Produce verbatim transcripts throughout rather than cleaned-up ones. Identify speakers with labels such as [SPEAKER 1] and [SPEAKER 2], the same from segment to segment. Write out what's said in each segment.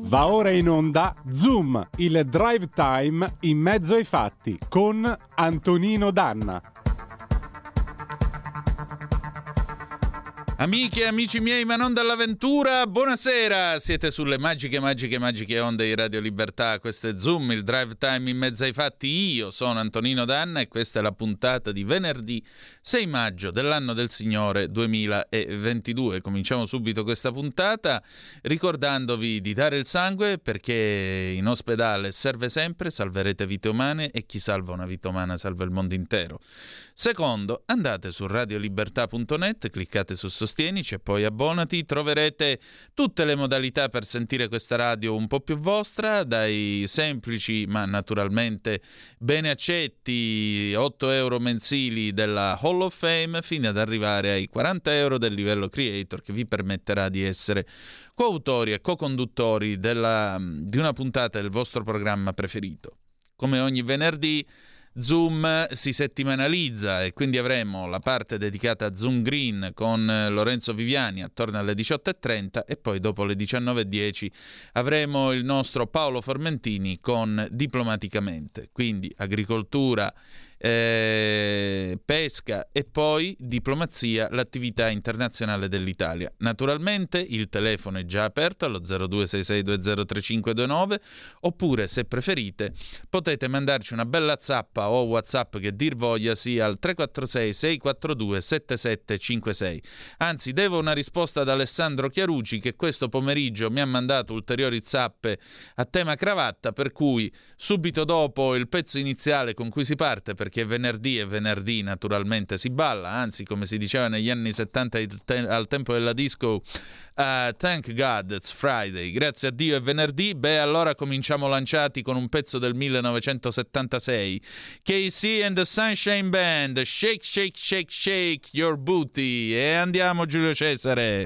[SPEAKER 1] Va ora in onda Zoom, il drive time in mezzo ai fatti con Antonino Danna.
[SPEAKER 2] Amiche e amici miei, ma non dall'avventura, buonasera! Siete sulle magiche, magiche, magiche onde di Radio Libertà. Questo è Zoom, il drive time in mezzo ai fatti. Io sono Antonino Danna e questa è la puntata di venerdì sei maggio dell'anno del Signore duemilaventidue. Cominciamo subito questa puntata ricordandovi di dare il sangue, perché in ospedale serve sempre, salverete vite umane e chi salva una vita umana salva il mondo intero. Secondo, andate su radiolibertà punto net, cliccate su Sostienici e poi abbonati, troverete tutte le modalità per sentire questa radio un po' più vostra, dai semplici ma naturalmente bene accetti otto euro mensili della Hall of Fame fino ad arrivare ai quaranta euro del livello Creator, che vi permetterà di essere coautori e co-conduttori della, di una puntata del vostro programma preferito. Come ogni venerdì Zoom si settimanalizza e quindi avremo la parte dedicata a Zoom Green con Lorenzo Viviani attorno alle diciotto e trenta e poi dopo le diciannove e dieci avremo il nostro Paolo Formentini con Diplomaticamente, quindi agricoltura, eh, pesca e poi diplomazia, l'attività internazionale dell'Italia. Naturalmente il telefono è già aperto allo zero due sei sei due zero tre cinque due nove, oppure se preferite potete mandarci una bella zappa o WhatsApp che dir voglia sia al tre quattro sei sei quattro due sette sette cinque sei. Anzi, devo una risposta ad Alessandro Chiarucci, che questo pomeriggio mi ha mandato ulteriori zappe a tema cravatta, per cui subito dopo il pezzo iniziale con cui si parte, perché venerdì e venerdì naturalmente si balla, anzi come si diceva negli anni settanta al tempo della disco, uh, thank God it's Friday, grazie a Dio è venerdì. Beh, allora cominciamo lanciati con un pezzo del millenovecentosettantasei, K C and the Sunshine Band, Shake Shake Shake Shake Your Booty, e andiamo Giulio Cesare.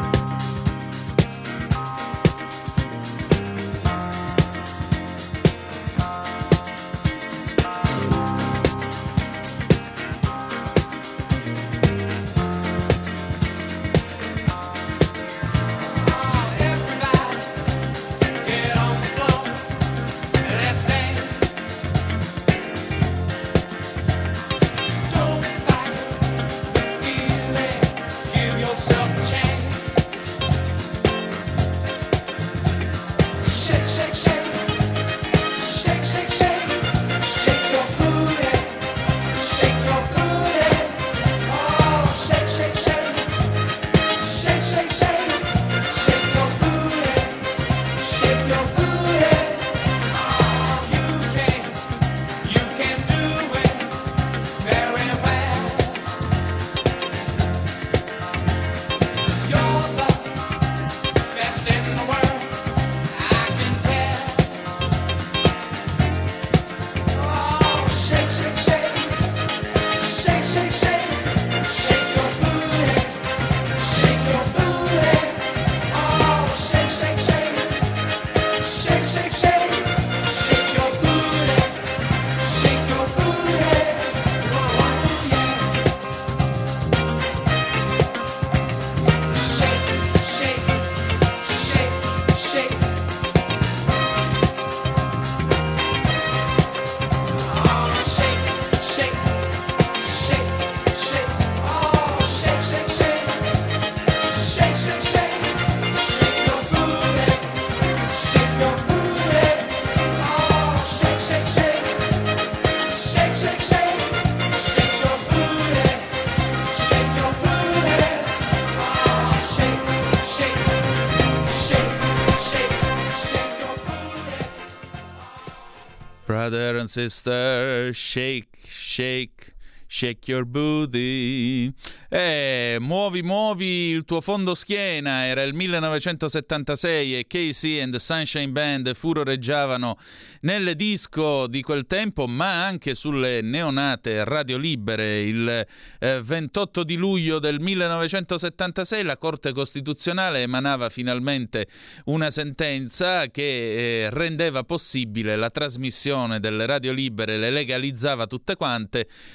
[SPEAKER 2] Brother and sister, shake, shake, shake your booty. Eh, muovi, muovi il tuo fondo schiena. Era il millenovecentosettantasei e K C and the Sunshine Band furoreggiavano nelle disco di quel tempo, ma anche sulle neonate radio libere. Il eh, ventotto di luglio del millenovecentosettantasei la Corte Costituzionale emanava finalmente una sentenza che eh, rendeva possibile la trasmissione delle radio libere, le legalizzava tutte quante, purché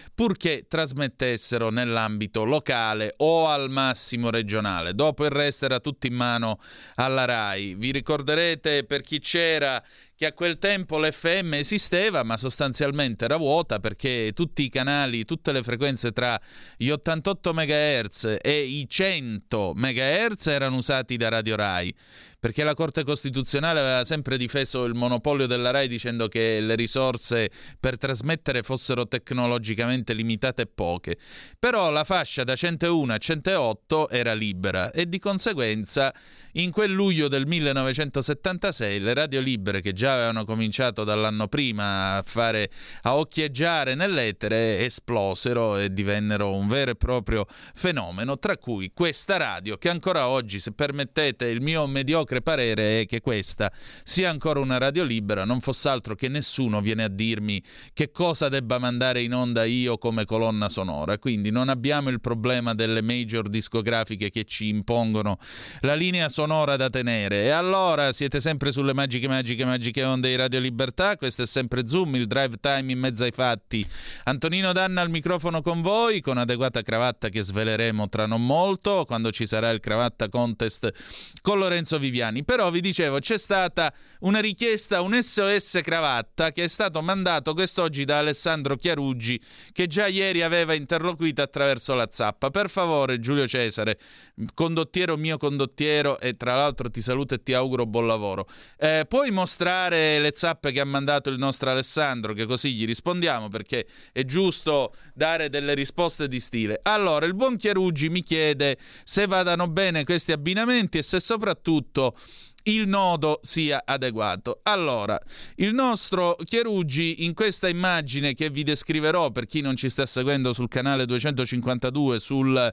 [SPEAKER 2] che trasmettessero nell'ambito locale o al massimo regionale. Dopo il resto era tutto in mano alla RAI. Vi ricorderete, per chi c'era, che a quel tempo l'F M esisteva, ma sostanzialmente era vuota, perché tutti i canali, tutte le frequenze tra gli ottantotto megahertz e i cento megahertz erano usati da Radio Rai, perché la Corte Costituzionale aveva sempre difeso il monopolio della Rai dicendo che le risorse per trasmettere fossero tecnologicamente limitate e poche. Però la fascia da centouno a centootto era libera e di conseguenza in quel luglio del millenovecentosettantasei le radio libere, che già avevano cominciato dall'anno prima a fare a occhieggiare nell'etere, esplosero e divennero un vero e proprio fenomeno, tra cui questa radio, che ancora oggi, se permettete il mio mediocre parere, è che questa sia ancora una radio libera, non fosse altro che nessuno viene a dirmi che cosa debba mandare in onda io come colonna sonora. Quindi non abbiamo il problema delle major discografiche che ci impongono la linea sonora da tenere. E allora siete sempre sulle magiche magiche magiche onde di Radio Libertà. Questo è sempre Zoom, il drive time in mezzo ai fatti. Antonino Danna al microfono con voi, con adeguata cravatta che sveleremo tra non molto, quando ci sarà il cravatta contest con Lorenzo Viviani. Però vi dicevo, c'è stata una richiesta, un S O S cravatta che è stato mandato quest'oggi da Alessandro Chiaruggi, che già ieri aveva interloquito attraverso la zappa. Per favore, Giulio Cesare, condottiero mio condottiero, e tra l'altro ti saluto e ti auguro buon lavoro, eh, puoi mostrare le zappe che ha mandato il nostro Alessandro, che così gli rispondiamo, perché è giusto dare delle risposte di stile. Allora, il buon Chiaruggi mi chiede se vadano bene questi abbinamenti e se soprattutto il nodo sia adeguato. Allora, il nostro Chiaruggi, in questa immagine che vi descriverò per chi non ci sta seguendo sul canale duecentocinquantadue sul,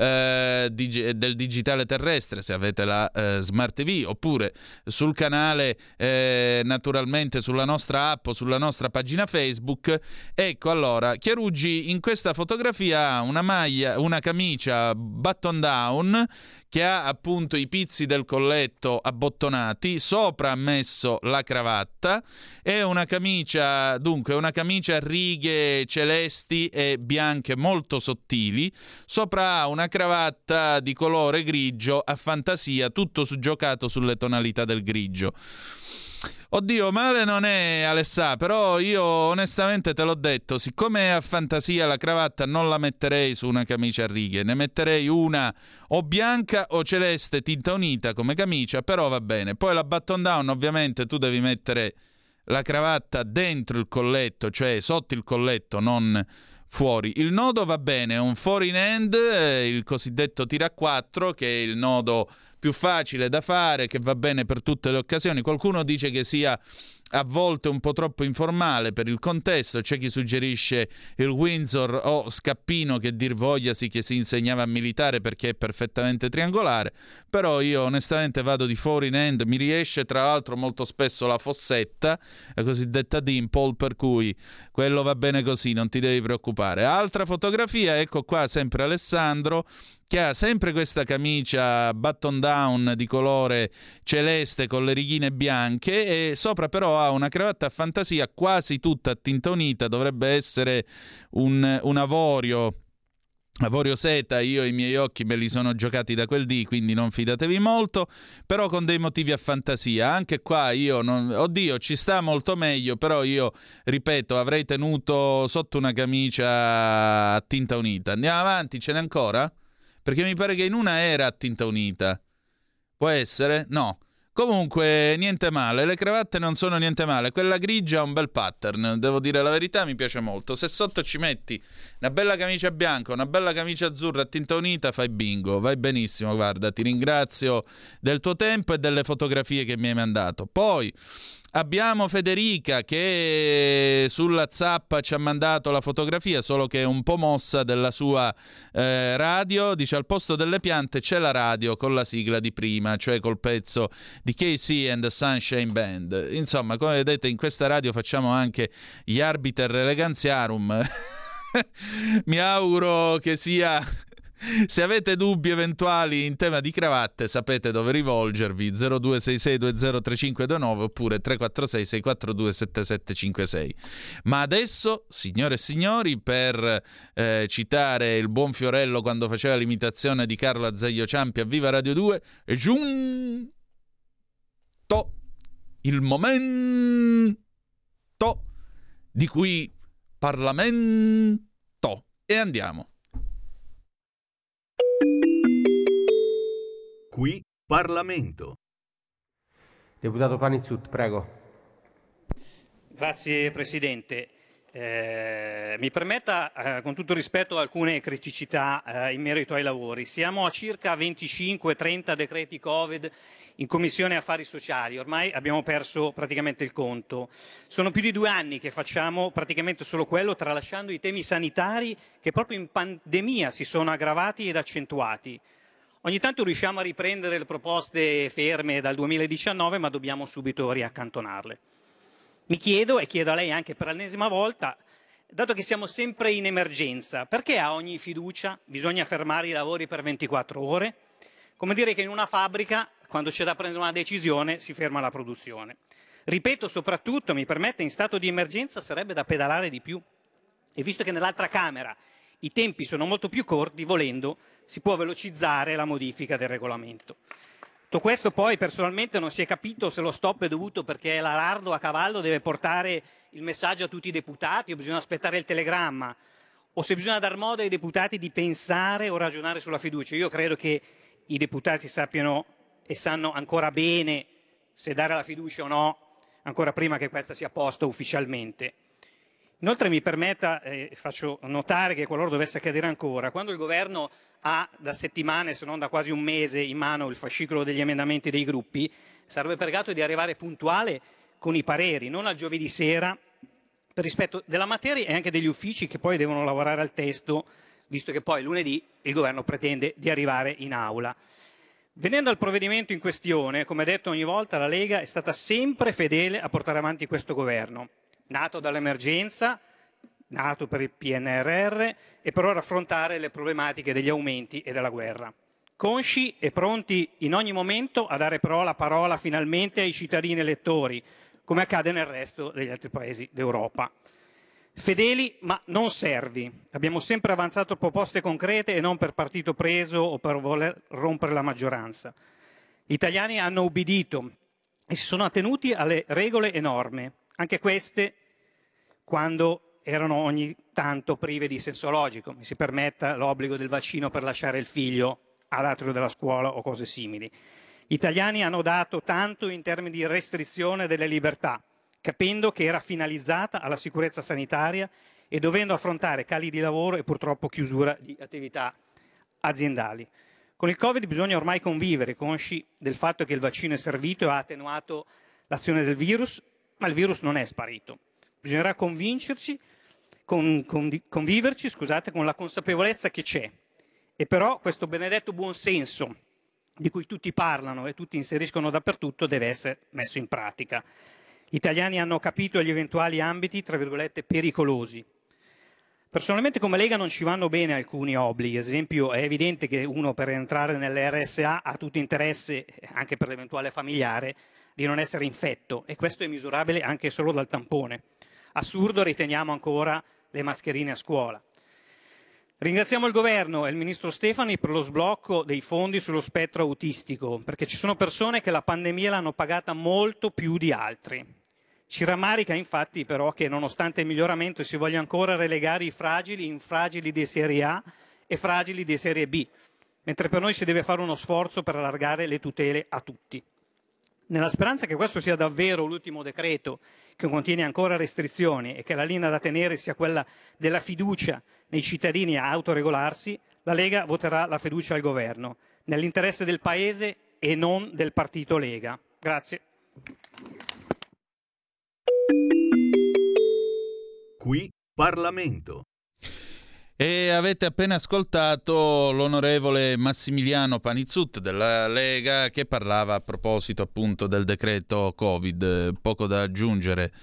[SPEAKER 2] eh, dig- del digitale terrestre, se avete la eh, Smart T V, oppure sul canale eh, naturalmente sulla nostra app o sulla nostra pagina Facebook. Ecco, allora, Chiaruggi in questa fotografia ha una maglia, una camicia button down che ha appunto i pizzi del colletto abbottonati, sopra ha messo la cravatta, è una camicia, dunque una camicia a righe celesti e bianche molto sottili, sopra ha una cravatta di colore grigio a fantasia, tutto giocato sulle tonalità del grigio. Oddio, male non è, Alessà, però io onestamente te l'ho detto, siccome è a fantasia la cravatta non la metterei su una camicia a righe, ne metterei una o bianca o celeste tinta unita come camicia, però va bene. Poi la button down, ovviamente tu devi mettere la cravatta dentro il colletto, cioè sotto il colletto, non fuori. Il nodo va bene, è un four in hand, il cosiddetto tira a quattro, che è il nodo più facile da fare, che va bene per tutte le occasioni. Qualcuno dice che sia a volte un po' troppo informale per il contesto, c'è chi suggerisce il Windsor o scappino, che dir vogliasi, che si insegnava a militare perché è perfettamente triangolare, però io onestamente vado di four in hand, mi riesce tra l'altro molto spesso la fossetta, la cosiddetta dimple, per cui quello va bene così, non ti devi preoccupare. Altra fotografia, ecco qua sempre Alessandro, che ha sempre questa camicia button down di colore celeste con le righine bianche e sopra però ha una cravatta a fantasia quasi tutta a tinta unita, dovrebbe essere un, un avorio Avorio seta. Io i miei occhi me li sono giocati da quel dì, quindi non fidatevi molto, però con dei motivi a fantasia. Anche qua io non... oddio, ci sta molto meglio, però io ripeto, avrei tenuto sotto una camicia a tinta unita. Andiamo avanti, ce n'è ancora? Perché mi pare che in una era a tinta unita. Può essere? No. Comunque, niente male, le cravatte non sono niente male. Quella grigia ha un bel pattern, devo dire la verità, mi piace molto. Se sotto ci metti una bella camicia bianca, una bella camicia azzurra a tinta unita, fai bingo, vai benissimo, guarda, ti ringrazio del tuo tempo e delle fotografie che mi hai mandato. Poi abbiamo Federica che sulla zappa ci ha mandato la fotografia, solo che è un po' mossa, della sua eh, radio. Dice: al posto delle piante c'è la radio con la sigla di prima, cioè col pezzo di K C and the Sunshine Band. Insomma, come vedete, in questa radio facciamo anche gli arbiter elegantiarum. Mi auguro che sia Se avete dubbi eventuali in tema di cravatte, sapete dove rivolgervi: zero due sei sei due zero tre cinque due nove oppure tre quattro sei sei quattro due sette sette cinque sei. Ma adesso, signore e signori, per eh, citare il buon Fiorello quando faceva l'imitazione di Carlo Azeglio Ciampi a Viva Radio due, è giunto il momento di cui Parlamento. E andiamo.
[SPEAKER 3] Qui Parlamento.
[SPEAKER 4] Deputato Panizzut, prego.
[SPEAKER 5] Grazie Presidente. Eh, mi permetta, eh, con tutto rispetto, alcune criticità eh, in merito ai lavori. Siamo a circa venticinque trenta decreti Covid in Commissione Affari Sociali, ormai abbiamo perso praticamente il conto. Sono più di due anni che facciamo praticamente solo quello, tralasciando i temi sanitari che proprio in pandemia si sono aggravati ed accentuati. Ogni tanto riusciamo a riprendere le proposte ferme dal duemiladiciannove, ma dobbiamo subito riaccantonarle. Mi chiedo, e chiedo a lei anche per l'ennesima volta, dato che siamo sempre in emergenza, perché a ogni fiducia bisogna fermare i lavori per ventiquattro ore? Come dire che in una fabbrica, quando c'è da prendere una decisione, si ferma la produzione. Ripeto, soprattutto, mi permette, in stato di emergenza sarebbe da pedalare di più. E visto che nell'altra Camera i tempi sono molto più corti, volendo, si può velocizzare la modifica del regolamento. Tutto questo poi personalmente non si è capito se lo stop è dovuto perché l'Arardo a cavallo deve portare il messaggio a tutti i deputati o bisogna aspettare il telegramma, o se bisogna dar modo ai deputati di pensare o ragionare sulla fiducia. Io credo che i deputati sappiano e sanno ancora bene se dare la fiducia o no, ancora prima che questa sia posta ufficialmente. Inoltre mi permetta, eh, faccio notare che qualora dovesse accadere ancora, quando il Governo ha da settimane, se non da quasi un mese, in mano il fascicolo degli emendamenti dei gruppi, sarebbe pregato di arrivare puntuale con i pareri, non al giovedì sera, per rispetto della materia e anche degli uffici che poi devono lavorare al testo, visto che poi lunedì il Governo pretende di arrivare in aula. Venendo al provvedimento in questione, come detto ogni volta, la Lega è stata sempre fedele a portare avanti questo Governo, nato dall'emergenza, nato per il P N R R e per ora affrontare le problematiche degli aumenti e della guerra. Consci e pronti in ogni momento a dare però la parola finalmente ai cittadini elettori, come accade nel resto degli altri paesi d'Europa. Fedeli ma non servi. Abbiamo sempre avanzato proposte concrete e non per partito preso o per voler rompere la maggioranza. Gli italiani hanno ubbidito e si sono attenuti alle regole e norme, anche queste quando erano ogni tanto prive di senso logico. Mi si permetta l'obbligo del vaccino per lasciare il figlio all'atrio della scuola o cose simili. Gli italiani hanno dato tanto in termini di restrizione delle libertà, capendo che era finalizzata alla sicurezza sanitaria e dovendo affrontare cali di lavoro e purtroppo chiusura di attività aziendali. Con il Covid bisogna ormai convivere, consci del fatto che il vaccino è servito e ha attenuato l'azione del virus, ma il virus non è sparito. Bisognerà convincerci, con, con, conviverci scusate, con la consapevolezza che c'è. E però questo benedetto buonsenso di cui tutti parlano e tutti inseriscono dappertutto deve essere messo in pratica. Gli italiani hanno capito gli eventuali ambiti, tra virgolette, pericolosi. Personalmente come Lega non ci vanno bene alcuni obblighi, ad esempio è evidente che uno per entrare nell'R S A ha tutto interesse, anche per l'eventuale familiare, di non essere infetto e questo è misurabile anche solo dal tampone. Assurdo riteniamo ancora le mascherine a scuola. Ringraziamo il Governo e il Ministro Stefani per lo sblocco dei fondi sullo spettro autistico, perché ci sono persone che la pandemia l'hanno pagata molto più di altri. Ci rammarica infatti però che nonostante il miglioramento si voglia ancora relegare i fragili in fragili di serie A e fragili di serie B, mentre per noi si deve fare uno sforzo per allargare le tutele a tutti. Nella speranza che questo sia davvero l'ultimo decreto che contiene ancora restrizioni e che la linea da tenere sia quella della fiducia nei cittadini a autoregolarsi, la Lega voterà la fiducia al Governo, nell'interesse del Paese e non del partito Lega. Grazie.
[SPEAKER 3] Qui Parlamento.
[SPEAKER 2] E avete appena ascoltato l'onorevole Massimiliano Panizzut della Lega che parlava a proposito appunto del decreto Covid. Poco da aggiungere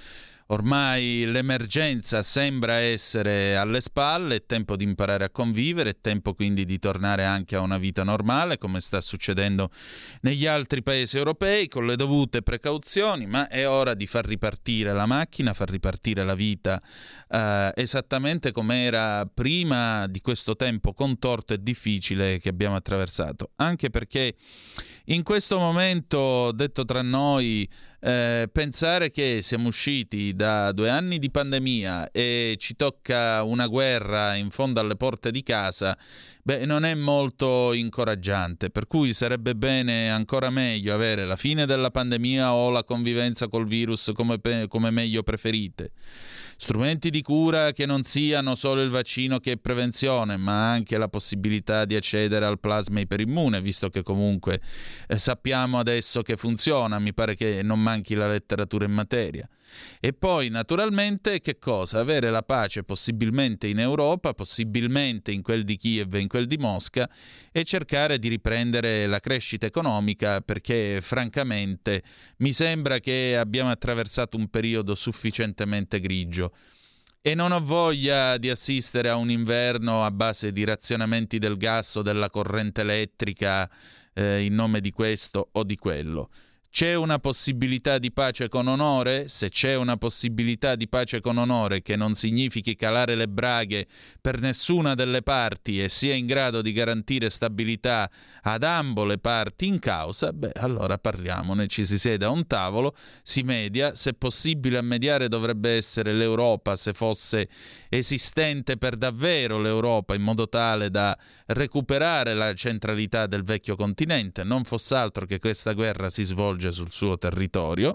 [SPEAKER 2] Ormai l'emergenza sembra essere alle spalle, è tempo di imparare a convivere, è tempo quindi di tornare anche a una vita normale, come sta succedendo negli altri paesi europei, con le dovute precauzioni, ma è ora di far ripartire la macchina, far ripartire la vita eh, esattamente come era prima di questo tempo contorto e difficile che abbiamo attraversato. Anche perché in questo momento, detto tra noi, Eh, pensare che siamo usciti da due anni di pandemia e ci tocca una guerra in fondo alle porte di casa, beh, non è molto incoraggiante, per cui sarebbe bene, ancora meglio, avere la fine della pandemia o la convivenza col virus come, pe- come meglio preferite. Strumenti di cura che non siano solo il vaccino che è prevenzione, ma anche la possibilità di accedere al plasma iperimmune, visto che comunque eh, sappiamo adesso che funziona, mi pare che non manchi la letteratura in materia. E poi naturalmente che cosa? Avere la pace possibilmente in Europa, possibilmente in quel di Kiev e in quel di Mosca, e cercare di riprendere la crescita economica, perché francamente mi sembra che abbiamo attraversato un periodo sufficientemente grigio e non ho voglia di assistere a un inverno a base di razionamenti del gas o della corrente elettrica eh, in nome di questo o di quello. C'è una possibilità di pace con onore? Se c'è una possibilità di pace con onore che non significhi calare le braghe per nessuna delle parti e sia in grado di garantire stabilità ad ambo le parti in causa, beh, allora parliamone, ci si siede a un tavolo, si media. Se possibile a mediare dovrebbe essere l'Europa, se fosse esistente per davvero l'Europa, in modo tale da recuperare la centralità del vecchio continente, non fosse altro che questa guerra si svolge sul suo territorio.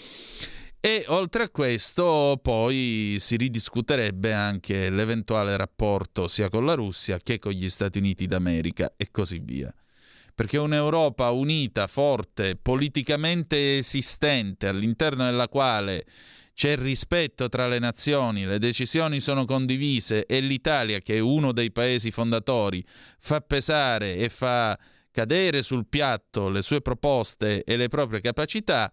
[SPEAKER 2] E oltre a questo poi si ridiscuterebbe anche l'eventuale rapporto sia con la Russia che con gli Stati Uniti d'America e così via, perché un'Europa unita, forte, politicamente esistente, all'interno della quale c'è rispetto tra le nazioni, le decisioni sono condivise e l'Italia, che è uno dei paesi fondatori, fa pesare e fa cadere sul piatto le sue proposte e le proprie capacità,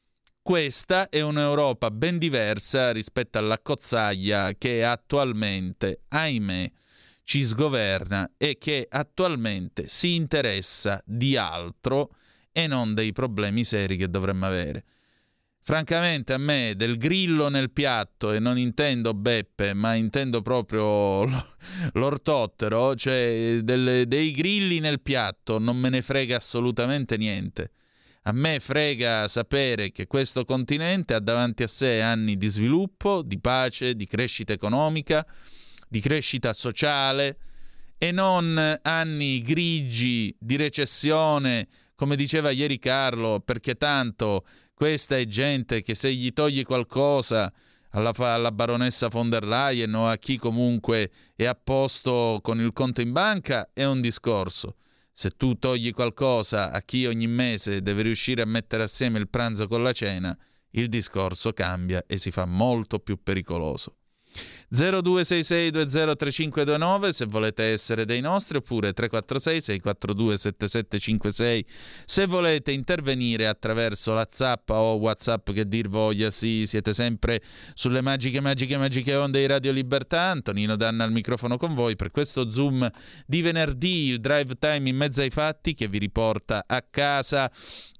[SPEAKER 2] questa è un'Europa ben diversa rispetto all'accozzaglia che attualmente, ahimè, ci sgoverna e che attualmente si interessa di altro e non dei problemi seri che dovremmo avere. Francamente a me del grillo nel piatto, e non intendo Beppe, ma intendo proprio l'ortottero, cioè delle, dei grilli nel piatto, non me ne frega assolutamente niente. A me frega sapere che questo continente ha davanti a sé anni di sviluppo, di pace, di crescita economica, di crescita sociale, e non anni grigi di recessione, come diceva ieri Carlo, perché tanto questa è gente che se gli togli qualcosa alla, alla baronessa von der Leyen o a chi comunque è a posto con il conto in banca è un discorso. Se tu togli qualcosa a chi ogni mese deve riuscire a mettere assieme il pranzo con la cena, il discorso cambia e si fa molto più pericoloso. zero due sei sei due zero tre cinque due nove se volete essere dei nostri, oppure tre quattro sei sei quattro due sette sette cinque sei se volete intervenire attraverso la Zappa o WhatsApp che dir voglia. Sì, siete sempre sulle magiche magiche magiche onde di Radio Libertà. Antonino Danna al microfono con voi per questo Zoom di venerdì, il drive time in mezzo ai fatti che vi riporta a casa.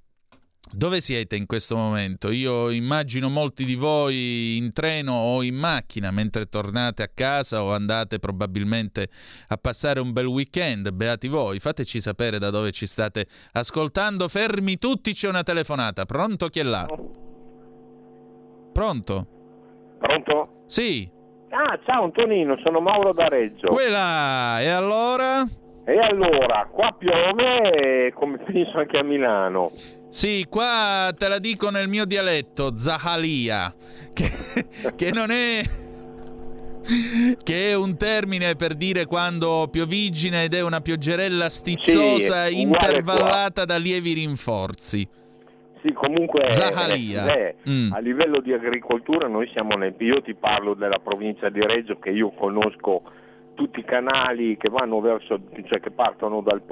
[SPEAKER 2] Dove siete in questo momento? Io immagino molti di voi in treno o in macchina mentre tornate a casa o andate probabilmente a passare un bel weekend. Beati voi, fateci sapere da dove ci state ascoltando. Fermi tutti, c'è una telefonata. Pronto, chi è là? Pronto?
[SPEAKER 6] Pronto?
[SPEAKER 2] Sì.
[SPEAKER 6] Ah, ciao Antonino, sono Mauro da Reggio.
[SPEAKER 2] Quella, e allora?
[SPEAKER 6] E allora, qua piove come penso anche a Milano.
[SPEAKER 2] Sì, qua te la dico nel mio dialetto, Zahalia, che, che non è... che è un termine per dire quando piovigina ed è una pioggerella stizzosa, sì, intervallata qua da lievi rinforzi.
[SPEAKER 6] Sì, comunque
[SPEAKER 2] Zahalia.
[SPEAKER 6] Eh, mm. A livello di agricoltura noi siamo nel... Io ti parlo della provincia di Reggio, che io conosco tutti i canali che vanno verso, cioè che partono dal Po,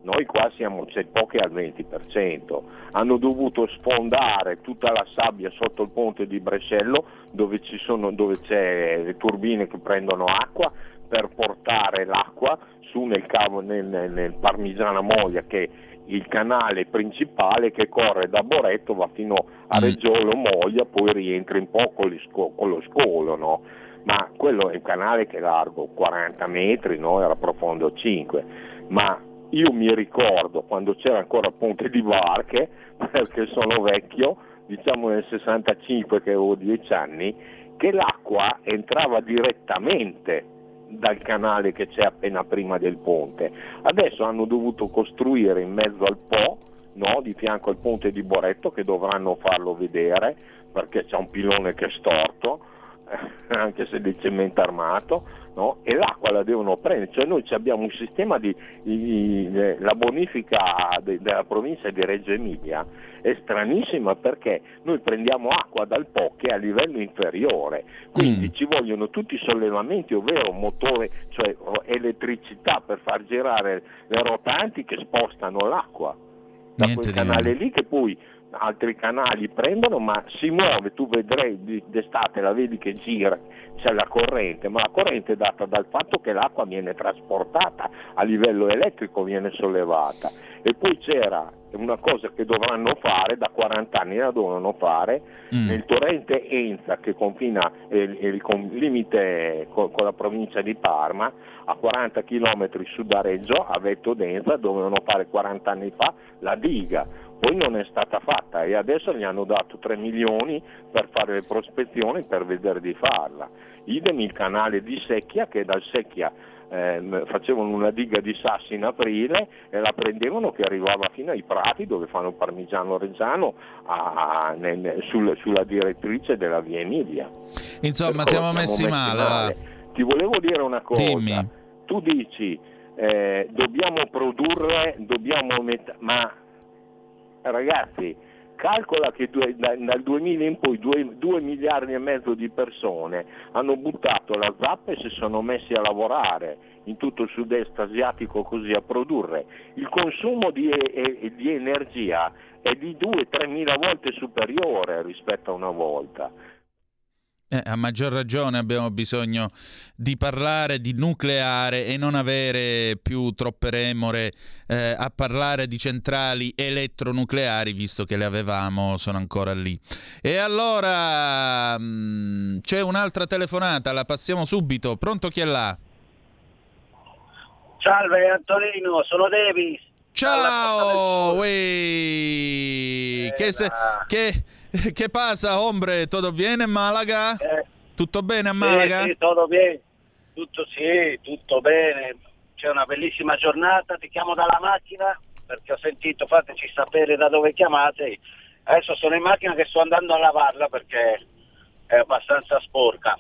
[SPEAKER 6] Noi qua siamo, c'è poche al venti per cento. Hanno dovuto sfondare tutta la sabbia sotto il ponte di Brescello, dove ci sono, dove c'è le turbine che prendono acqua, per portare l'acqua su nel cavo, nel, nel, nel Parmigiana Moglia, che è il canale principale che corre da Boretto, va fino a Reggiolo Moglia, poi rientra un po' con, sco- con lo scolo, no? Ma quello è un canale che è largo quaranta metri, no? Era profondo cinque, ma io mi ricordo quando c'era ancora il ponte di Varche, perché sono vecchio, diciamo nel sessantacinque che avevo dieci anni, che l'acqua entrava direttamente dal canale che c'è appena prima del ponte. Adesso hanno dovuto costruire in mezzo al Po, no, di fianco al ponte di Boretto, che dovranno farlo vedere perché c'è un pilone che è storto, anche se di cemento armato, no? E l'acqua la devono prendere, cioè noi abbiamo un sistema di, di, di la bonifica de, della provincia di Reggio Emilia è stranissima, perché noi prendiamo acqua dal Po che è a livello inferiore, quindi mm. ci vogliono tutti i sollevamenti, ovvero motore, cioè elettricità per far girare le rotanti che spostano l'acqua da
[SPEAKER 2] Niente
[SPEAKER 6] quel canale
[SPEAKER 2] meno.
[SPEAKER 6] lì, che poi altri canali prendono, ma si muove, tu vedrai d'estate, la vedi che gira, c'è la corrente, ma la corrente è data dal fatto che l'acqua viene trasportata a livello elettrico, viene sollevata. E poi c'era una cosa che dovranno fare, da quaranta anni la dovevano fare, mm. nel torrente Enza, che confina il, il, il limite con, con la provincia di Parma, a quaranta chilometri su da Reggio, a Vetto d'Enza, dovevano fare quaranta anni fa la diga. Poi non è stata fatta e adesso gli hanno dato tre milioni per fare le prospezioni, per vedere di farla. Idem il canale di Secchia, che dal Secchia eh, facevano una diga di sassi in aprile e la prendevano, che arrivava fino ai prati dove fanno il Parmigiano Reggiano, a, nel, sul, sulla direttrice della via Emilia.
[SPEAKER 2] Insomma, siamo messi, messi male. male.
[SPEAKER 6] Ti volevo dire una cosa.
[SPEAKER 2] Dimmi.
[SPEAKER 6] Tu dici eh, dobbiamo produrre, dobbiamo met- ma ragazzi, calcola che due, da, dal duemila in poi due miliardi e mezzo di persone hanno buttato la zappa e si sono messi a lavorare in tutto il sud-est asiatico, così a produrre. Il consumo di, e, di energia è di due tre mila volte superiore rispetto a una volta.
[SPEAKER 2] Eh, a maggior ragione abbiamo bisogno di parlare di nucleare e non avere più troppe remore eh, a parlare di centrali elettronucleari, visto che le avevamo, sono ancora lì. E allora mh, c'è un'altra telefonata, la passiamo subito. Pronto, chi è là?
[SPEAKER 7] Salve Antonino, sono Davis.
[SPEAKER 2] Ciao, uey.
[SPEAKER 7] Eh,
[SPEAKER 2] che, se, che, che pasa, hombre? Tutto bene in Malaga?
[SPEAKER 7] Eh,
[SPEAKER 2] tutto bene a
[SPEAKER 7] sì,
[SPEAKER 2] Malaga?
[SPEAKER 7] Sì, tutto bene, tutto sì, tutto bene. C'è una bellissima giornata, ti chiamo dalla macchina perché ho sentito, fateci sapere da dove chiamate. Adesso sono in macchina che sto andando a lavarla perché è abbastanza sporca.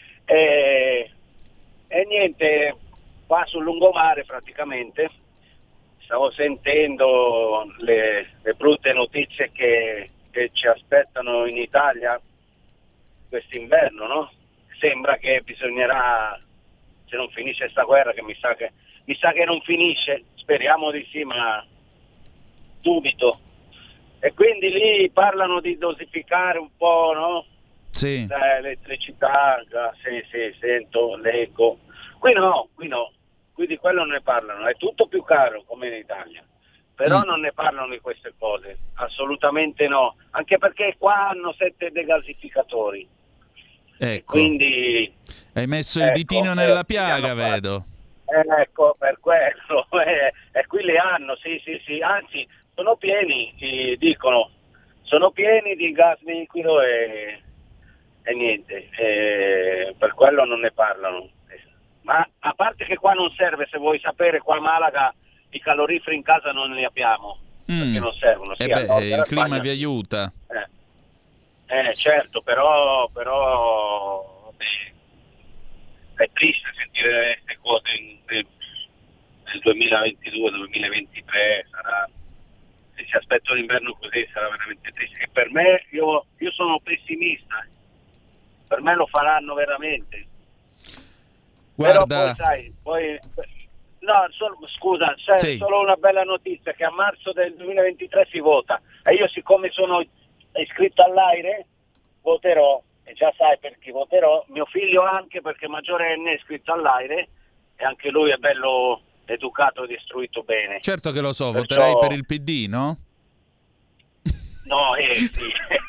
[SPEAKER 7] E, e niente, qua sul lungomare praticamente stavo sentendo le, le brutte notizie che, che ci aspettano in Italia quest'inverno, no? Sembra che bisognerà, se non finisce sta guerra, che mi sa che mi sa che non finisce, speriamo di sì, ma dubito. E quindi lì parlano di dosificare un po', no?
[SPEAKER 2] Sì.
[SPEAKER 7] L'elettricità, sì, sì, sento, leggo. Qui no, qui no. Qui di quello non ne parlano, è tutto più caro come in Italia, però mm. non ne parlano di queste cose, assolutamente no, anche perché qua hanno sette degasificatori.
[SPEAKER 2] Ecco.
[SPEAKER 7] Quindi
[SPEAKER 2] hai messo il
[SPEAKER 7] ecco,
[SPEAKER 2] ditino
[SPEAKER 7] eh,
[SPEAKER 2] nella piaga, vedo.
[SPEAKER 7] Eh, ecco, per quello, eh, e qui le hanno, sì, sì, sì, anzi sono pieni, ti dicono, sono pieni di gas liquido e, e niente, e per quello non ne parlano. Ma a parte che qua non serve, se vuoi sapere, qua a Malaga i caloriferi in casa non li abbiamo, mm. perché non servono. Sì,
[SPEAKER 2] eh beh, il clima
[SPEAKER 7] Spagna,
[SPEAKER 2] vi aiuta.
[SPEAKER 7] Eh, eh certo, però, però vabbè, è triste sentire queste cose in, nel duemilaventidue duemilaventitré, sarà, se si aspetta un inverno così sarà veramente triste. E per me, io, io sono pessimista, per me lo faranno veramente.
[SPEAKER 2] Guarda,
[SPEAKER 7] però poi sai, poi No, solo, scusa, c'è
[SPEAKER 2] Sì.
[SPEAKER 7] solo una bella notizia, che a marzo del duemilaventitré si vota, e io siccome sono iscritto all'Aire voterò, e già sai per chi voterò, mio figlio anche perché maggiorenne è iscritto all'Aire e anche lui è bello educato ed istruito bene.
[SPEAKER 2] Certo che lo so,
[SPEAKER 7] Perciò...
[SPEAKER 2] voterai per il P D, no?
[SPEAKER 7] No, eh sì.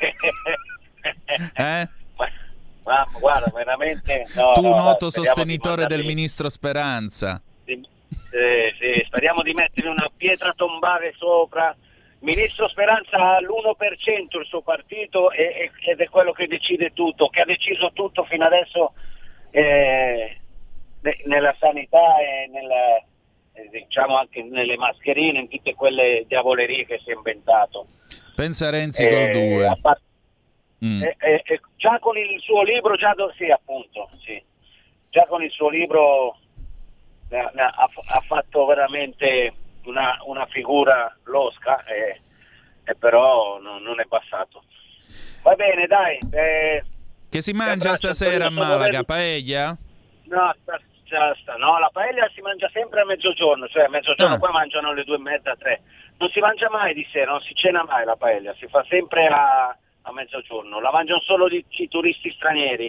[SPEAKER 2] Eh?
[SPEAKER 7] ma, ma guarda, veramente... No,
[SPEAKER 2] tu
[SPEAKER 7] no,
[SPEAKER 2] noto
[SPEAKER 7] dai,
[SPEAKER 2] sostenitore
[SPEAKER 7] di
[SPEAKER 2] del
[SPEAKER 7] mandargli...
[SPEAKER 2] ministro Speranza.
[SPEAKER 7] Sì, sì, speriamo di mettere una pietra tombale sopra. Ministro Speranza ha l'uno per cento il suo partito e, ed è quello che decide tutto, che ha deciso tutto fino adesso eh, nella sanità e nella, eh, diciamo anche nelle mascherine, in tutte quelle diavolerie che si è inventato.
[SPEAKER 2] Pensa Renzi
[SPEAKER 7] Eh,
[SPEAKER 2] col due.
[SPEAKER 7] a par-
[SPEAKER 2] Mm.
[SPEAKER 7] eh, eh, eh, già con il suo libro, già do- sì appunto, sì. Già con il suo libro ne, ne ha, ha fatto veramente una, una figura losca e, e però no, non è passato. Va bene, dai. Eh,
[SPEAKER 2] Che si mangia
[SPEAKER 7] abbraccio,
[SPEAKER 2] stasera a
[SPEAKER 7] Antonino,
[SPEAKER 2] Malaga?
[SPEAKER 7] dover-
[SPEAKER 2] Paella?
[SPEAKER 7] No, sta, sta, sta, no, la paella si mangia sempre a mezzogiorno, cioè a mezzogiorno
[SPEAKER 2] Ah.
[SPEAKER 7] poi mangiano alle due e mezza, tre. Non si mangia mai di sera, non si cena mai la paella, si fa sempre a, a mezzogiorno. La mangiano solo i, i turisti stranieri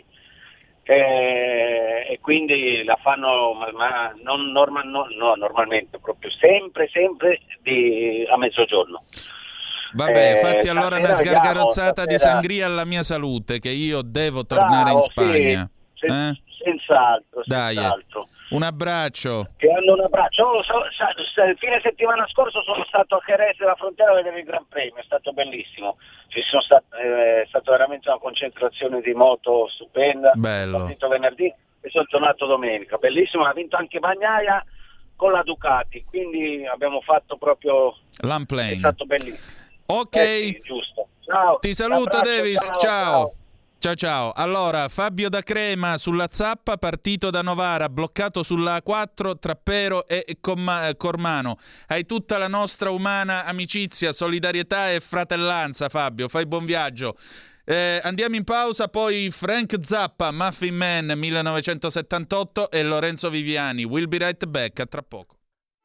[SPEAKER 7] eh, e quindi la fanno ma, ma non norma, no, no, normalmente, proprio sempre, sempre di, a mezzogiorno.
[SPEAKER 2] Vabbè,
[SPEAKER 7] Eh,
[SPEAKER 2] fatti allora una
[SPEAKER 7] stasera vediamo,
[SPEAKER 2] sgargarozzata di
[SPEAKER 7] stasera-
[SPEAKER 2] sangria alla mia salute, che io devo tornare
[SPEAKER 7] Bravo,
[SPEAKER 2] in
[SPEAKER 7] sì,
[SPEAKER 2] Spagna.
[SPEAKER 7] sen-
[SPEAKER 2] Eh?
[SPEAKER 7] Senz'altro,
[SPEAKER 2] Dai,
[SPEAKER 7] senz'altro.
[SPEAKER 2] un abbraccio.
[SPEAKER 7] Che hanno un abbraccio. Oh, so, sa, sa, il fine settimana scorso sono stato a Jerez della Frontera a vedere il Gran Premio, è stato bellissimo. Ci sono stat- eh, è stata veramente una concentrazione di moto stupenda.
[SPEAKER 2] Bello.
[SPEAKER 7] Ho vinto venerdì e sono tornato domenica. Bellissimo, ha vinto anche Bagnaia con la Ducati, quindi abbiamo fatto proprio... è
[SPEAKER 2] L'Unplane.
[SPEAKER 7] stato bellissimo.
[SPEAKER 2] Ok,
[SPEAKER 7] Eh sì, giusto. Ciao.
[SPEAKER 2] ti saluto
[SPEAKER 7] Abbraccio,
[SPEAKER 2] Davis,
[SPEAKER 7] ciao.
[SPEAKER 2] ciao.
[SPEAKER 7] ciao.
[SPEAKER 2] Ciao ciao. Allora, Fabio da Crema sulla zappa, partito da Novara, bloccato sulla A quattro tra Pero e Comma- Cormano. Hai tutta la nostra umana amicizia, solidarietà e fratellanza, Fabio. Fai buon viaggio. Eh, andiamo in pausa, poi Frank Zappa, Muffin Man millenovecentosettantotto e Lorenzo Viviani. We'll be right back, a tra poco.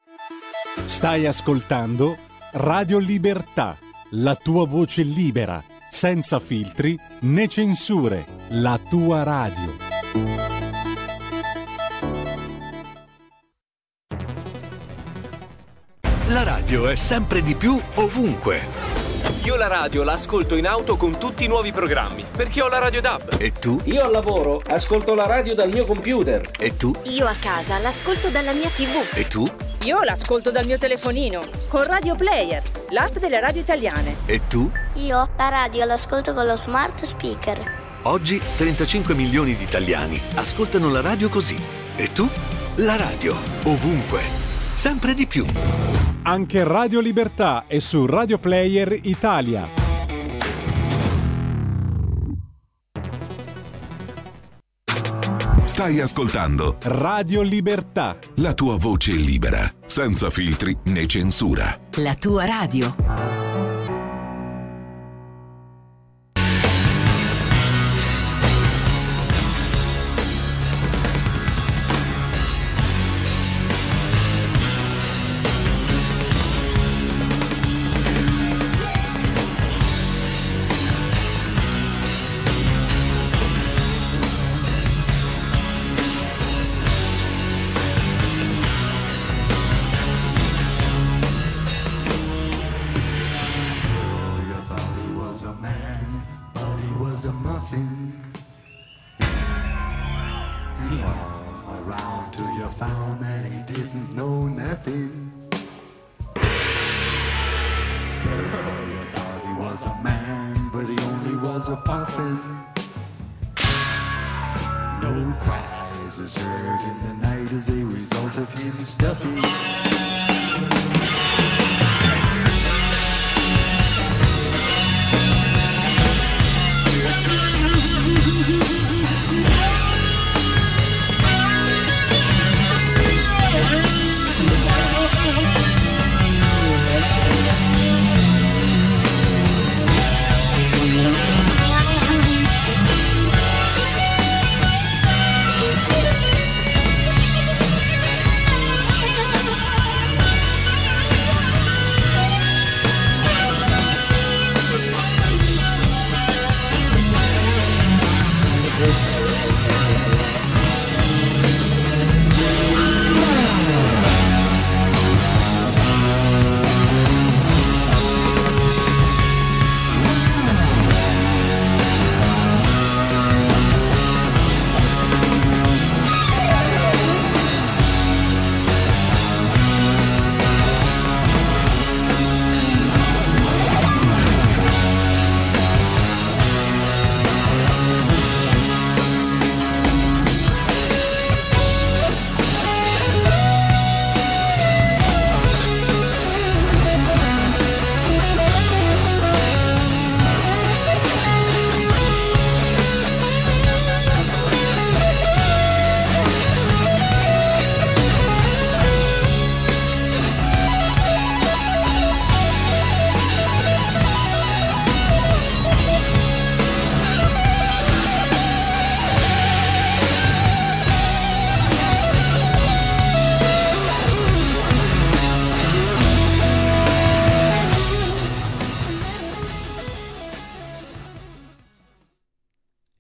[SPEAKER 1] Stai ascoltando Radio Libertà, la tua voce libera, senza filtri né censure, la tua radio.
[SPEAKER 8] La radio è sempre di più ovunque.
[SPEAKER 9] Io la radio la ascolto in auto con tutti i nuovi programmi, perché ho la Radio D A B.
[SPEAKER 8] E tu?
[SPEAKER 10] Io al lavoro ascolto la radio dal mio computer.
[SPEAKER 8] E tu?
[SPEAKER 11] Io a casa l'ascolto dalla mia tivù.
[SPEAKER 8] E tu?
[SPEAKER 12] Io l'ascolto dal mio telefonino, con Radio Player, l'app delle radio italiane.
[SPEAKER 8] E tu?
[SPEAKER 11] Io la radio l'ascolto con lo smart speaker.
[SPEAKER 8] Oggi trentacinque milioni di italiani ascoltano la radio così. E tu? La radio, ovunque, sempre di più.
[SPEAKER 1] Anche Radio Libertà è su Radio Player Italia.
[SPEAKER 13] Stai ascoltando
[SPEAKER 1] Radio Libertà,
[SPEAKER 13] la tua voce libera, senza filtri né censura.
[SPEAKER 14] La tua radio.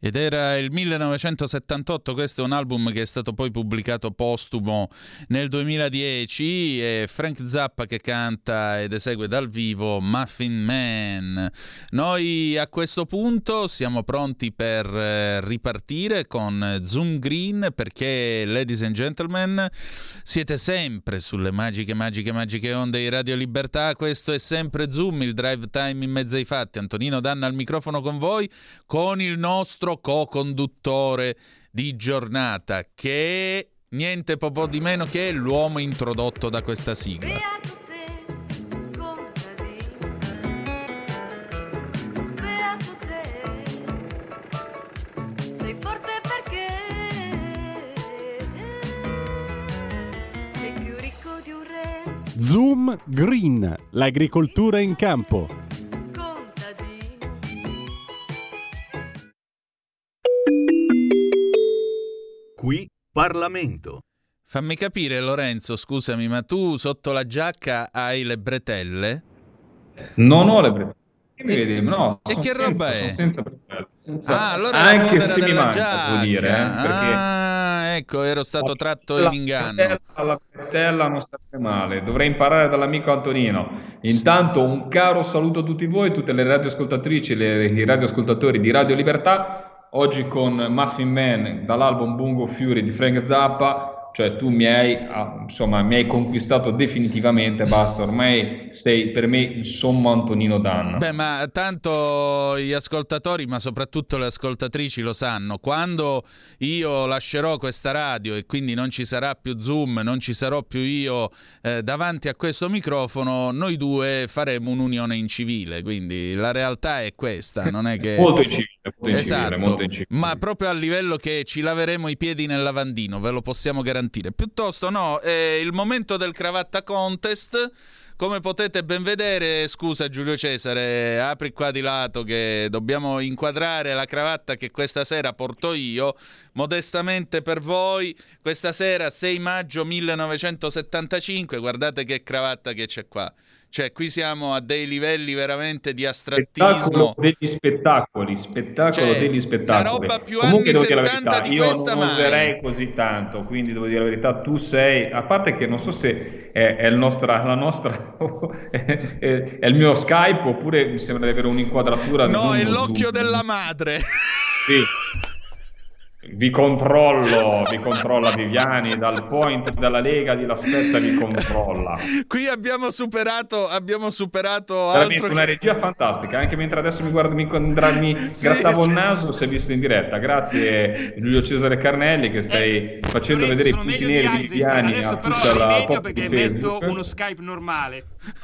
[SPEAKER 2] Ed era il millenovecentosettantotto, questo è un album che è stato poi pubblicato postumo nel duemiladieci, e Frank Zappa che canta ed esegue dal vivo Muffin Man. Noi a questo punto siamo pronti per eh, ripartire con Zoom Green, perché, ladies and gentlemen, siete sempre sulle magiche, magiche, magiche onde di Radio Libertà. Questo è sempre Zoom, il drive time in mezzo ai fatti. Antonino Danna al microfono con voi, con il nostro co-conduttore di giornata, che è niente po' di meno che l'uomo introdotto da questa sigla.
[SPEAKER 15] Sei forte perché sei più ricco di un re.
[SPEAKER 1] Zoom Green, l'agricoltura in campo.
[SPEAKER 3] Qui Parlamento.
[SPEAKER 2] Fammi capire, Lorenzo, scusami, ma tu sotto la giacca hai le bretelle?
[SPEAKER 16] Non ho le bretelle. Che mi vedi? No,
[SPEAKER 2] e che
[SPEAKER 16] senza,
[SPEAKER 2] roba è?
[SPEAKER 16] Sono senza bretelle. Senza...
[SPEAKER 2] Ah, allora
[SPEAKER 16] anche se mi manca,
[SPEAKER 2] giacca.
[SPEAKER 16] devo dire, eh, perché...
[SPEAKER 2] Ah, ecco, ero stato tratto
[SPEAKER 16] la
[SPEAKER 2] in inganno.
[SPEAKER 16] Bretella, la bretella non sarebbe male, dovrei imparare dall'amico Antonino. Intanto un caro saluto a tutti voi, tutte le radioascoltatrici e i radioascoltatori di Radio Libertà. Oggi con Muffin Man dall'album Bungo Fury di Frank Zappa. Cioè tu mi hai, insomma, mi hai conquistato definitivamente, basta, ormai sei per me il sommo Antonino Danna.
[SPEAKER 2] Beh, ma tanto gli ascoltatori, ma soprattutto le ascoltatrici lo sanno, quando io lascerò questa radio e quindi non ci sarà più Zoom, non ci sarò più io eh, davanti a questo microfono, noi due faremo un'unione in civile, quindi la realtà è questa, non è che...
[SPEAKER 16] molto in civile, molto in
[SPEAKER 2] esatto,
[SPEAKER 16] civile, molto in civile.
[SPEAKER 2] Ma proprio a livello che ci laveremo i piedi nel lavandino, ve lo possiamo garantire. Piuttosto no, è il momento del cravatta contest. Come potete ben vedere, scusa Giulio Cesare, apri qua di lato che dobbiamo inquadrare la cravatta che questa sera porto io, modestamente per voi, questa sera sei maggio millenovecentosettantacinque, guardate che cravatta che c'è qua. Cioè, qui siamo a dei livelli veramente di astrattismo.
[SPEAKER 16] Spettacolo degli spettacoli, spettacolo
[SPEAKER 2] cioè,
[SPEAKER 16] degli spettacoli.
[SPEAKER 2] La roba più
[SPEAKER 16] Comunque
[SPEAKER 2] anni
[SPEAKER 16] devo dire la
[SPEAKER 2] settanta
[SPEAKER 16] verità,
[SPEAKER 2] di
[SPEAKER 16] io
[SPEAKER 2] questa
[SPEAKER 16] non
[SPEAKER 2] mai.
[SPEAKER 16] oserei così tanto, quindi devo dire la verità, tu sei, a parte che non so se è, è il nostra, la nostra, è, è, è il mio Skype oppure mi sembra di avere un'inquadratura.
[SPEAKER 2] No, è l'occhio
[SPEAKER 16] zoom.
[SPEAKER 2] della madre.
[SPEAKER 16] Sì. Vi controllo, vi controlla Viviani, dal point della Lega di La Spezia vi controlla.
[SPEAKER 2] Qui abbiamo superato, abbiamo superato
[SPEAKER 16] veramente
[SPEAKER 2] altro
[SPEAKER 16] una
[SPEAKER 2] che...
[SPEAKER 16] regia fantastica, anche mentre adesso mi guardo, mi, mi sì, grattavo sì. il naso, si è visto in diretta. Grazie Giulio Cesare Carnelli che stai
[SPEAKER 17] eh,
[SPEAKER 16] facendo
[SPEAKER 17] Lorenzo,
[SPEAKER 16] vedere i
[SPEAKER 17] sono
[SPEAKER 16] punti
[SPEAKER 17] meglio
[SPEAKER 16] neri
[SPEAKER 17] di
[SPEAKER 16] di Viviani
[SPEAKER 17] adesso
[SPEAKER 16] a
[SPEAKER 17] però
[SPEAKER 16] tutta la
[SPEAKER 17] rimedio
[SPEAKER 16] pop
[SPEAKER 17] perché
[SPEAKER 16] di
[SPEAKER 17] metto
[SPEAKER 16] Facebook.
[SPEAKER 17] uno Skype normale.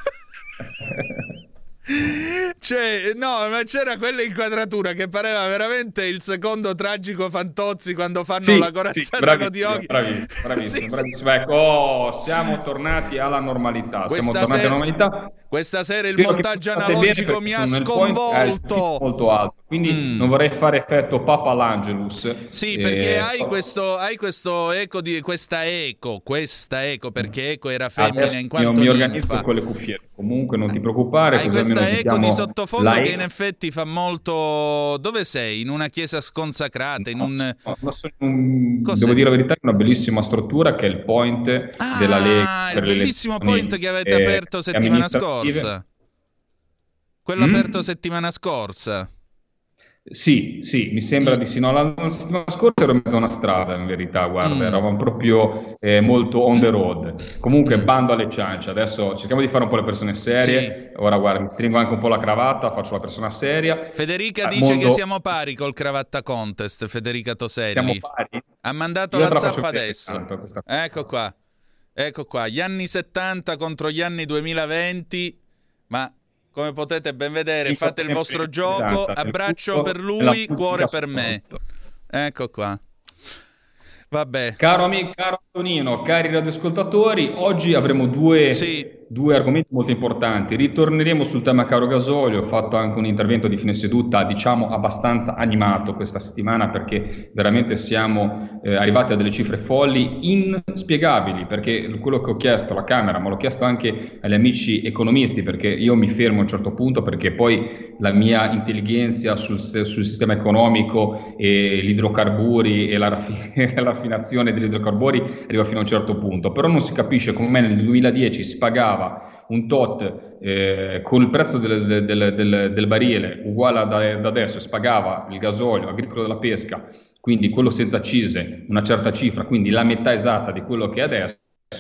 [SPEAKER 2] Cioè, no, ma c'era quella inquadratura che pareva veramente il secondo tragico Fantozzi quando fanno
[SPEAKER 16] sì,
[SPEAKER 2] la corazzata
[SPEAKER 16] sì, bravissimo,
[SPEAKER 2] di occhi.
[SPEAKER 16] Bravissimo, bravissimo,
[SPEAKER 2] sì,
[SPEAKER 16] bravissimo. Ecco, oh, siamo tornati alla normalità.
[SPEAKER 2] Questa
[SPEAKER 16] siamo tornati
[SPEAKER 2] sera,
[SPEAKER 16] alla normalità.
[SPEAKER 2] Questa sera il
[SPEAKER 16] Spero
[SPEAKER 2] montaggio analogico mi ha sconvolto.
[SPEAKER 16] Molto alto, quindi mm. non vorrei fare effetto Papa l'Angelus.
[SPEAKER 2] Sì,
[SPEAKER 16] eh,
[SPEAKER 2] perché hai questo, hai questo eco di questa eco, questa eco, perché eco era femmina
[SPEAKER 16] adesso
[SPEAKER 2] in quanto
[SPEAKER 16] io mi
[SPEAKER 2] ninfa.
[SPEAKER 16] organizzo con le cuffiere. Comunque non ti preoccupare.
[SPEAKER 2] Hai questa eco di sottofondo
[SPEAKER 16] la
[SPEAKER 2] che in effetti fa molto. Dove sei? In una chiesa sconsacrata? In
[SPEAKER 16] no,
[SPEAKER 2] un...
[SPEAKER 16] no, no, un... Devo dire la verità, è una bellissima struttura che è il point
[SPEAKER 2] ah,
[SPEAKER 16] della Lega.
[SPEAKER 2] Il bellissimo point che avete aperto settimana scorsa. Quello mm? aperto settimana scorsa.
[SPEAKER 16] Sì, sì, mi sembra di sì. No, la, la settimana scorsa ero in mezzo a una strada, in verità, guarda, mm. eravamo proprio eh, molto on the road. Comunque, bando alle ciance. Adesso cerchiamo di fare un po' le persone serie. Sì. Ora, guarda, mi stringo anche un po' la cravatta, faccio la persona seria.
[SPEAKER 2] Federica
[SPEAKER 16] ah,
[SPEAKER 2] dice
[SPEAKER 16] mondo...
[SPEAKER 2] che siamo pari col cravatta contest, Federica Toselli.
[SPEAKER 16] Siamo pari?
[SPEAKER 2] Ha mandato
[SPEAKER 16] Io
[SPEAKER 2] la zappa adesso.
[SPEAKER 16] Tanto,
[SPEAKER 2] ecco qua. Ecco qua. Gli anni settanta contro gli anni duemilaventi, ma... Come potete ben vedere, mi fate il vostro gioco, abbraccio per lui, cuore per me. Ecco qua. Vabbè.
[SPEAKER 16] Caro amico, caro Antonino, cari radioascoltatori, oggi avremo due
[SPEAKER 2] sì.
[SPEAKER 16] due argomenti molto importanti. Ritorneremo sul tema caro gasolio. Ho fatto anche un intervento di fine seduta, diciamo abbastanza animato questa settimana, perché veramente siamo eh, arrivati a delle cifre folli, inspiegabili, perché quello che ho chiesto alla Camera, ma l'ho chiesto anche agli amici economisti, perché io mi fermo a un certo punto, perché poi la mia intelligenza sul, sul sistema economico e gli idrocarburi e la, raffi- la raffinazione degli idrocarburi arriva fino a un certo punto, però non si capisce come nel duemiladieci si pagava un tot eh, con il prezzo del, del, del, del, del barile uguale ad, ad adesso, si pagava il gasolio agricolo della pesca, quindi quello senza accise, una certa cifra, quindi la metà esatta di quello che è adesso,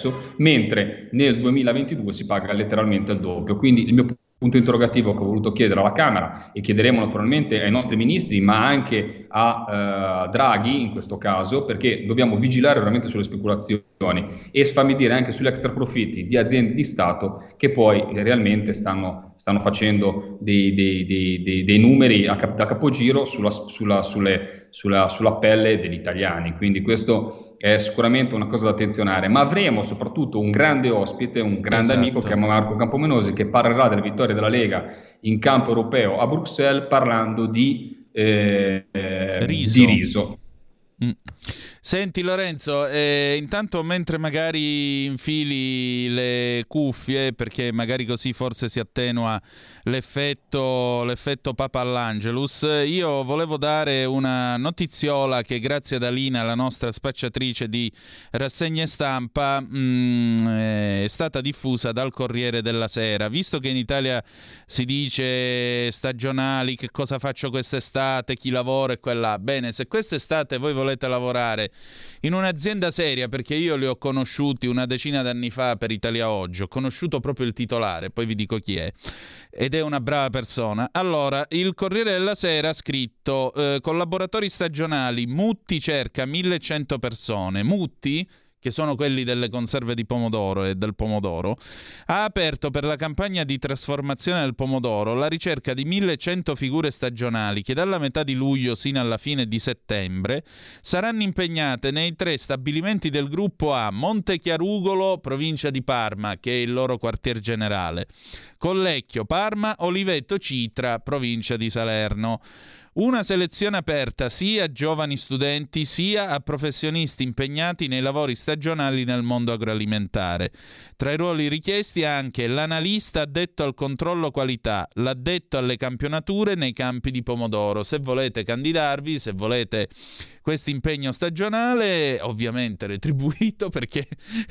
[SPEAKER 16] mentre nel duemilaventidue si paga letteralmente il doppio. Quindi il mio punto interrogativo che ho voluto chiedere alla Camera, e chiederemo naturalmente ai nostri ministri, ma anche a uh, Draghi in questo caso, perché dobbiamo vigilare veramente sulle speculazioni e sfamidire anche sugli extra profitti di aziende di Stato che poi realmente stanno, stanno facendo dei, dei, dei, dei, dei numeri a cap- da capogiro sulla, sulla, sulle, sulla, sulla pelle degli italiani. Quindi questo è sicuramente una cosa da attenzionare, ma avremo soprattutto un grande ospite, un grande
[SPEAKER 2] esatto.
[SPEAKER 16] amico che è Marco Campomenosi, che parlerà delle vittorie della Lega in campo europeo a Bruxelles, parlando di, eh,
[SPEAKER 2] riso.
[SPEAKER 16] di riso.
[SPEAKER 2] Mm. Senti Lorenzo, eh, intanto mentre magari infili le cuffie, perché magari così forse si attenua l'effetto, l'effetto Papa all'Angelus, io volevo dare una notiziola che grazie ad Alina, la nostra spacciatrice di rassegne stampa, mh, è stata diffusa dal Corriere della Sera. Visto che in Italia si dice stagionali, che cosa faccio quest'estate, chi lavora e quella, bene, se quest'estate voi volete lavorare in un'azienda seria, perché io li ho conosciuti una decina d'anni fa per Italia Oggi, ho conosciuto proprio il titolare, poi vi dico chi è, ed è una brava persona. Allora, il Corriere della Sera ha scritto eh, collaboratori stagionali, Mutti cerca millecento persone. Mutti, che sono quelli delle conserve di pomodoro e del pomodoro, ha aperto per la campagna di trasformazione del pomodoro la ricerca di millecento figure stagionali che dalla metà di luglio sino alla fine di settembre saranno impegnate nei tre stabilimenti del gruppo A: Montechiarugolo, provincia di Parma, che è il loro quartier generale, Collecchio, Parma, Oliveto, Citra, provincia di Salerno. Una selezione aperta sia a giovani studenti sia a professionisti impegnati nei lavori stagionali nel mondo agroalimentare. Tra i ruoli richiesti anche l'analista addetto al controllo qualità, l'addetto alle campionature nei campi di pomodoro. Se volete candidarvi, se volete questo impegno stagionale, ovviamente retribuito, perché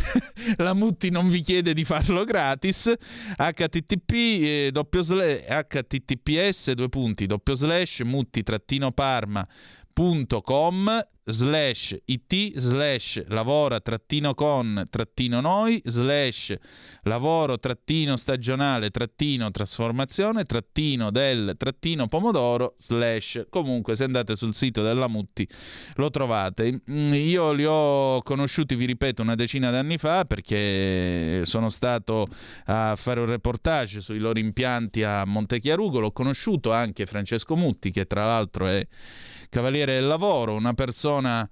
[SPEAKER 2] la Mutti non vi chiede di farlo gratis, http eh, doppio slash, https due punti doppio slash mutti trattino parma punto com slash it slash lavora trattino con trattino noi slash lavoro trattino stagionale trattino trasformazione trattino del trattino pomodoro slash. Comunque se andate sul sito della Mutti lo trovate. Io li ho conosciuti, vi ripeto, una decina d'anni fa, perché sono stato a fare un reportage sui loro impianti a Montechiarugolo. Ho conosciuto anche Francesco Mutti, che tra l'altro è Cavaliere del Lavoro, una persona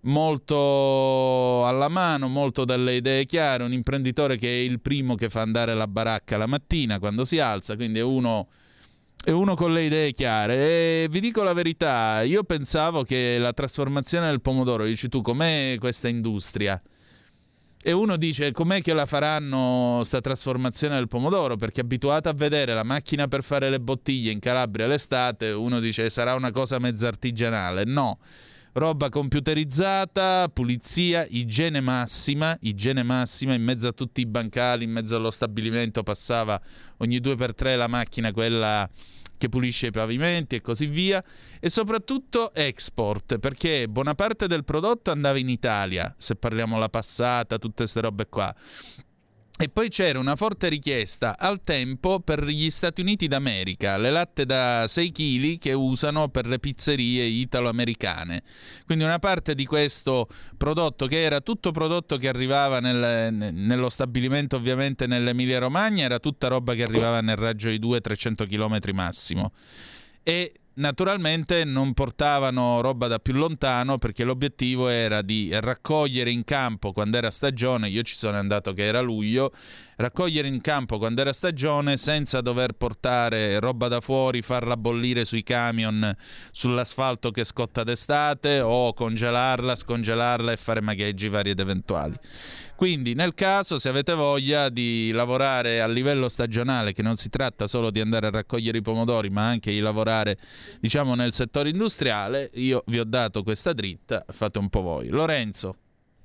[SPEAKER 2] molto alla mano, molto dalle idee chiare, un imprenditore che è il primo che fa andare la baracca la mattina quando si alza, quindi è uno, è uno con le idee chiare. E vi dico la verità, io pensavo che la trasformazione del pomodoro, dici tu, com'è questa industria? E uno dice, com'è che la faranno sta trasformazione del pomodoro? Perché è abituato a vedere la macchina per fare le bottiglie in Calabria l'estate, uno dice sarà una cosa mezza artigianale. No, roba computerizzata, pulizia, igiene massima, igiene massima, in mezzo a tutti i bancali, in mezzo allo stabilimento passava ogni due per tre la macchina, quella che pulisce i pavimenti e così via, e soprattutto export, perché buona parte del prodotto andava in Italia, se parliamo la passata, tutte queste robe qua. E poi c'era una forte richiesta al tempo per gli Stati Uniti d'America, le latte da sei chili che usano per le pizzerie italo-americane. Quindi una parte di questo prodotto, che era tutto prodotto che arrivava nel, nello stabilimento ovviamente nell'Emilia Romagna, era tutta roba che arrivava nel raggio di duecento trecento chilometri massimo. E naturalmente non portavano roba da più lontano, perché l'obiettivo era di raccogliere in campo quando era stagione, io ci sono andato che era luglio, raccogliere in campo quando era stagione senza dover portare roba da fuori, farla bollire sui camion sull'asfalto che scotta d'estate, o congelarla, scongelarla e fare magheggi vari ed eventuali. Quindi nel caso, se avete voglia di lavorare a livello stagionale, che non si tratta solo di andare a raccogliere i pomodori ma anche di lavorare, diciamo, nel settore industriale, io vi ho dato questa dritta, fate un po' voi. Lorenzo.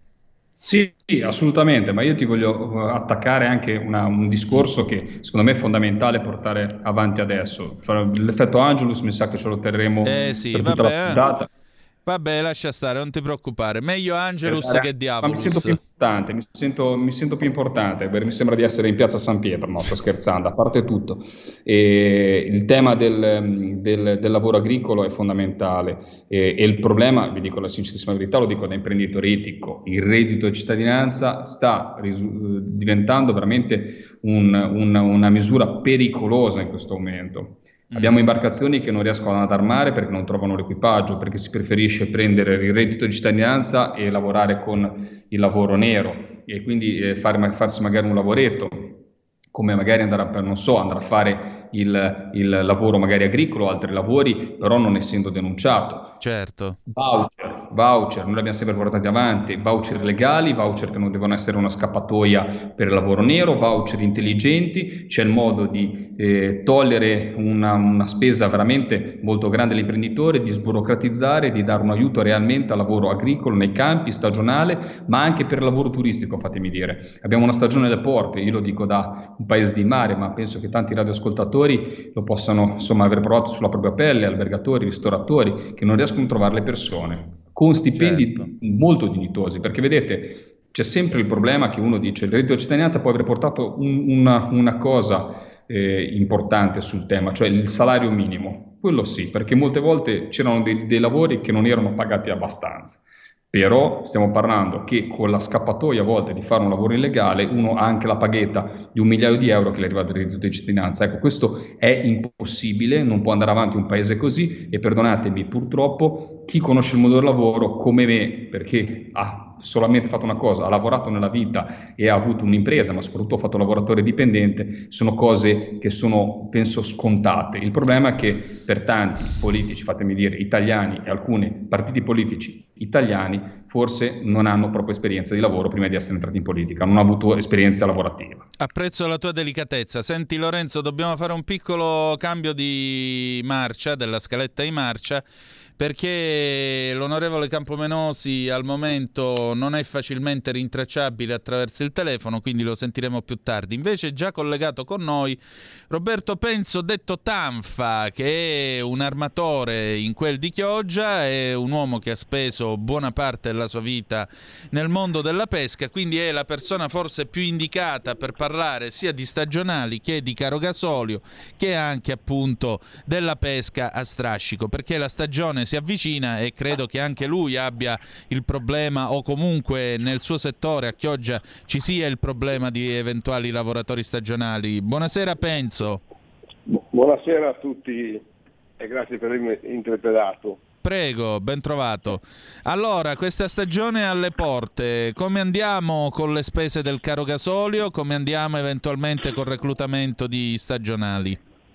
[SPEAKER 16] Sì, sì, assolutamente, ma io ti voglio attaccare anche una, un discorso che secondo me è fondamentale portare avanti adesso. L'effetto Angelus mi sa che ce lo terremo
[SPEAKER 2] eh sì,
[SPEAKER 16] per tutta
[SPEAKER 2] vabbè,
[SPEAKER 16] la puntata.
[SPEAKER 2] Vabbè, lascia stare, non ti preoccupare. Meglio Angelus
[SPEAKER 16] eh,
[SPEAKER 2] che Diabolus.
[SPEAKER 16] Ma mi sento più importante, mi sento, mi sento più importante, perché mi sembra di essere in piazza San Pietro, no, sto scherzando, a parte tutto. E il tema del, del, del lavoro agricolo è fondamentale e, e il problema, vi dico la sincerissima verità, lo dico da imprenditore etico, il reddito di cittadinanza sta risu- diventando veramente un, un, una misura pericolosa in questo momento. Abbiamo imbarcazioni che non riescono ad andare al mare perché non trovano l'equipaggio, perché si preferisce prendere il reddito di cittadinanza e lavorare con il lavoro nero e quindi eh, fare, farsi magari un lavoretto, come magari andare a, non so, andare a fare il, il lavoro magari agricolo, altri lavori, però non essendo denunciato.
[SPEAKER 2] Certo.
[SPEAKER 16] Voucher, voucher, noi li abbiamo sempre portati avanti, voucher legali, voucher che non devono essere una scappatoia per il lavoro nero, voucher intelligenti, c'è il modo di eh, togliere una, una spesa veramente molto grande all'imprenditore, di sburocratizzare, di dare un aiuto realmente al lavoro agricolo nei campi, stagionale, ma anche per il lavoro turistico, fatemi dire. Abbiamo una stagione alle porte, io lo dico da un paese di mare, ma penso che tanti radioascoltatori lo possano insomma aver provato sulla propria pelle, albergatori, ristoratori, che non riescono a trovare le persone con stipendi certo. molto dignitosi, perché vedete c'è sempre il problema che uno dice il reddito di cittadinanza può aver portato un, una, una cosa eh, importante sul tema, cioè il salario minimo, quello sì, perché molte volte c'erano dei, dei lavori che non erano pagati abbastanza. Però stiamo parlando che con la scappatoia a volte di fare un lavoro illegale uno ha anche la paghetta di un migliaio di euro che le arriva dal reddito di cittadinanza. Ecco, questo è impossibile, non può andare avanti un paese così e perdonatemi, purtroppo chi conosce il mondo del lavoro come me, perché ha solamente fatto una cosa, ha lavorato nella vita e ha avuto un'impresa, ma soprattutto ha fatto lavoratore dipendente, sono cose che sono, penso, scontate. Il problema è che per tanti politici, fatemi dire, italiani e alcuni partiti politici italiani forse non hanno proprio esperienza di lavoro prima di essere entrati in politica, non hanno avuto esperienza lavorativa.
[SPEAKER 2] Apprezzo la tua delicatezza. Senti Lorenzo, dobbiamo fare un piccolo cambio di marcia, della scaletta di marcia, perché l'onorevole Campomenosi al momento non è facilmente rintracciabile attraverso il telefono, quindi lo sentiremo più tardi. Invece è già collegato con noi Roberto Penzo, detto Tanfa, che è un armatore in quel di Chioggia, è un uomo che ha speso buona parte della sua vita nel mondo della pesca, quindi è la persona forse più indicata per parlare sia di stagionali che di caro gasolio, che anche appunto della pesca a strascico, perché la stagione si avvicina e credo che anche lui abbia il problema, o comunque nel suo settore a Chioggia ci sia il problema di eventuali lavoratori stagionali. Buonasera Penzo.
[SPEAKER 17] Buonasera a tutti e grazie per avermi interpellato.
[SPEAKER 2] Prego, ben trovato. Allora, questa stagione alle porte, come andiamo con le spese del caro gasolio? Come andiamo eventualmente col reclutamento di stagionali?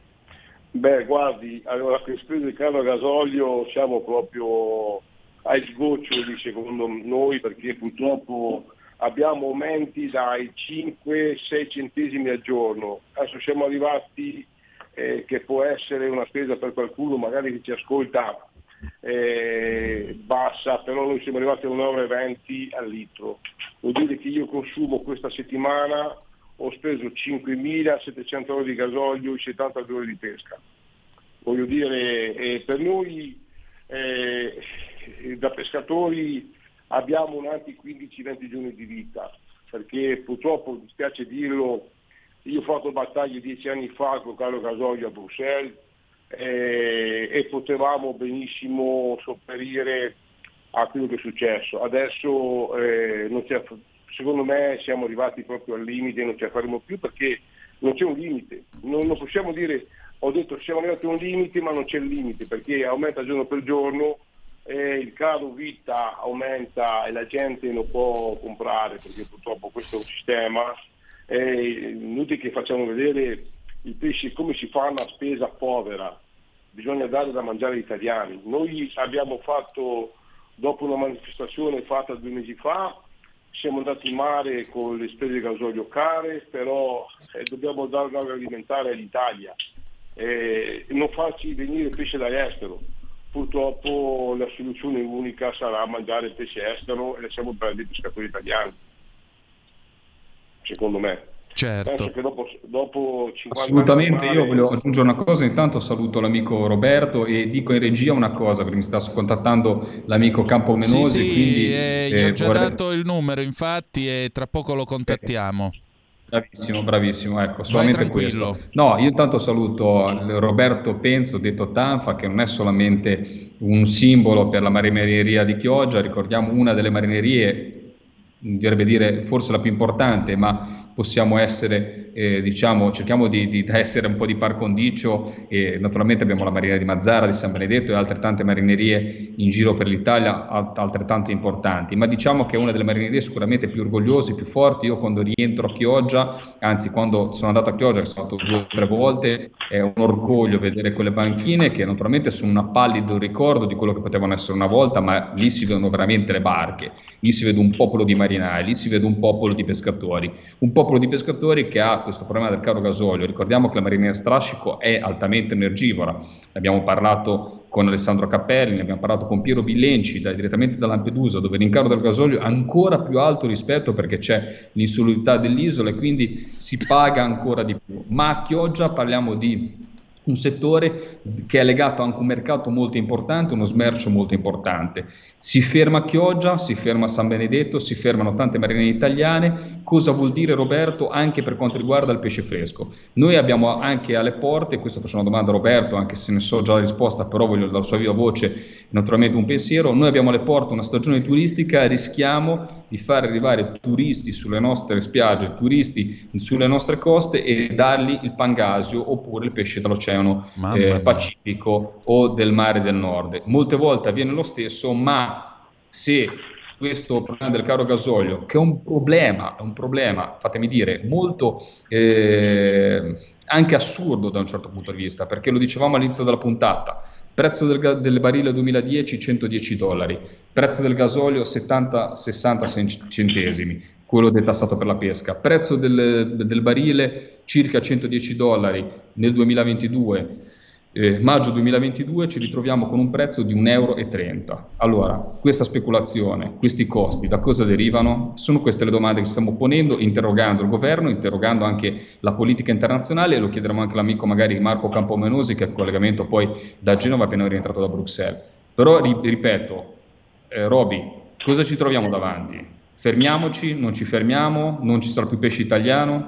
[SPEAKER 17] Beh, guardi, allora con le spese del caro gasolio siamo proprio ai sgoccioli secondo noi, perché purtroppo abbiamo aumenti dai cinque sei centesimi al giorno. Adesso siamo arrivati, eh, che può essere una spesa per qualcuno magari che ci ascolta eh, bassa, però noi siamo arrivati a un euro e venti al litro. Vuol dire che io consumo questa settimana, ho speso cinquemilasettecento euro di gasolio e settanta euro di pesca. Voglio dire, eh, per noi eh, da pescatori abbiamo un altri quindici venti giorni di vita, perché purtroppo, mi spiace dirlo, io ho fatto battaglie dieci anni fa con caro gasolio a Bruxelles eh, e potevamo benissimo sopperire a quello che è successo. Adesso eh, non c'è, secondo me siamo arrivati proprio al limite, non ce la faremo più perché non c'è un limite, non, non possiamo dire ho detto siamo arrivati a un limite, ma non c'è il limite perché aumenta giorno per giorno, eh, il caro vita aumenta e la gente non può comprare perché purtroppo questo è un sistema. È inutile che facciamo vedere il pesce come si fa una spesa povera, bisogna dare da mangiare agli italiani. Noi abbiamo fatto, dopo una manifestazione fatta due mesi fa, siamo andati in mare con le spese di gasolio care, però eh, dobbiamo dare da alimentare all'Italia, eh, non farci venire pesce dall'estero. Purtroppo la soluzione unica sarà mangiare il pesce estero e lasciamo prendere i pescatori italiani, secondo me.
[SPEAKER 2] Certo.
[SPEAKER 17] Penso che dopo, dopo cinquanta
[SPEAKER 16] Assolutamente,
[SPEAKER 17] anni
[SPEAKER 16] io voglio aggiungere una cosa, intanto saluto l'amico Roberto e dico in regia una cosa perché mi sta contattando l'amico Campomenosi,
[SPEAKER 2] sì, sì,
[SPEAKER 16] quindi
[SPEAKER 2] eh, gli
[SPEAKER 16] eh,
[SPEAKER 2] ho già
[SPEAKER 16] vorrei...
[SPEAKER 2] dato il numero infatti e tra poco lo contattiamo.
[SPEAKER 16] Bravissimo, bravissimo, ecco, solamente
[SPEAKER 2] Vai tranquillo.
[SPEAKER 16] questo. No, io intanto saluto Roberto Penzo, detto Tanfa, che non è solamente un simbolo per la marineria di Chioggia, ricordiamo una delle marinerie, dovrebbe dire forse la più importante, ma possiamo essere, eh, diciamo, cerchiamo di, di essere un po' di par condicio e naturalmente abbiamo la marineria di Mazara, di San Benedetto e altre tante marinerie in giro per l'Italia altrettanto importanti, ma diciamo che è una delle marinerie sicuramente più orgogliose, più forti. Io quando rientro a Chioggia, anzi quando sono andato a Chioggia, che sono stato due o tre volte, è un orgoglio vedere quelle banchine che naturalmente sono un pallido ricordo di quello che potevano essere una volta, ma lì si vedono veramente le barche, lì si vede un popolo di marinai, lì si vede un popolo di pescatori, un popolo di pescatori che ha questo problema del caro gasolio. Ricordiamo che la marineria strascico è altamente energivora, ne abbiamo parlato con Alessandro Cappelli, ne abbiamo parlato con Piero Billenci da, direttamente da Lampedusa, dove l'incaro del gasolio è ancora più alto rispetto perché c'è l'insularità dell'isola e quindi si paga ancora di più. Ma a Chioggia parliamo di un settore che è legato anche a un mercato molto importante, uno smercio molto importante. Si ferma a Chioggia, si ferma a San Benedetto, si fermano tante marinerie italiane. Cosa vuol dire, Roberto, anche per quanto riguarda il pesce fresco? Noi abbiamo anche alle porte, questo faccio una domanda a Roberto, anche se ne so già la risposta, però voglio dalla sua viva voce naturalmente un pensiero. Noi abbiamo alle porte una stagione turistica, rischiamo di far arrivare turisti sulle nostre spiagge, turisti sulle nostre coste e dargli il pangasio oppure il pesce dall'oceano eh, Pacifico o del mare del nord. Molte volte avviene lo stesso, ma se questo problema del caro gasolio, che è un problema, è un problema, fatemi dire, molto eh, anche assurdo da un certo punto di vista, perché lo dicevamo all'inizio della puntata, prezzo del, del barile duemiladieci centodieci dollari, prezzo del gasolio settanta sessanta centesimi, quello detassato per la pesca, prezzo del, del barile circa centodieci dollari nel duemilaventidue. Eh, maggio duemilaventidue ci ritroviamo con un prezzo di un euro e trenta. Allora, questa speculazione, questi costi, da cosa derivano? Sono queste le domande che stiamo ponendo, interrogando il governo, interrogando anche la politica internazionale, e lo chiederemo anche all'amico magari Marco Campomenosi, che è il collegamento poi da Genova appena rientrato da Bruxelles. Però ri- ripeto, eh, Roby, cosa ci troviamo davanti? Fermiamoci, non ci fermiamo, non ci sarà più pesce italiano?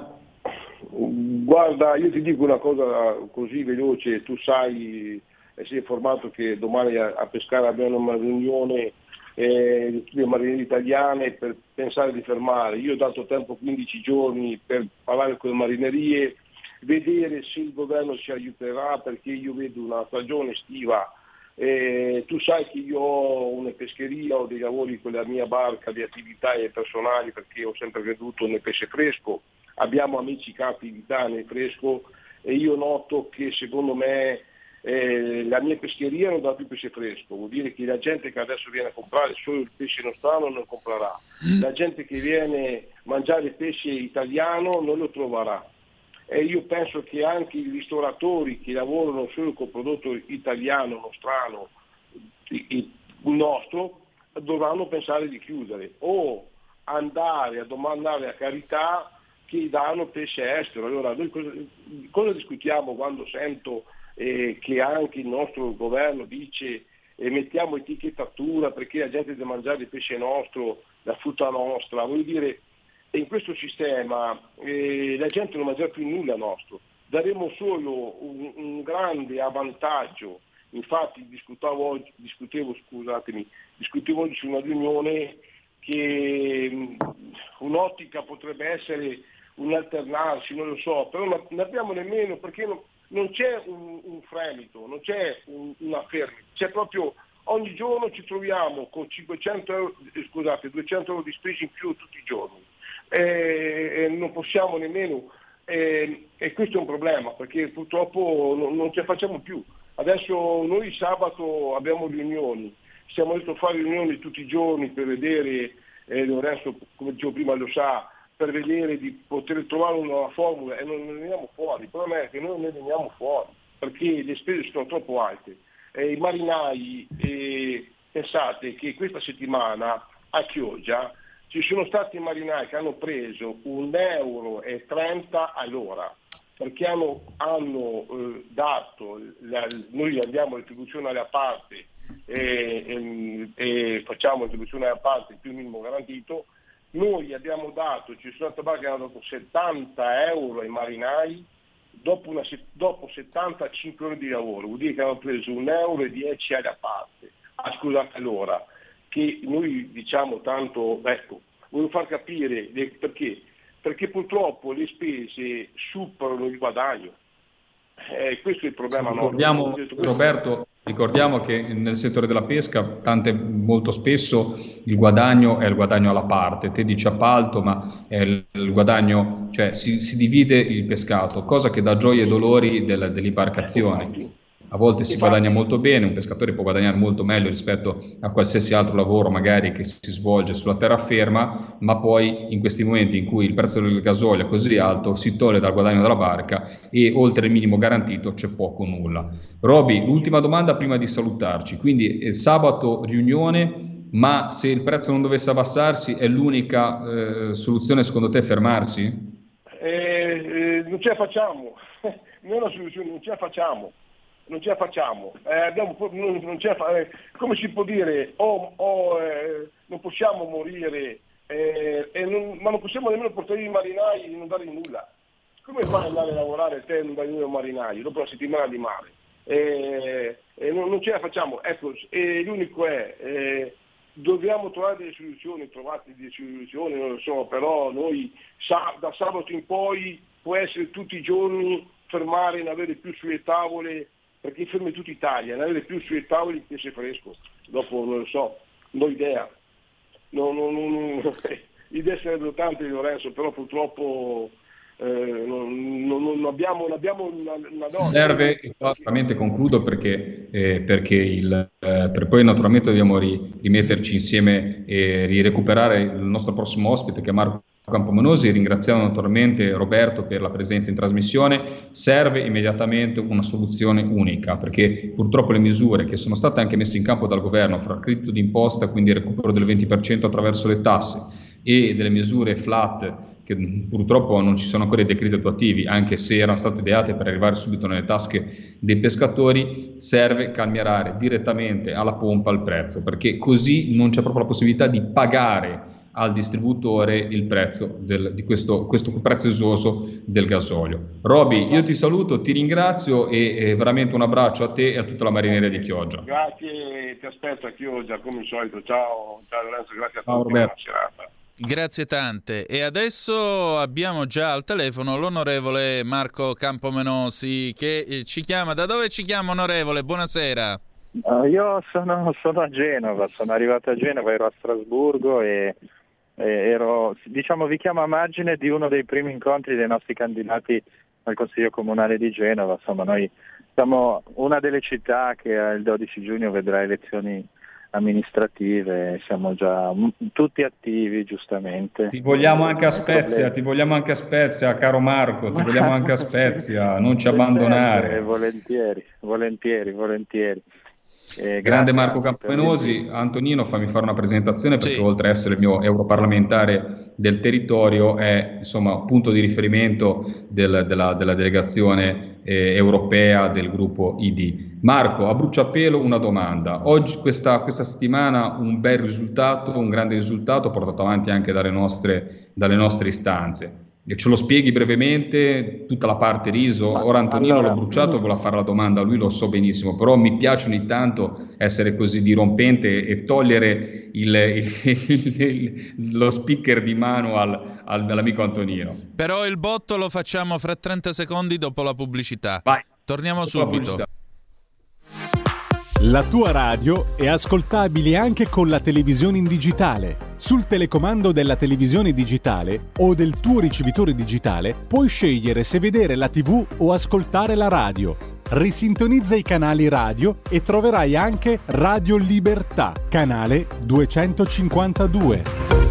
[SPEAKER 17] Guarda, io ti dico una cosa così veloce, tu sai e sei informato che domani a, a Pescara abbiamo una riunione eh, di tutte le marinerie italiane per pensare di fermare. Io ho dato tempo quindici giorni per parlare con le marinerie, vedere se il governo ci aiuterà, perché io vedo una stagione estiva. Eh, tu sai che io ho una pescheria, ho dei lavori con la mia barca, di attività personali, perché ho sempre creduto nel pesce fresco. Abbiamo amici capi di età nel fresco e io noto che secondo me eh, la mia pescheria non dà più pesce fresco, vuol dire che la gente che adesso viene a comprare solo il pesce nostrano non comprerà, la gente che viene a mangiare il pesce italiano non lo troverà. E io penso che anche i ristoratori che lavorano solo col prodotto italiano, nostrano, il nostro, dovranno pensare di chiudere o andare a domandare a carità che danno pesce estero. Allora noi cosa, cosa discutiamo quando sento eh, che anche il nostro governo dice eh, mettiamo etichettatura perché la gente deve mangiare il pesce nostro, la frutta nostra? Voglio dire, in questo sistema eh, la gente non mangerà più nulla nostro, daremo solo un, un grande avvantaggio. Infatti discutevo oggi, discutevo, scusatemi, discutevo oggi su una riunione che mh, un'ottica potrebbe essere un alternarsi, non lo so, però non abbiamo nemmeno, perché non, non c'è un, un fremito, non c'è un, una fermita, c'è proprio ogni giorno ci troviamo con cinquecento euro, eh, scusate, duecento euro di spese in più tutti i giorni. E, e non possiamo nemmeno, e, e questo è un problema perché purtroppo non, non ce la facciamo più. Adesso noi sabato abbiamo riunioni, siamo detto fare riunioni tutti i giorni per vedere, eh, Lorenzo come dicevo prima lo sa, per vedere di poter trovare una formula e non ne veniamo fuori. Il problema è che noi non ne veniamo fuori perché le spese sono troppo alte. E i marinai, eh, pensate che questa settimana a Chioggia ci sono stati marinai che hanno preso un euro e trenta all'ora perché hanno, hanno eh, dato, la, noi andiamo a retribuzione alla parte e, e, e facciamo retribuzione alla parte più minimo garantito, noi abbiamo dato, ci sono state barche che hanno dato settanta euro ai marinai dopo, una, dopo settantacinque ore di lavoro, vuol dire che hanno preso un euro e dieci alla parte, ah, scusate allora, che noi diciamo tanto, ecco, voglio far capire le, perché, perché purtroppo le spese superano il guadagno, eh, questo è il problema.
[SPEAKER 16] Ricordiamo,
[SPEAKER 17] no?
[SPEAKER 16] Roberto, ricordiamo che nel settore della pesca tante, molto spesso il guadagno è il guadagno alla parte, te dici appalto ma è il, il guadagno, cioè si, si divide il pescato, cosa che dà gioia e dolori del, dell'imbarcazione. A volte si guadagna molto bene, un pescatore può guadagnare molto meglio rispetto a qualsiasi altro lavoro magari che si svolge sulla terraferma, ma poi in questi momenti in cui il prezzo del gasolio è così alto si toglie dal guadagno della barca e oltre il minimo garantito c'è poco o nulla. Roby, l'ultima domanda prima di salutarci, quindi eh, sabato riunione, ma se il prezzo non dovesse abbassarsi è l'unica eh, soluzione secondo te fermarsi?
[SPEAKER 17] Eh, eh, non ce la facciamo, non è una soluzione, non ce la facciamo. Non ce la facciamo, eh, abbiamo, non, non ce la fa, eh, come si può dire, oh, oh, eh, non possiamo morire, eh, e non, ma non possiamo nemmeno portare i marinai e non dargli nulla. Come fai ad andare a lavorare te e non dai nulla ai marinai dopo una settimana di mare? Eh, eh, non, non ce la facciamo, ecco, e l'unico è, eh, dobbiamo trovare delle soluzioni, trovate delle soluzioni, non lo so, però noi sa, da sabato in poi può essere tutti i giorni fermare e non avere più sulle tavole, perché fermi tutta Italia, non avere più sui tavoli il pesce fresco, dopo non lo so, non ho idea, non, non, non, idee sarebbero tante di Lorenzo, però purtroppo eh, non, non, non abbiamo, non abbiamo una, una donna.
[SPEAKER 16] Serve, naturalmente concludo perché, eh, perché il, eh, per poi naturalmente dobbiamo ri, rimetterci insieme e rirecuperare il nostro prossimo ospite che è Marco Campomenosi. Ringraziamo naturalmente Roberto per la presenza in trasmissione. Serve immediatamente una soluzione unica perché purtroppo le misure che sono state anche messe in campo dal governo fra il credito d'imposta, quindi il recupero del venti per cento attraverso le tasse e delle misure flat che purtroppo non ci sono ancora i decreti attuativi anche se erano state ideate per arrivare subito nelle tasche dei pescatori, serve calmierare direttamente alla pompa il prezzo perché così non c'è proprio la possibilità di pagare al distributore il prezzo del, di questo, questo prezzo esoso del gasolio. Roby, io ti saluto, ti ringrazio e, e veramente un abbraccio a te e a tutta la marineria di Chioggia.
[SPEAKER 17] Grazie, ti aspetto a Chioggia come al solito. Ciao, ciao Lorenzo, grazie a
[SPEAKER 16] ciao,
[SPEAKER 17] tutti.
[SPEAKER 16] Roberto.
[SPEAKER 17] Buona serata.
[SPEAKER 2] Grazie tante. E adesso abbiamo già al telefono l'onorevole Marco Campomenosi che ci chiama. Da dove ci chiama, onorevole? Buonasera.
[SPEAKER 18] Uh, io sono, sono a Genova, sono arrivato a Genova, ero a Strasburgo e ero, diciamo, vi chiamo a margine di uno dei primi incontri dei nostri candidati al Consiglio Comunale di Genova. Insomma, noi siamo una delle città che il dodici giugno vedrà elezioni amministrative, siamo già tutti attivi, giustamente.
[SPEAKER 16] Ti vogliamo anche a Spezia, ti vogliamo anche a Spezia, caro Marco, ti vogliamo anche a Spezia, non ci abbandonare.
[SPEAKER 18] Volentieri, volentieri, volentieri.
[SPEAKER 16] Eh, Grande Marco Campomenosi. Antonino, fammi fare una presentazione perché sì, oltre ad essere il mio europarlamentare del territorio è insomma punto di riferimento del, della, della delegazione eh, europea del gruppo I D. Marco, a bruciapelo una domanda. Oggi, questa, questa settimana, un bel risultato, un grande risultato portato avanti anche dalle nostre, dalle nostre istanze. Ce lo spieghi brevemente, tutta la parte riso? Ora Antonino allora, l'ho bruciato, vuole fare la domanda, lui lo so benissimo, però mi piace ogni tanto essere così dirompente e togliere il, il, il, lo speaker di mano al, al, all'amico Antonino.
[SPEAKER 2] Però il botto lo facciamo fra trenta secondi dopo la pubblicità.
[SPEAKER 16] Vai.
[SPEAKER 2] Torniamo subito.
[SPEAKER 1] La tua radio è ascoltabile anche con la televisione in digitale. Sul telecomando della televisione digitale o del tuo ricevitore digitale puoi scegliere se vedere la tivù o ascoltare la radio. Risintonizza i canali radio e troverai anche Radio Libertà, canale duecentocinquantadue.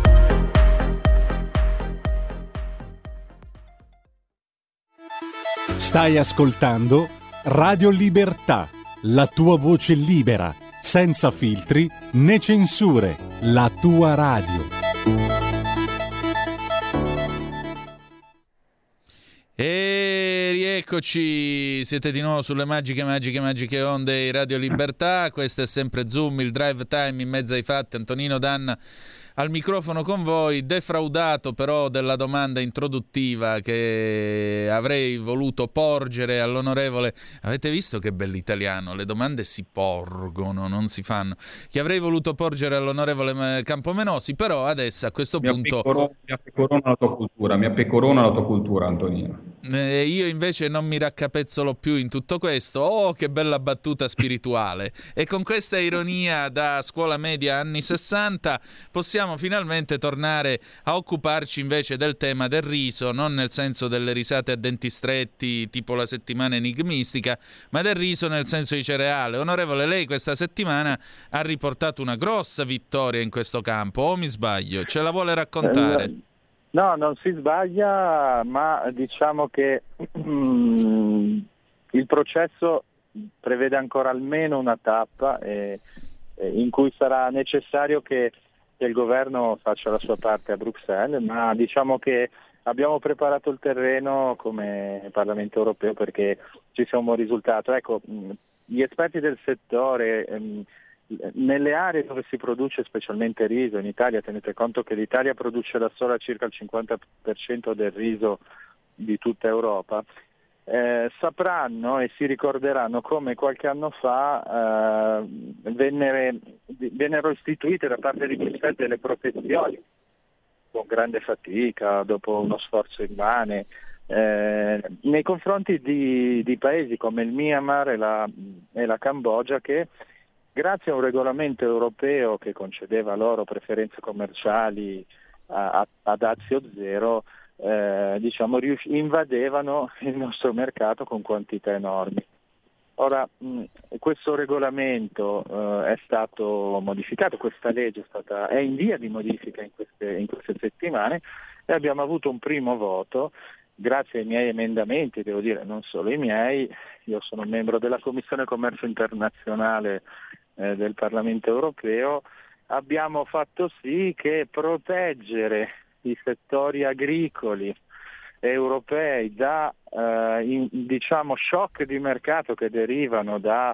[SPEAKER 1] Stai ascoltando Radio Libertà, la tua voce libera, senza filtri né censure, la tua radio.
[SPEAKER 2] E rieccoci, siete di nuovo sulle magiche, magiche, magiche onde di Radio Libertà. Questo è sempre Zoom, il drive time in mezzo ai fatti. Antonino Danna al microfono con voi, defraudato però della domanda introduttiva che avrei voluto porgere all'onorevole. Avete visto che bell'italiano? Le domande si porgono, non si fanno. Che avrei voluto porgere all'onorevole Campomenosi, però adesso a questo
[SPEAKER 16] mi
[SPEAKER 2] punto...
[SPEAKER 16] Appecoro, mi appecorona la tua cultura, mi appecorona la tua cultura, Antonino.
[SPEAKER 2] Eh, io invece non mi raccapezzolo più in tutto questo. Oh, che bella battuta spirituale! E con questa ironia da scuola media anni sessanta possiamo finalmente tornare a occuparci invece del tema del riso, non nel senso delle risate a denti stretti tipo la settimana enigmistica, ma del riso nel senso di cereale. Onorevole, lei questa settimana ha riportato una grossa vittoria in questo campo, o mi sbaglio? Ce la vuole raccontare?
[SPEAKER 18] No, non si sbaglia, ma diciamo che mm, il processo prevede ancora almeno una tappa eh, eh, in cui sarà necessario che che il governo faccia la sua parte a Bruxelles, ma diciamo che abbiamo preparato il terreno come Parlamento europeo perché ci sia un buon risultato. Ecco, gli esperti del settore, ehm, nelle aree dove si produce specialmente riso, in Italia tenete conto che l'Italia produce da sola circa il cinquanta per cento del riso di tutta Europa, Eh, sapranno e si ricorderanno come qualche anno fa eh, vennere, vennero istituite da parte di Bruxelles delle protezioni con grande fatica, dopo uno sforzo immane, eh, nei confronti di, di paesi come il Myanmar e la, e la Cambogia che grazie a un regolamento europeo che concedeva loro preferenze commerciali a, a, a dazio zero Eh, diciamo rius- invadevano il nostro mercato con quantità enormi. Ora mh, questo regolamento eh, è stato modificato, questa legge è, stata, è in via di modifica in queste, in queste settimane e abbiamo avuto un primo voto grazie ai miei emendamenti, devo dire non solo i miei. Io sono membro della Commissione Commercio Internazionale eh, del Parlamento Europeo. Abbiamo fatto sì che proteggere i settori agricoli europei da eh, in, diciamo shock di mercato che derivano da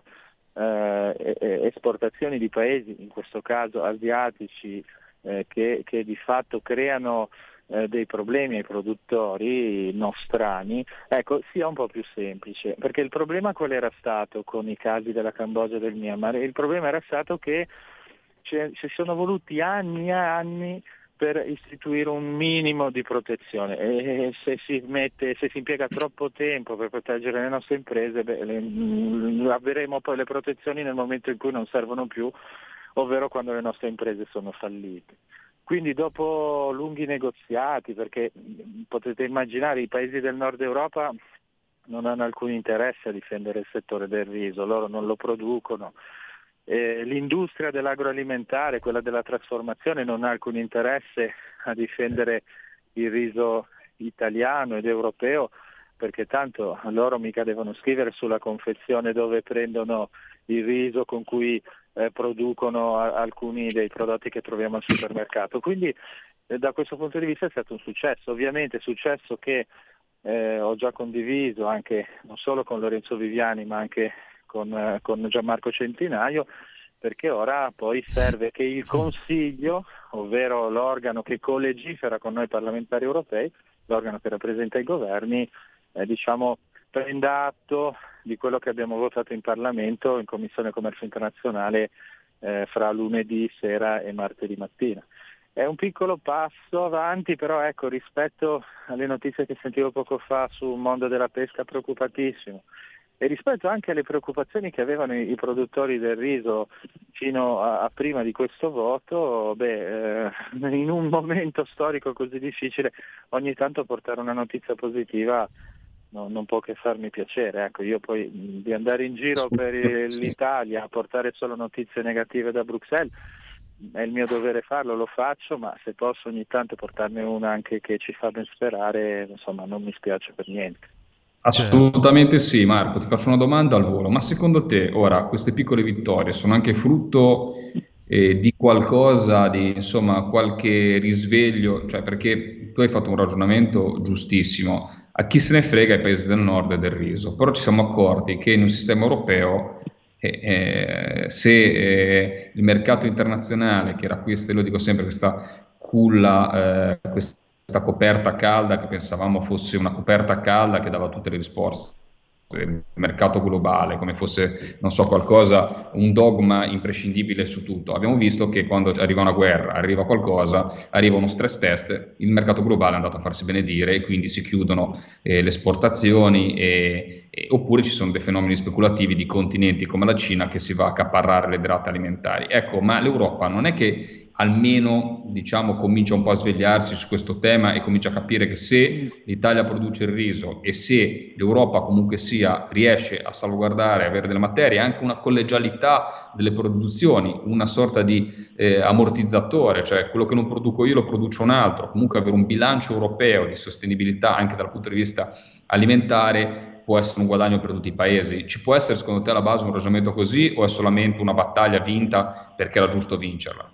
[SPEAKER 18] eh, esportazioni di paesi, in questo caso asiatici, eh, che, che di fatto creano eh, dei problemi ai produttori nostrani, ecco, sia un po' più semplice, perché il problema qual era stato con i casi della Cambogia e del Myanmar? Il problema era stato che ci sono voluti anni e anni per istituire un minimo di protezione e se si mette, se si impiega troppo tempo per proteggere le nostre imprese, beh, le, avremo poi le protezioni nel momento in cui non servono più, ovvero quando le nostre imprese sono fallite. Quindi dopo lunghi negoziati, perché potete immaginare i paesi del nord Europa non hanno alcun interesse a difendere il settore del riso, loro non lo producono. Eh, l'industria dell'agroalimentare, quella della trasformazione, non ha alcun interesse a difendere il riso italiano ed europeo, perché tanto loro mica devono scrivere sulla confezione dove prendono il riso con cui eh, producono a- alcuni dei prodotti che troviamo al supermercato. Quindi eh, da questo punto di vista è stato un successo, ovviamente successo che eh, ho già condiviso anche non solo con Lorenzo Viviani ma anche Con, con Gianmarco Centinaio, perché ora poi serve che il Consiglio, ovvero l'organo che colegifera con noi parlamentari europei, l'organo che rappresenta i governi, eh, diciamo prenda atto di quello che abbiamo votato in Parlamento in Commissione Commercio Internazionale eh, fra lunedì sera e martedì mattina. È un piccolo passo avanti, però ecco, rispetto alle notizie che sentivo poco fa sul mondo della pesca, preoccupatissimo. E rispetto anche alle preoccupazioni che avevano i, i produttori del riso fino a, a prima di questo voto, beh, eh, in un momento storico così difficile ogni tanto portare una notizia positiva no, non può che farmi piacere. Ecco, io poi di andare in giro per l'Italia a portare solo notizie negative da Bruxelles è il mio dovere farlo, lo faccio, ma se posso ogni tanto portarne una anche che ci fa ben sperare, insomma, non mi spiace per niente.
[SPEAKER 16] Assolutamente sì, Marco, ti faccio una domanda al volo, ma secondo te ora queste piccole vittorie sono anche frutto eh, di qualcosa, di insomma qualche risveglio, cioè perché tu hai fatto un ragionamento giustissimo, a chi se ne frega ai paesi del nord e del riso, però ci siamo accorti che in un sistema europeo eh, eh, se eh, il mercato internazionale, che era questo, lo dico sempre, questa culla, eh, questa questa coperta calda che pensavamo fosse una coperta calda che dava tutte le risposte, il mercato globale, come fosse, non so, qualcosa, un dogma imprescindibile su tutto. Abbiamo visto che quando arriva una guerra, arriva qualcosa, arriva uno stress test, il mercato globale è andato a farsi benedire e quindi si chiudono eh, le esportazioni e, e, oppure ci sono dei fenomeni speculativi di continenti come la Cina che si va a accaparrare le derrate alimentari. Ecco, ma l'Europa non è che almeno diciamo comincia un po' a svegliarsi su questo tema e comincia a capire che se l'Italia produce il riso e se l'Europa comunque sia riesce a salvaguardare, avere delle materie, anche una collegialità delle produzioni, una sorta di eh, ammortizzatore, cioè quello che non produco io lo produce un altro, comunque avere un bilancio europeo di sostenibilità anche dal punto di vista alimentare può essere un guadagno per tutti i paesi. Ci può essere secondo te alla base un ragionamento così o è solamente una battaglia vinta perché era giusto vincerla?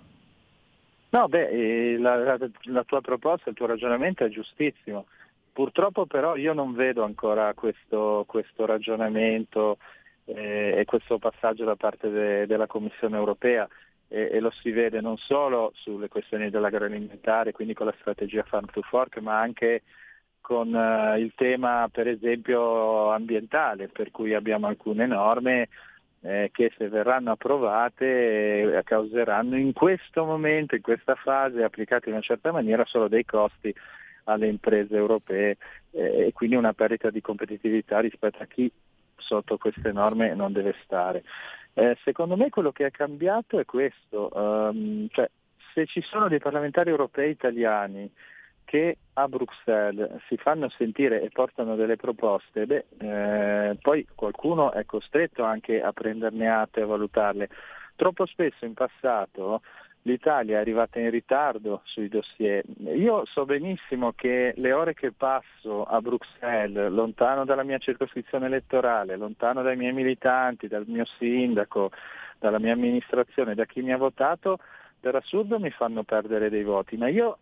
[SPEAKER 18] No, beh, la, la, la tua proposta, il tuo ragionamento è giustissimo. Purtroppo però io non vedo ancora questo, questo ragionamento eh, e questo passaggio da parte de, della Commissione europea e, e lo si vede non solo sulle questioni dell'agroalimentare, quindi con la strategia Farm to Fork, ma anche con uh, il tema per esempio ambientale, per cui abbiamo alcune norme Eh, che se verranno approvate eh, causeranno in questo momento, in questa fase, applicate in una certa maniera, solo dei costi alle imprese europee eh, e quindi una perdita di competitività rispetto a chi sotto queste norme non deve stare. Eh, secondo me quello che è cambiato è questo, um, cioè se ci sono dei parlamentari europei italiani che a Bruxelles si fanno sentire e portano delle proposte, beh, eh, poi qualcuno è costretto anche a prenderne atto e a valutarle. Troppo spesso in passato l'Italia è arrivata in ritardo sui dossier. Io so benissimo che le ore che passo a Bruxelles, lontano dalla mia circoscrizione elettorale, lontano dai miei militanti, dal mio sindaco, dalla mia amministrazione, da chi mi ha votato, per assurdo mi fanno perdere dei voti, ma io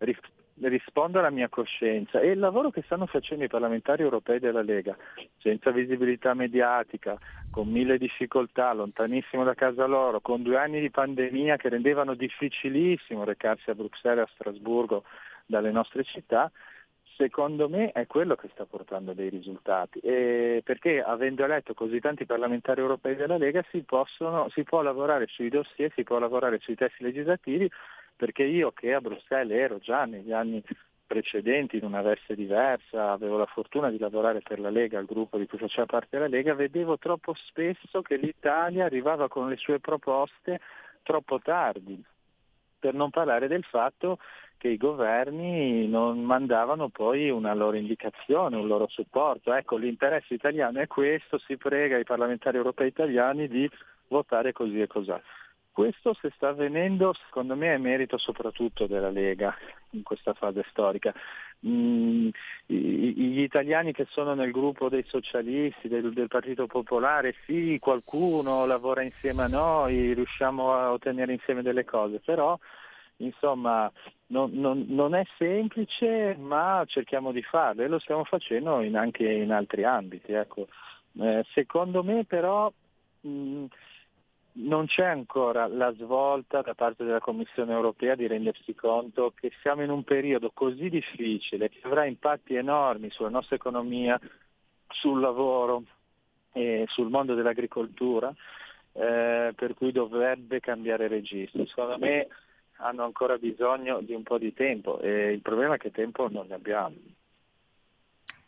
[SPEAKER 18] rispondo alla mia coscienza e il lavoro che stanno facendo i parlamentari europei della Lega, senza visibilità mediatica, con mille difficoltà, lontanissimo da casa loro, con due anni di pandemia che rendevano difficilissimo recarsi a Bruxelles e a Strasburgo dalle nostre città, secondo me è quello che sta portando dei risultati, e perché avendo eletto così tanti parlamentari europei della Lega si, possono, si può lavorare sui dossier, si può lavorare sui testi legislativi, perché io che a Bruxelles ero già negli anni precedenti in una veste diversa, avevo la fortuna di lavorare per la Lega, il gruppo di cui faceva parte la Lega, vedevo troppo spesso che l'Italia arrivava con le sue proposte troppo tardi, per non parlare del fatto che i governi non mandavano poi una loro indicazione, un loro supporto. Ecco, l'interesse italiano è questo, si prega i parlamentari europei italiani di votare così e così. Questo se sta avvenendo, secondo me, è merito soprattutto della Lega in questa fase storica. Mm, gli italiani che sono nel gruppo dei socialisti, del, del Partito Popolare, sì, qualcuno lavora insieme a noi, riusciamo a ottenere insieme delle cose, però insomma non, non, non è semplice, ma cerchiamo di farlo e lo stiamo facendo in, anche in altri ambiti. Ecco. Eh, secondo me però mh, non c'è ancora la svolta da parte della Commissione europea di rendersi conto che siamo in un periodo così difficile che avrà impatti enormi sulla nostra economia, sul lavoro e sul mondo dell'agricoltura, eh, per cui dovrebbe cambiare registro. Secondo me hanno ancora bisogno di un po' di tempo e il problema è che tempo non ne abbiamo.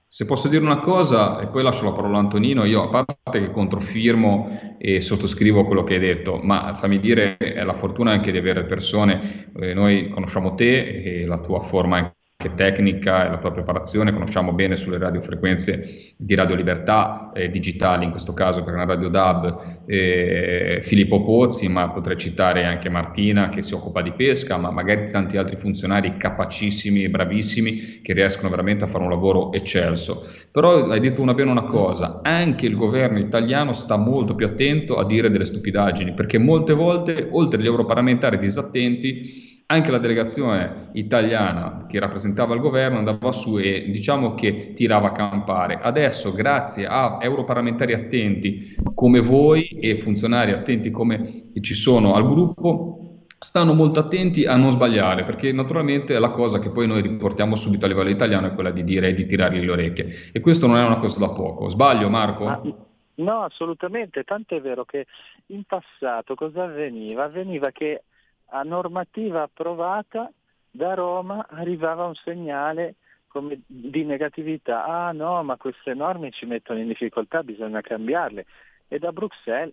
[SPEAKER 16] Se posso dire una cosa, e poi lascio la parola a Antonino, io a parte che controfirmo e sottoscrivo quello che hai detto, ma fammi dire, è la fortuna anche di avere persone, eh, noi conosciamo te e la tua forma anche tecnica e la tua preparazione, conosciamo bene sulle radiofrequenze di Radio Libertà, eh, digitali in questo caso per una Radio D A B, eh, Filippo Pozzi, ma potrei citare anche Martina che si occupa di pesca, ma magari tanti altri funzionari capacissimi e bravissimi che riescono veramente a fare un lavoro eccelso. Però hai detto una bene una cosa, anche il governo italiano sta molto più attento a dire delle stupidaggini, perché molte volte, oltre agli europarlamentari disattenti, anche la delegazione italiana che rappresentava il governo andava su e diciamo che tirava a campare. Adesso, grazie a europarlamentari attenti come voi e funzionari attenti come ci sono al gruppo, stanno molto attenti a non sbagliare, perché naturalmente la cosa che poi noi riportiamo subito a livello italiano è quella di dire e di tirargli le orecchie. E questo non è una cosa da poco. Sbaglio, Marco?
[SPEAKER 18] Ah, no, assolutamente. Tanto è vero che in passato cosa avveniva? Avveniva che a normativa approvata da Roma arrivava un segnale come di negatività. Ah no, ma queste norme ci mettono in difficoltà, bisogna cambiarle. E da Bruxelles,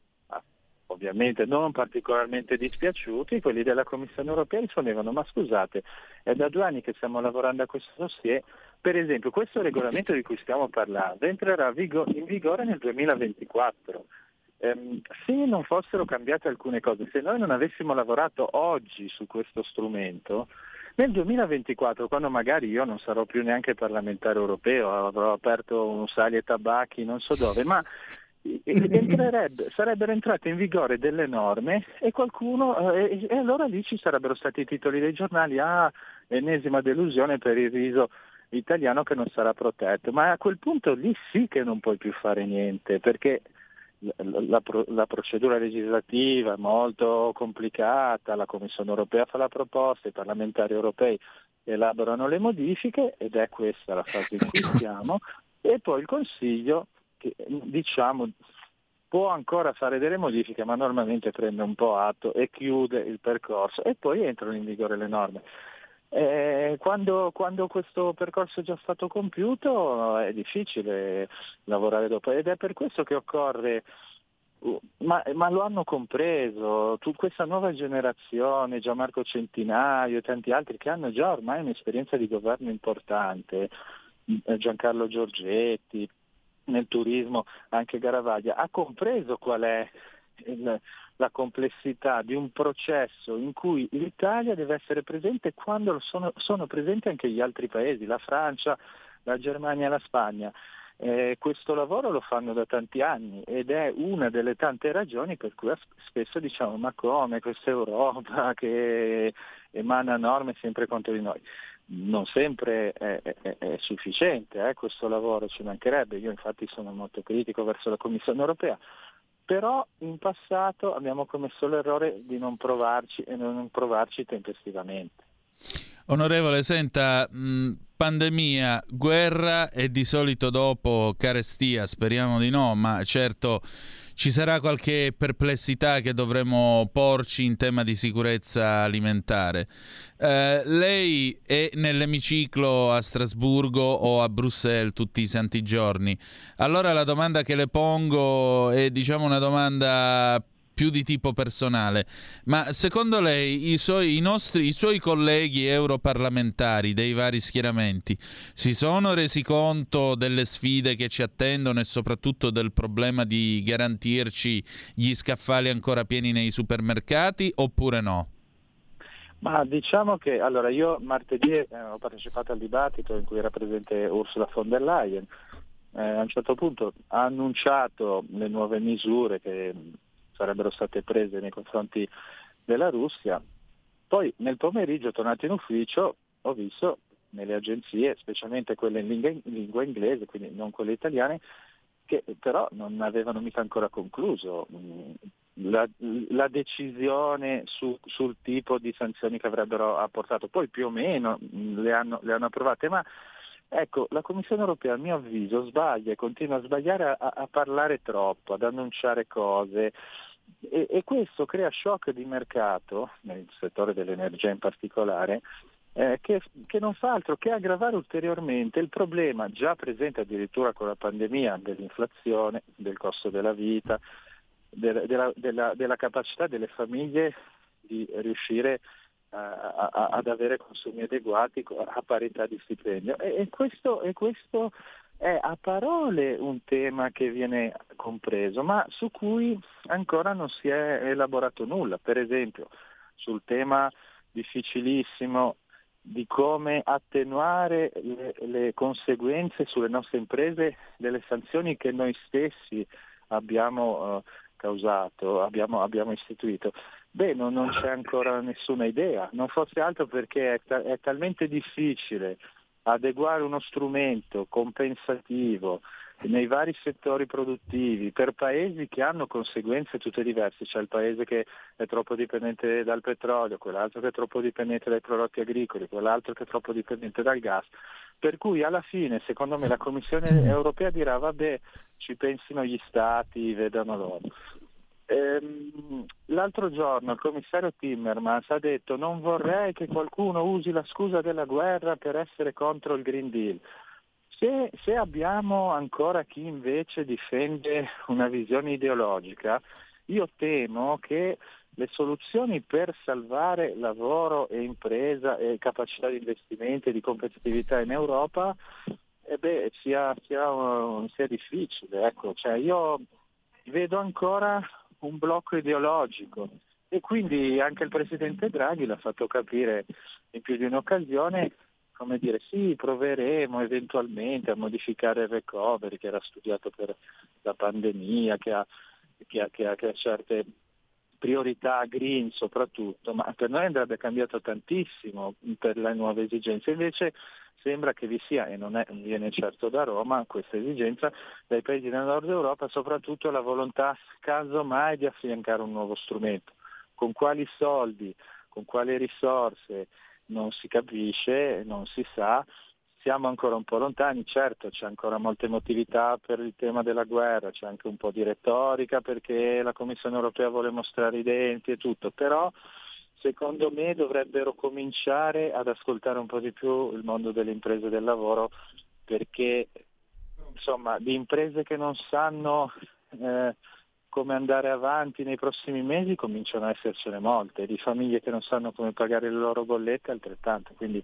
[SPEAKER 18] ovviamente non particolarmente dispiaciuti, quelli della Commissione europea rispondevano: ma scusate, è da due anni che stiamo lavorando a questo dossier. Per esempio, questo regolamento di cui stiamo parlando entrerà in vigore nel duemilaventiquattro. Um, se non fossero cambiate alcune cose, se noi non avessimo lavorato oggi su questo strumento, nel duemilaventiquattro, quando magari io non sarò più neanche parlamentare europeo, avrò aperto un Sali e Tabacchi, non so dove, ma entrerebbe, sarebbero entrate in vigore delle norme e qualcuno eh, e allora lì ci sarebbero stati i titoli dei giornali: ah, ennesima delusione per il riso italiano che non sarà protetto. Ma a quel punto lì sì che non puoi più fare niente, perché La, la, la procedura legislativa è molto complicata, la Commissione europea fa la proposta, i parlamentari europei elaborano le modifiche ed è questa la fase in cui siamo, e poi il Consiglio che diciamo può ancora fare delle modifiche, ma normalmente prende un po' atto e chiude il percorso e poi entrano in vigore le norme. Eh, quando, quando questo percorso è già stato compiuto è difficile lavorare dopo, ed è per questo che occorre, ma, ma lo hanno compreso, tu, questa nuova generazione, Gianmarco Centinaio e tanti altri che hanno già ormai un'esperienza di governo importante, Giancarlo Giorgetti, nel turismo anche Garavaglia, ha compreso qual è il, la complessità di un processo in cui l'Italia deve essere presente quando sono, sono presenti anche gli altri paesi, la Francia, la Germania e la Spagna. Eh, questo lavoro lo fanno da tanti anni ed è una delle tante ragioni per cui spesso diciamo: ma come questa Europa che emana norme sempre contro di noi? Non sempre è, è, è sufficiente eh, questo lavoro, ci mancherebbe. Io infatti sono molto critico verso la Commissione europea, però in passato abbiamo commesso l'errore di non provarci e non provarci tempestivamente.
[SPEAKER 2] Onorevole, senta, mh, pandemia, guerra e di solito dopo carestia, speriamo di no, ma certo ci sarà qualche perplessità che dovremo porci in tema di sicurezza alimentare. Eh, lei è nell'emiciclo a Strasburgo o a Bruxelles tutti i santi giorni. Allora la domanda che le pongo è, diciamo, una domanda più di tipo personale, ma secondo lei i suoi, i nostri, i suoi colleghi europarlamentari dei vari schieramenti si sono resi conto delle sfide che ci attendono e soprattutto del problema di garantirci gli scaffali ancora pieni nei supermercati, oppure no?
[SPEAKER 18] Ma diciamo che, allora, io martedì eh, ho partecipato al dibattito in cui era presente Ursula von der Leyen, eh, a un certo punto ha annunciato le nuove misure che sarebbero state prese nei confronti della Russia. Poi nel pomeriggio, tornato in ufficio, ho visto nelle agenzie, specialmente quelle in lingua, in lingua inglese, quindi non quelle italiane, che però non avevano mica ancora concluso la, la decisione su, sul tipo di sanzioni che avrebbero apportato. Poi più o meno le hanno, le hanno approvate, ma ecco, la Commissione europea a mio avviso sbaglia e continua a sbagliare a, a parlare troppo, ad annunciare cose e, e questo crea shock di mercato, nel settore dell'energia in particolare, eh, che, che non fa altro che aggravare ulteriormente il problema già presente addirittura con la pandemia dell'inflazione, del costo della vita, de- della, della, della capacità delle famiglie di riuscire a, a, ad avere consumi adeguati a parità di stipendio. E, e, questo, e questo è a parole un tema che viene compreso, ma su cui ancora non si è elaborato nulla. Per esempio, sul tema difficilissimo di come attenuare le, le conseguenze sulle nostre imprese delle sanzioni che noi stessi abbiamo uh, causato, abbiamo, abbiamo istituito. Beh, non, non c'è ancora nessuna idea, non fosse altro perché è, ta- è talmente difficile adeguare uno strumento compensativo nei vari settori produttivi per paesi che hanno conseguenze tutte diverse. C'è il paese che è troppo dipendente dal petrolio, quell'altro che è troppo dipendente dai prodotti agricoli, quell'altro che è troppo dipendente dal gas, per cui alla fine secondo me la Commissione europea dirà vabbè, ci pensino gli stati, vedano loro. Ehm, l'altro giorno il commissario Timmermans ha detto non vorrei che qualcuno usi la scusa della guerra per essere contro il Green Deal. Se, se abbiamo ancora chi invece difende una visione ideologica, io temo che le soluzioni per salvare lavoro e impresa e capacità di investimento e di competitività in Europa eh beh, sia, sia, uh, sia difficile. Ecco, cioè io vedo ancora un blocco ideologico e quindi anche il Presidente Draghi l'ha fatto capire in più di un'occasione, come dire sì, proveremo eventualmente a modificare il recovery che era studiato per la pandemia, che ha, che ha, che ha, che ha certe priorità green soprattutto, ma per noi andrebbe cambiato tantissimo per le nuove esigenze. Invece sembra che vi sia, e non è, viene certo da Roma, questa esigenza dai paesi del nord Europa, soprattutto la volontà casomai di affiancare un nuovo strumento. Con quali soldi, con quali risorse non si capisce, non si sa, siamo ancora un po' lontani. Certo c'è ancora molta emotività per il tema della guerra, c'è anche un po' di retorica perché la Commissione europea vuole mostrare i denti e tutto, però secondo me dovrebbero cominciare ad ascoltare un po' di più il mondo delle imprese e del lavoro, perché insomma di imprese che non sanno eh, come andare avanti nei prossimi mesi cominciano a essercene molte, di famiglie che non sanno come pagare le loro bollette altrettanto, quindi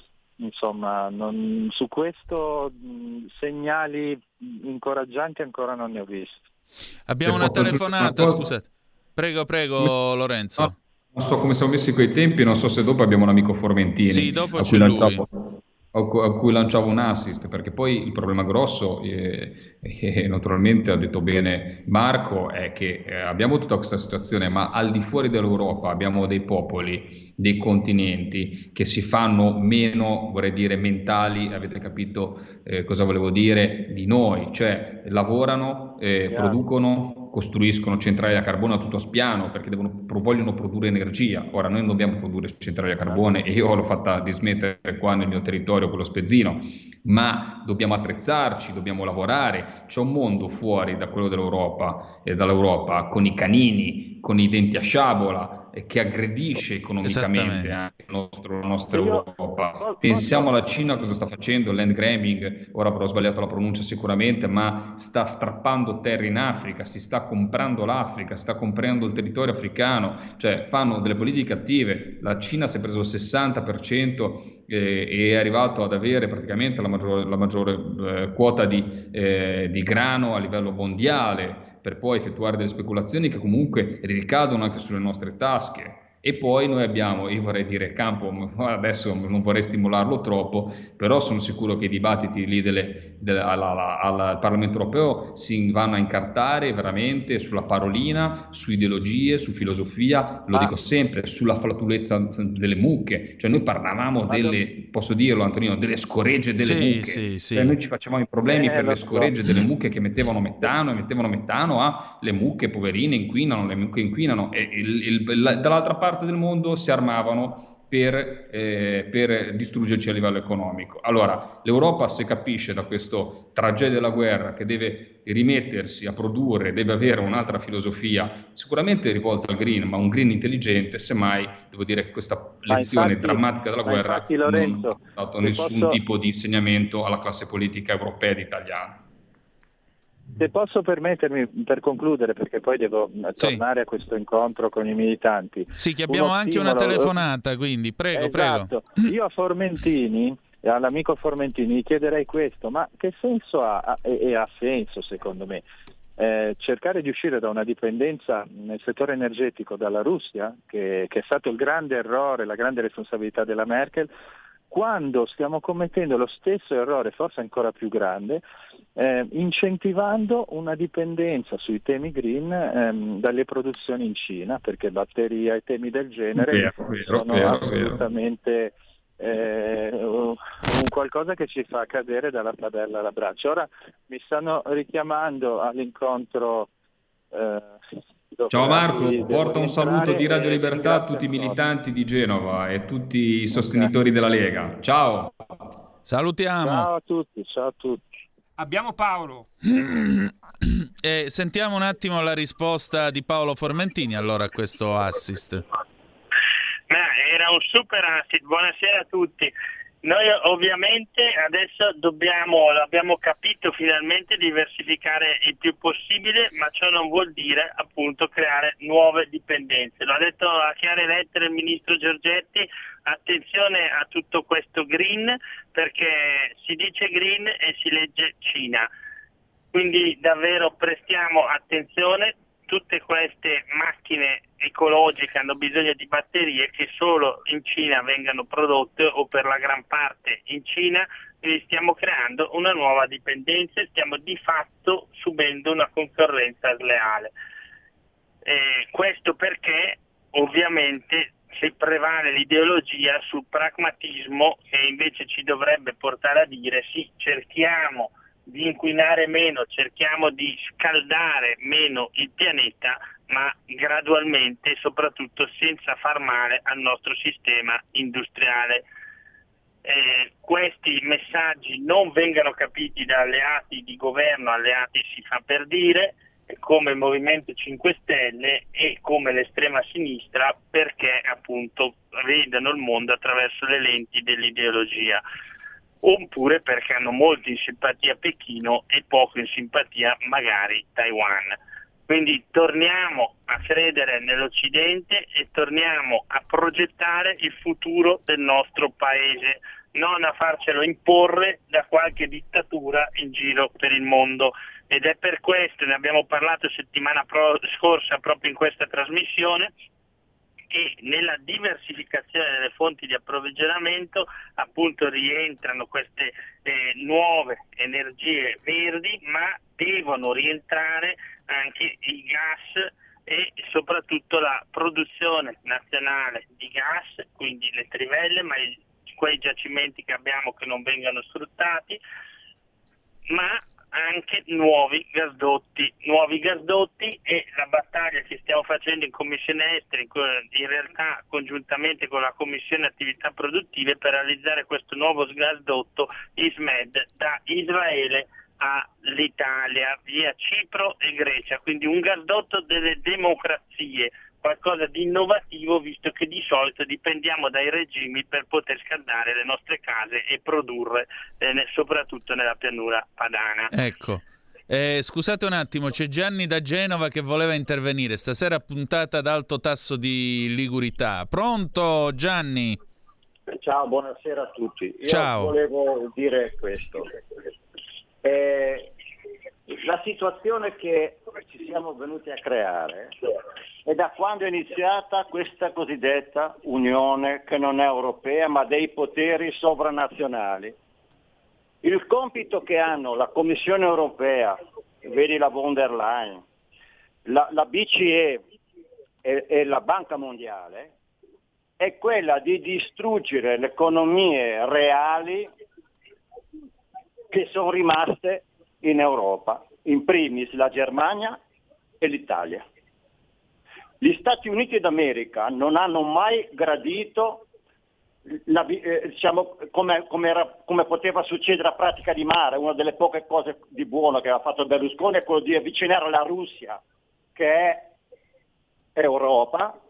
[SPEAKER 18] insomma non, su questo mh, segnali incoraggianti ancora non ne ho visti.
[SPEAKER 2] Abbiamo una telefonata, scusate. Prego, prego Lorenzo.
[SPEAKER 16] Ah. Non so come siamo messi coi tempi, non so se dopo abbiamo un amico Formentini
[SPEAKER 2] sì, dopo
[SPEAKER 16] a,
[SPEAKER 2] c'è
[SPEAKER 16] cui lanciavo,
[SPEAKER 2] lui.
[SPEAKER 16] a cui lanciavo un assist, perché poi il problema grosso, e eh, eh, naturalmente ha detto bene Marco, è che eh, abbiamo tutta questa situazione, ma al di fuori dell'Europa abbiamo dei popoli, dei continenti che si fanno meno, vorrei dire, mentali, avete capito eh, cosa volevo dire, di noi, cioè lavorano, eh, producono, costruiscono centrali a carbone a tutto spiano perché devono, vogliono produrre energia. Ora noi non dobbiamo produrre centrali a carbone e io l'ho fatta dismettere qua nel mio territorio con lo spezzino, ma dobbiamo attrezzarci, dobbiamo lavorare. C'è un mondo fuori da quello dell'Europa e dall'Europa con i canini, con i denti a sciabola, che aggredisce economicamente anche il nostro, la nostra Europa. Pensiamo alla Cina cosa sta facendo, land grabbing, ora però ho sbagliato la pronuncia sicuramente, ma sta strappando terre in Africa, si sta comprando l'Africa, sta comprando il territorio africano, cioè fanno delle politiche attive. La Cina si è preso il sessanta per cento eh, e è arrivato ad avere praticamente la maggiore, la maggiore eh, quota di, eh, di grano a livello mondiale, per poi effettuare delle speculazioni che comunque ricadono anche sulle nostre tasche. E poi noi abbiamo, io vorrei dire Campo, adesso non vorrei stimolarlo troppo, però sono sicuro che i dibattiti lì delle, delle, alla, alla, al Parlamento europeo si vanno a incartare veramente sulla parolina, su ideologie, su filosofia, lo ah. dico sempre, sulla flatulezza delle mucche. Cioè noi parlavamo delle, posso dirlo Antonino, delle scoregge delle
[SPEAKER 2] sì,
[SPEAKER 16] mucche.
[SPEAKER 2] Sì, sì.
[SPEAKER 16] Cioè noi ci facevamo i problemi
[SPEAKER 18] eh,
[SPEAKER 16] per le scoregge so. delle mucche che mettevano metano e mettevano metano a le mucche poverine inquinano, le mucche inquinano e il, il, il, dall'altra parte del mondo si armavano per, eh, per distruggerci a livello economico. Allora, l'Europa, se capisce da questo tragedia della guerra che deve rimettersi a produrre, deve avere un'altra filosofia, sicuramente rivolta al green, ma un green intelligente, semmai devo dire che questa lezione
[SPEAKER 18] infatti,
[SPEAKER 16] drammatica della guerra
[SPEAKER 18] infatti, Lorenzo,
[SPEAKER 16] non ha dato
[SPEAKER 18] se
[SPEAKER 16] nessun
[SPEAKER 18] posso...
[SPEAKER 16] tipo di insegnamento alla classe politica europea ed italiana.
[SPEAKER 18] Se posso permettermi per concludere, perché poi devo tornare sì. a questo incontro con i militanti.
[SPEAKER 2] Sì, che abbiamo anche stimolo... una telefonata, quindi prego,
[SPEAKER 18] esatto.
[SPEAKER 2] prego.
[SPEAKER 18] Io a Formentini, all'amico Formentini, gli chiederei questo, ma che senso ha, e, e ha senso secondo me, eh, cercare di uscire da una dipendenza nel settore energetico dalla Russia, che, che è stato il grande errore, la grande responsabilità della Merkel, quando stiamo commettendo lo stesso errore, forse ancora più grande, eh, incentivando una dipendenza sui temi green ehm, dalle produzioni in Cina, perché batteria e temi del genere
[SPEAKER 16] vero, vero,
[SPEAKER 18] sono
[SPEAKER 16] vero,
[SPEAKER 18] assolutamente eh, un qualcosa che ci fa cadere dalla padella alla braccia. Ora mi stanno richiamando all'incontro. Eh,
[SPEAKER 16] Ciao Marco, porta un saluto di Radio Libertà a tutti i militanti di Genova e tutti i sostenitori della Lega. Ciao.
[SPEAKER 2] Salutiamo.
[SPEAKER 18] Ciao a tutti, ciao a tutti.
[SPEAKER 19] Abbiamo Paolo.
[SPEAKER 2] Eh, sentiamo un attimo la risposta di Paolo Formentini allora a questo assist.
[SPEAKER 20] Ma era un super assist, buonasera a tutti. Noi ovviamente adesso dobbiamo, l'abbiamo capito finalmente, diversificare il più possibile, ma ciò non vuol dire appunto creare nuove dipendenze. Lo ha detto a chiare lettere il ministro Giorgetti, attenzione a tutto questo green, perché si dice green e si legge Cina. Quindi davvero prestiamo attenzione. Tutte queste macchine ecologiche hanno bisogno di batterie che solo in Cina vengano prodotte o per la gran parte in Cina, quindi stiamo creando una nuova dipendenza e stiamo di fatto subendo una concorrenza sleale. Eh, questo perché ovviamente se prevale l'ideologia sul pragmatismo, che invece ci dovrebbe portare a dire sì, cerchiamo di inquinare meno, cerchiamo di scaldare meno il pianeta, ma gradualmente, soprattutto senza far male al nostro sistema industriale. Eh, questi messaggi non vengano capiti da alleati di governo, alleati si fa per dire, come il Movimento cinque Stelle e come l'estrema sinistra, perché appunto vedano il mondo attraverso le lenti dell'ideologia, oppure perché hanno molto in simpatia Pechino e poco in simpatia magari Taiwan. Quindi torniamo a credere nell'Occidente e torniamo a progettare il futuro del nostro paese, non a farcelo imporre da qualche dittatura in giro per il mondo. Ed è per questo, ne abbiamo parlato settimana pro- scorsa proprio in questa trasmissione, e nella diversificazione delle fonti di approvvigionamento appunto rientrano queste eh, nuove energie verdi, ma devono rientrare anche il gas e soprattutto la produzione nazionale di gas, quindi le trivelle, ma il, quei giacimenti che abbiamo che non vengano sfruttati, ma anche nuovi gasdotti, nuovi gasdotti e la battaglia che stiamo facendo in Commissione Esteri, in realtà congiuntamente con la Commissione Attività Produttive, per realizzare questo nuovo gasdotto ISMED da Israele all'Italia, via Cipro e Grecia, quindi un gasdotto delle democrazie, qualcosa di innovativo, visto che di solito dipendiamo dai regimi per poter scaldare le nostre case e produrre eh, soprattutto nella pianura padana.
[SPEAKER 2] Ecco, eh, scusate un attimo, c'è Gianni da Genova che voleva intervenire, stasera puntata ad alto tasso di ligurità. Pronto Gianni?
[SPEAKER 21] Ciao, buonasera a tutti. Io
[SPEAKER 2] Ciao.
[SPEAKER 21] volevo dire questo. Eh, la situazione che ci siamo venuti a creare è da quando è iniziata questa cosiddetta unione, che non è europea ma dei poteri sovranazionali. Il compito che hanno la Commissione europea, vedi la von der Leyen, la, la B C E e, e la Banca Mondiale, è quella di distruggere le economie reali che sono rimaste in Europa, in primis la Germania e l'Italia. Gli Stati Uniti d'America non hanno mai gradito la, eh, diciamo, come, come, era, come poteva succedere a Pratica di Mare. Una delle poche cose di buono che aveva fatto Berlusconi è quello di avvicinare la Russia, che è Europa,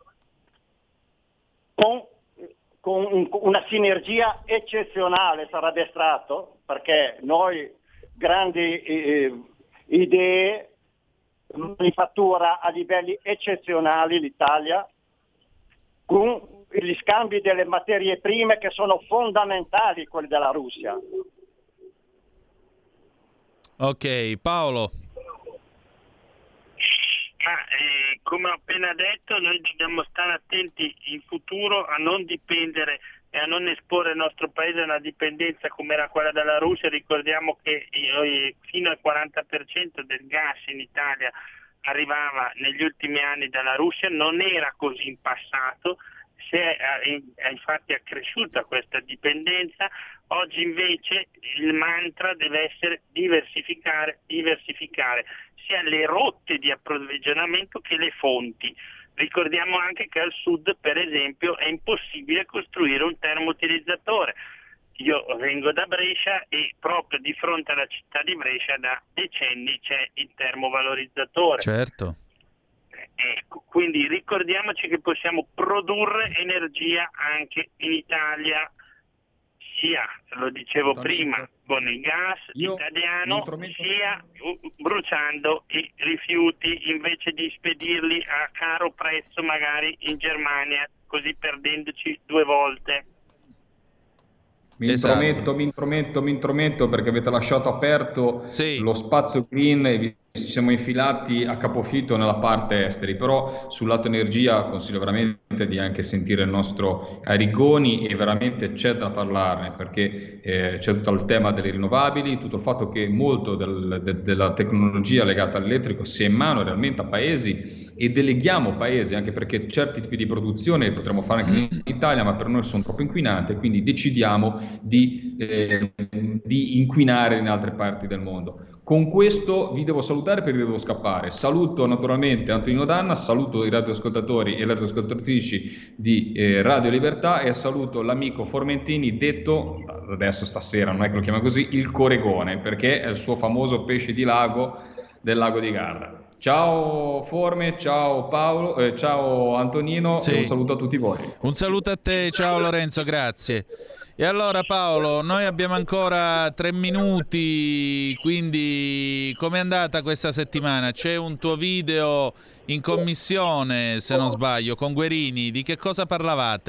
[SPEAKER 21] con, con un, una sinergia eccezionale, sarebbe estratto, perché noi grandi eh, idee, manifattura a livelli eccezionali l'Italia, con gli scambi delle materie prime che sono fondamentali, quelli della Russia.
[SPEAKER 2] Ok, Paolo.
[SPEAKER 20] Ma eh, come ho appena detto, noi dobbiamo stare attenti in futuro a non dipendere e a non esporre il nostro paese a una dipendenza come era quella della Russia. Ricordiamo che eh, fino al quaranta per cento del gas in Italia arrivava negli ultimi anni dalla Russia, non era così in passato, si è, è infatti accresciuta questa dipendenza. Oggi invece il mantra deve essere diversificare, diversificare sia le rotte di approvvigionamento che le fonti. Ricordiamo anche che al sud, per esempio, è impossibile costruire un termoutilizzatore. Io vengo da Brescia e proprio di fronte alla città di Brescia da decenni c'è il termovalorizzatore.
[SPEAKER 2] Certo.
[SPEAKER 20] Ecco, quindi ricordiamoci che possiamo produrre energia anche in Italia, sia, lo dicevo prima, con il gas
[SPEAKER 16] Io
[SPEAKER 20] italiano, sia bruciando i rifiuti invece di spedirli a caro prezzo magari in Germania, così perdendoci due volte.
[SPEAKER 16] Mi
[SPEAKER 2] Esatto.
[SPEAKER 16] intrometto, mi intrometto, mi intrometto perché avete lasciato aperto
[SPEAKER 2] Sì.
[SPEAKER 16] lo spazio green e vi- ci siamo infilati a capofitto nella parte esteri, però sul lato energia consiglio veramente di anche sentire il nostro Arrigoni, e veramente c'è da parlarne perché eh, c'è tutto il tema delle rinnovabili, tutto il fatto che molto del- de- della tecnologia legata all'elettrico sia in mano realmente a paesi, e deleghiamo paesi, anche perché certi tipi di produzione potremmo fare anche in Italia, ma per noi sono troppo inquinanti, quindi decidiamo di, eh, di inquinare in altre parti del mondo. Con questo vi devo salutare perché devo scappare. Saluto naturalmente Antonino Danna, saluto i radioascoltatori e le radioascoltatrici di eh, Radio Libertà, e saluto l'amico Formentini, detto adesso stasera, non è che lo chiama così, il Coregone, perché è il suo famoso pesce di lago del lago di Garda. Ciao Forme, ciao Paolo, eh, ciao Antonino,
[SPEAKER 2] Sì.
[SPEAKER 16] e un saluto a tutti voi.
[SPEAKER 2] Un saluto a te, ciao Lorenzo, grazie. E allora Paolo, noi abbiamo ancora tre minuti, quindi com'è andata questa settimana? C'è un tuo video in commissione, se non sbaglio, con Guerini, di che cosa parlavate?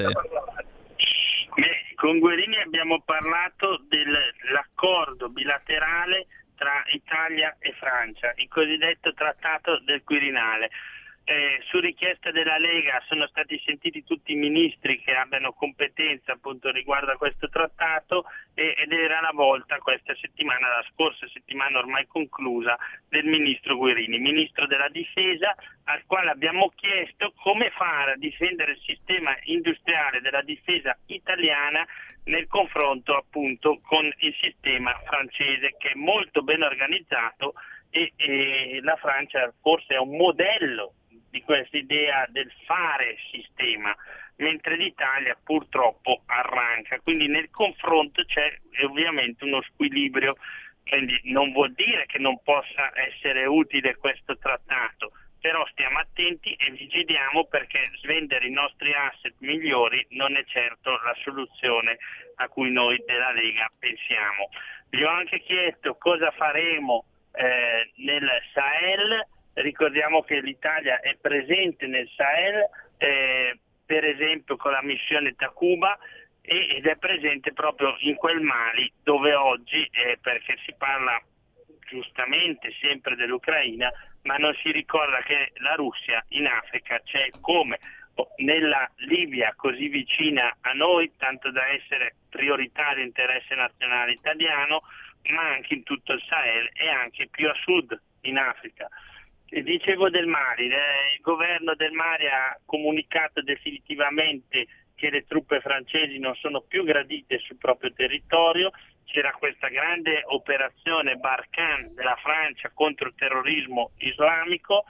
[SPEAKER 20] Beh, con Guerini abbiamo parlato dell'accordo bilaterale tra Italia e Francia, il cosiddetto trattato del Quirinale. Eh, su richiesta della Lega sono stati sentiti tutti i ministri che abbiano competenza appunto riguardo a questo trattato, e, ed era la volta questa settimana, la scorsa settimana ormai conclusa, del ministro Guerini, ministro della difesa, al quale abbiamo chiesto come fare a difendere il sistema industriale della difesa italiana nel confronto appunto con il sistema francese, che è molto ben organizzato, e, e la Francia forse è un modello di questa idea del fare sistema, mentre l'Italia purtroppo arranca. Quindi nel confronto c'è ovviamente uno squilibrio, quindi non vuol dire che non possa essere utile questo trattato, però stiamo attenti e vigiliamo, perché svendere i nostri asset migliori non è certo la soluzione a cui noi della Lega pensiamo. Vi ho anche chiesto cosa faremo eh, nel Sahel. Ricordiamo che l'Italia è presente nel Sahel, eh, per esempio con la missione Takuba, e, ed è presente proprio in quel Mali dove oggi, eh, perché si parla giustamente sempre dell'Ucraina, ma non si ricorda che la Russia in Africa c'è, come nella Libia così vicina a noi, tanto da essere prioritario interesse nazionale italiano, ma anche in tutto il Sahel e anche più a sud in Africa. E dicevo del Mali, eh, il governo del Mali ha comunicato definitivamente che le truppe francesi non sono più gradite sul proprio territorio. C'era questa grande operazione Barkhane della Francia contro il terrorismo islamico,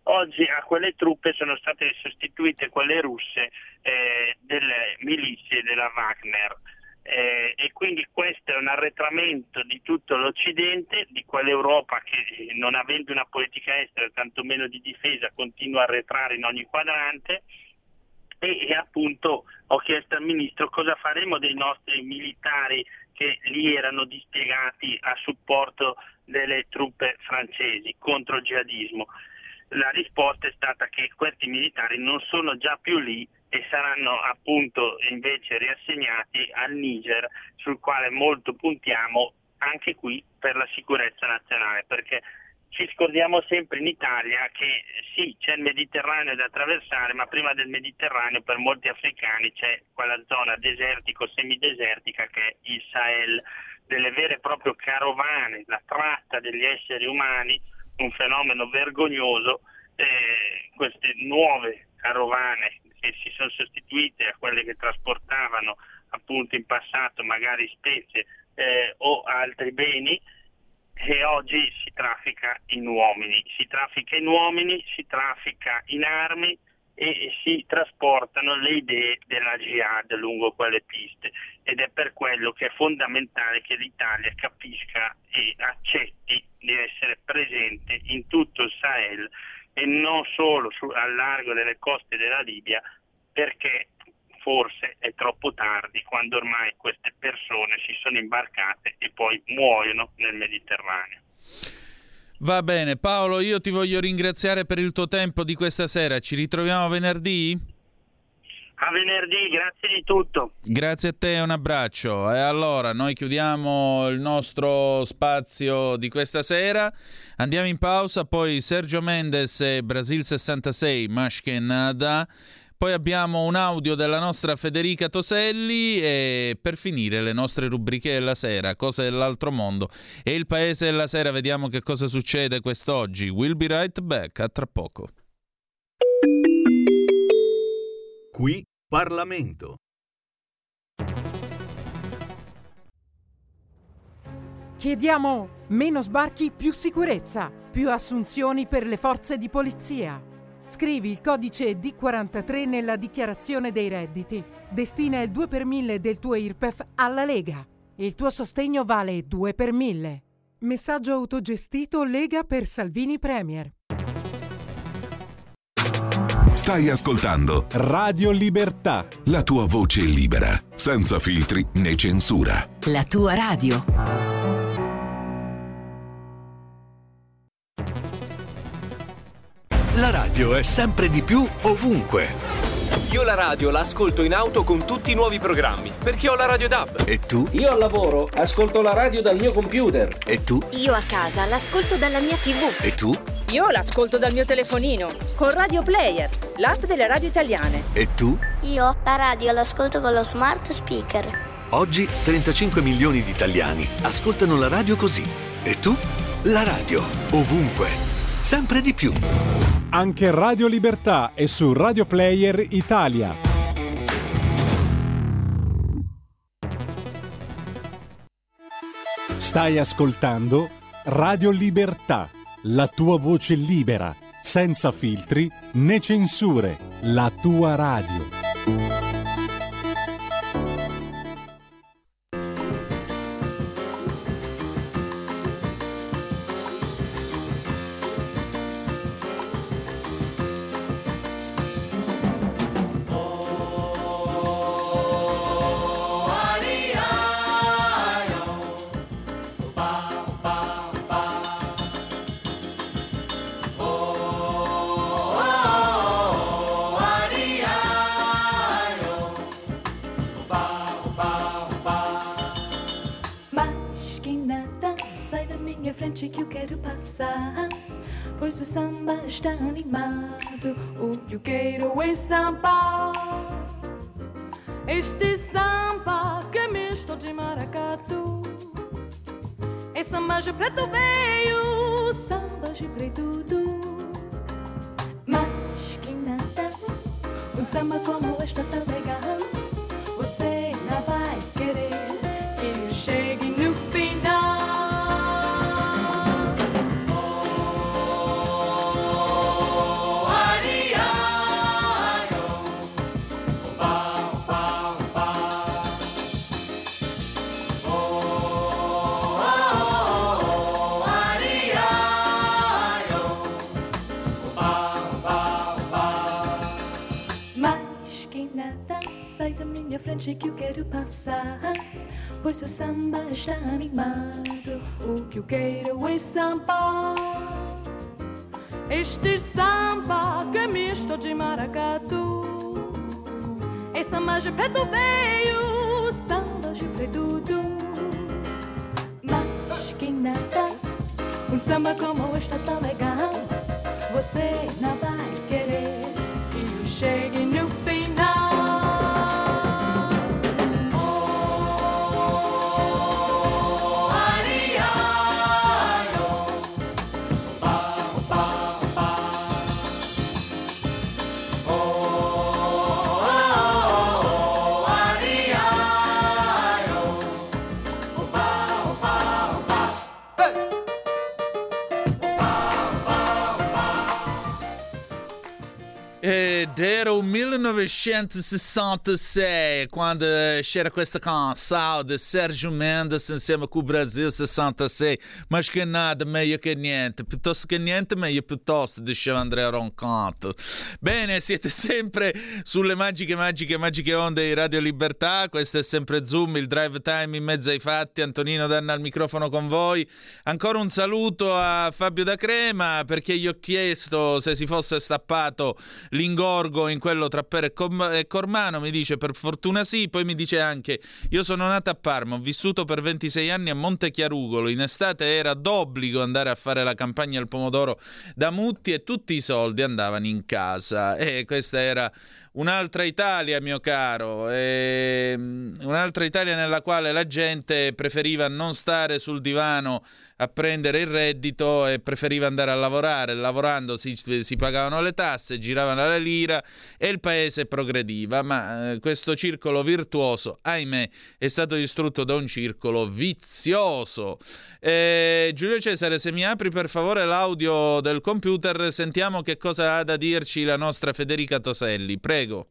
[SPEAKER 20] oggi a quelle truppe sono state sostituite quelle russe eh, delle milizie della Wagner. Eh, e quindi questo è un arretramento di tutto l'Occidente, di quell'Europa che, non avendo una politica estera, tantomeno di difesa, continua a arretrare in ogni quadrante. E, e appunto ho chiesto al Ministro cosa faremo dei nostri militari che lì erano dispiegati a supporto delle truppe francesi contro il jihadismo. La risposta è stata che questi militari non sono già più lì e saranno appunto invece riassegnati al Niger, sul quale molto puntiamo anche qui per la sicurezza nazionale, perché ci scordiamo sempre in Italia che sì, c'è il Mediterraneo da attraversare, ma prima del Mediterraneo per molti africani c'è quella zona desertico-semidesertica che è il Sahel, delle vere e proprie carovane, la tratta degli esseri umani, un fenomeno vergognoso. Eh, queste nuove carovane che si sono sostituite a quelle che trasportavano appunto in passato magari spezie eh, o altri beni, e oggi si traffica in uomini, si traffica in uomini, si traffica in armi e si trasportano le idee della jihad lungo quelle piste, ed è per quello che è fondamentale che l'Italia capisca e accetti di essere presente in tutto il Sahel e non solo su, al largo delle coste della Libia, perché forse è troppo tardi quando ormai queste persone si sono imbarcate e poi muoiono nel Mediterraneo.
[SPEAKER 2] Va bene Paolo, io ti voglio ringraziare per il tuo tempo di questa sera, ci ritroviamo venerdì?
[SPEAKER 20] A venerdì, grazie di tutto.
[SPEAKER 2] Grazie a te, un abbraccio. E allora noi chiudiamo il nostro spazio di questa sera, andiamo in pausa, poi Sergio Mendes e Brasil sessantasei, Mashke Nada. Poi abbiamo un audio della nostra Federica Toselli e per finire le nostre rubriche della sera, Cose dell'altro mondo e il paese della sera. Vediamo che cosa succede quest'oggi. We'll be right back, a tra poco.
[SPEAKER 3] Qui Parlamento.
[SPEAKER 19] Chiediamo meno sbarchi, più sicurezza, più assunzioni per le forze di polizia. Scrivi il codice D quarantatré nella dichiarazione dei redditi. Destina il due per mille del tuo I R P E F alla Lega. Il tuo sostegno vale due per mille. Messaggio autogestito Lega per Salvini Premier.
[SPEAKER 13] Stai ascoltando
[SPEAKER 1] Radio Libertà,
[SPEAKER 13] la tua voce libera, senza filtri né censura.
[SPEAKER 14] La tua radio.
[SPEAKER 8] La radio è sempre di più ovunque.
[SPEAKER 9] Io la radio la ascolto in auto con tutti i nuovi programmi, perché ho la Radio D A B.
[SPEAKER 8] E tu?
[SPEAKER 10] Io al lavoro ascolto la radio dal mio computer.
[SPEAKER 8] E tu?
[SPEAKER 11] Io a casa l'ascolto dalla mia tivù.
[SPEAKER 8] E tu?
[SPEAKER 12] Io l'ascolto dal mio telefonino, con Radio Player, l'app delle radio italiane.
[SPEAKER 8] E tu?
[SPEAKER 11] Io la radio l'ascolto con lo smart speaker.
[SPEAKER 8] Oggi trentacinque milioni di italiani ascoltano la radio così. E tu? La radio, ovunque, sempre di più.
[SPEAKER 1] Anche Radio Libertà è su Radio Player Italia. Stai ascoltando Radio Libertà, la tua voce libera, senza filtri né censure, la tua radio.
[SPEAKER 15] Que eu quero passar, pois o samba está animado. O que eu quero é samba, este samba que é misto de maracatu. É samba de preto veio, samba de preto do. Mas que nada, um samba como este tão legal, você não vai querer que eu chegue no final. tarde que eu quero passar, pois seu samba está animado. O que eu quero é samba, este samba que é misto de maracatu. É samba de preto veio, samba de preto do. Mas quem nada, um samba como este tão legal, você não vai querer que eu chegue no final.
[SPEAKER 2] Ed era il millenovecentosessantasei quando c'era questa canzone di Sergio Mendes insieme con Brasil sessantasei, ma che nada meglio che niente, piuttosto che niente meglio piuttosto, diceva Andrea Roncanto. Bene, siete sempre sulle magiche magiche magiche onde di Radio Libertà, questo è sempre Zoom, il drive time in mezzo ai fatti. Antonino Danna al microfono con voi. Ancora un saluto a Fabio da Crema, perché gli ho chiesto se si fosse stappato l'ingorgo in quello tra Pera e, Com- e Cormano, mi dice per fortuna sì. Poi mi dice anche: io sono nato a Parma, ho vissuto per ventisei anni a Montechiarugolo, in estate era d'obbligo andare a fare la campagna al pomodoro da Mutti e tutti i soldi andavano in casa. E questa era un'altra Italia, mio caro, e un'altra Italia nella quale la gente preferiva non stare sul divano a prendere il reddito e preferiva andare a lavorare. Lavorando si, si pagavano le tasse, giravano la lira e il paese progrediva. Ma eh, questo circolo virtuoso, ahimè, è stato distrutto da un circolo vizioso. Eh, Giulio Cesare, se mi apri per favore l'audio del computer, sentiamo che cosa ha da dirci la nostra Federica Toselli, prego.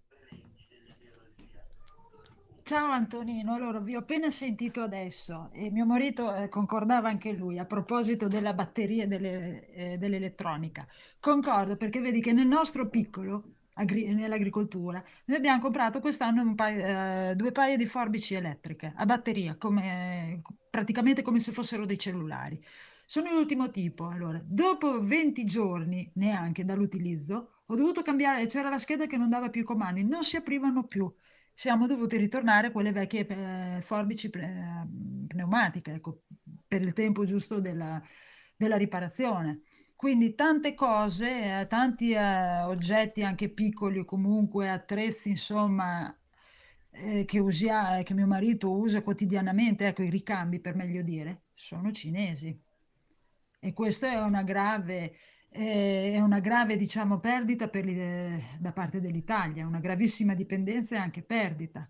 [SPEAKER 4] Ciao Antonino, allora vi ho appena sentito adesso e mio marito eh, concordava anche lui a proposito della batteria delle, eh, dell'elettronica. Concordo perché vedi che nel nostro piccolo, agri- nell'agricoltura, noi abbiamo comprato quest'anno un paio, eh, due paia di forbici elettriche a batteria, come, praticamente come se fossero dei cellulari. Sono l'ultimo tipo. Allora, dopo venti giorni neanche dall'utilizzo, ho dovuto cambiare, c'era la scheda che non dava più i comandi, non si aprivano più. Siamo dovuti ritornare a quelle vecchie eh, forbici eh, pneumatiche, ecco, per il tempo giusto della, della riparazione. Quindi tante cose, eh, tanti eh, oggetti anche piccoli o comunque attrezzi, insomma, eh, che, usia, che mio marito usa quotidianamente, ecco, i ricambi per meglio dire, sono cinesi. E questo è una grave... è una grave, diciamo, perdita per li, da parte dell'Italia, una gravissima dipendenza e anche perdita.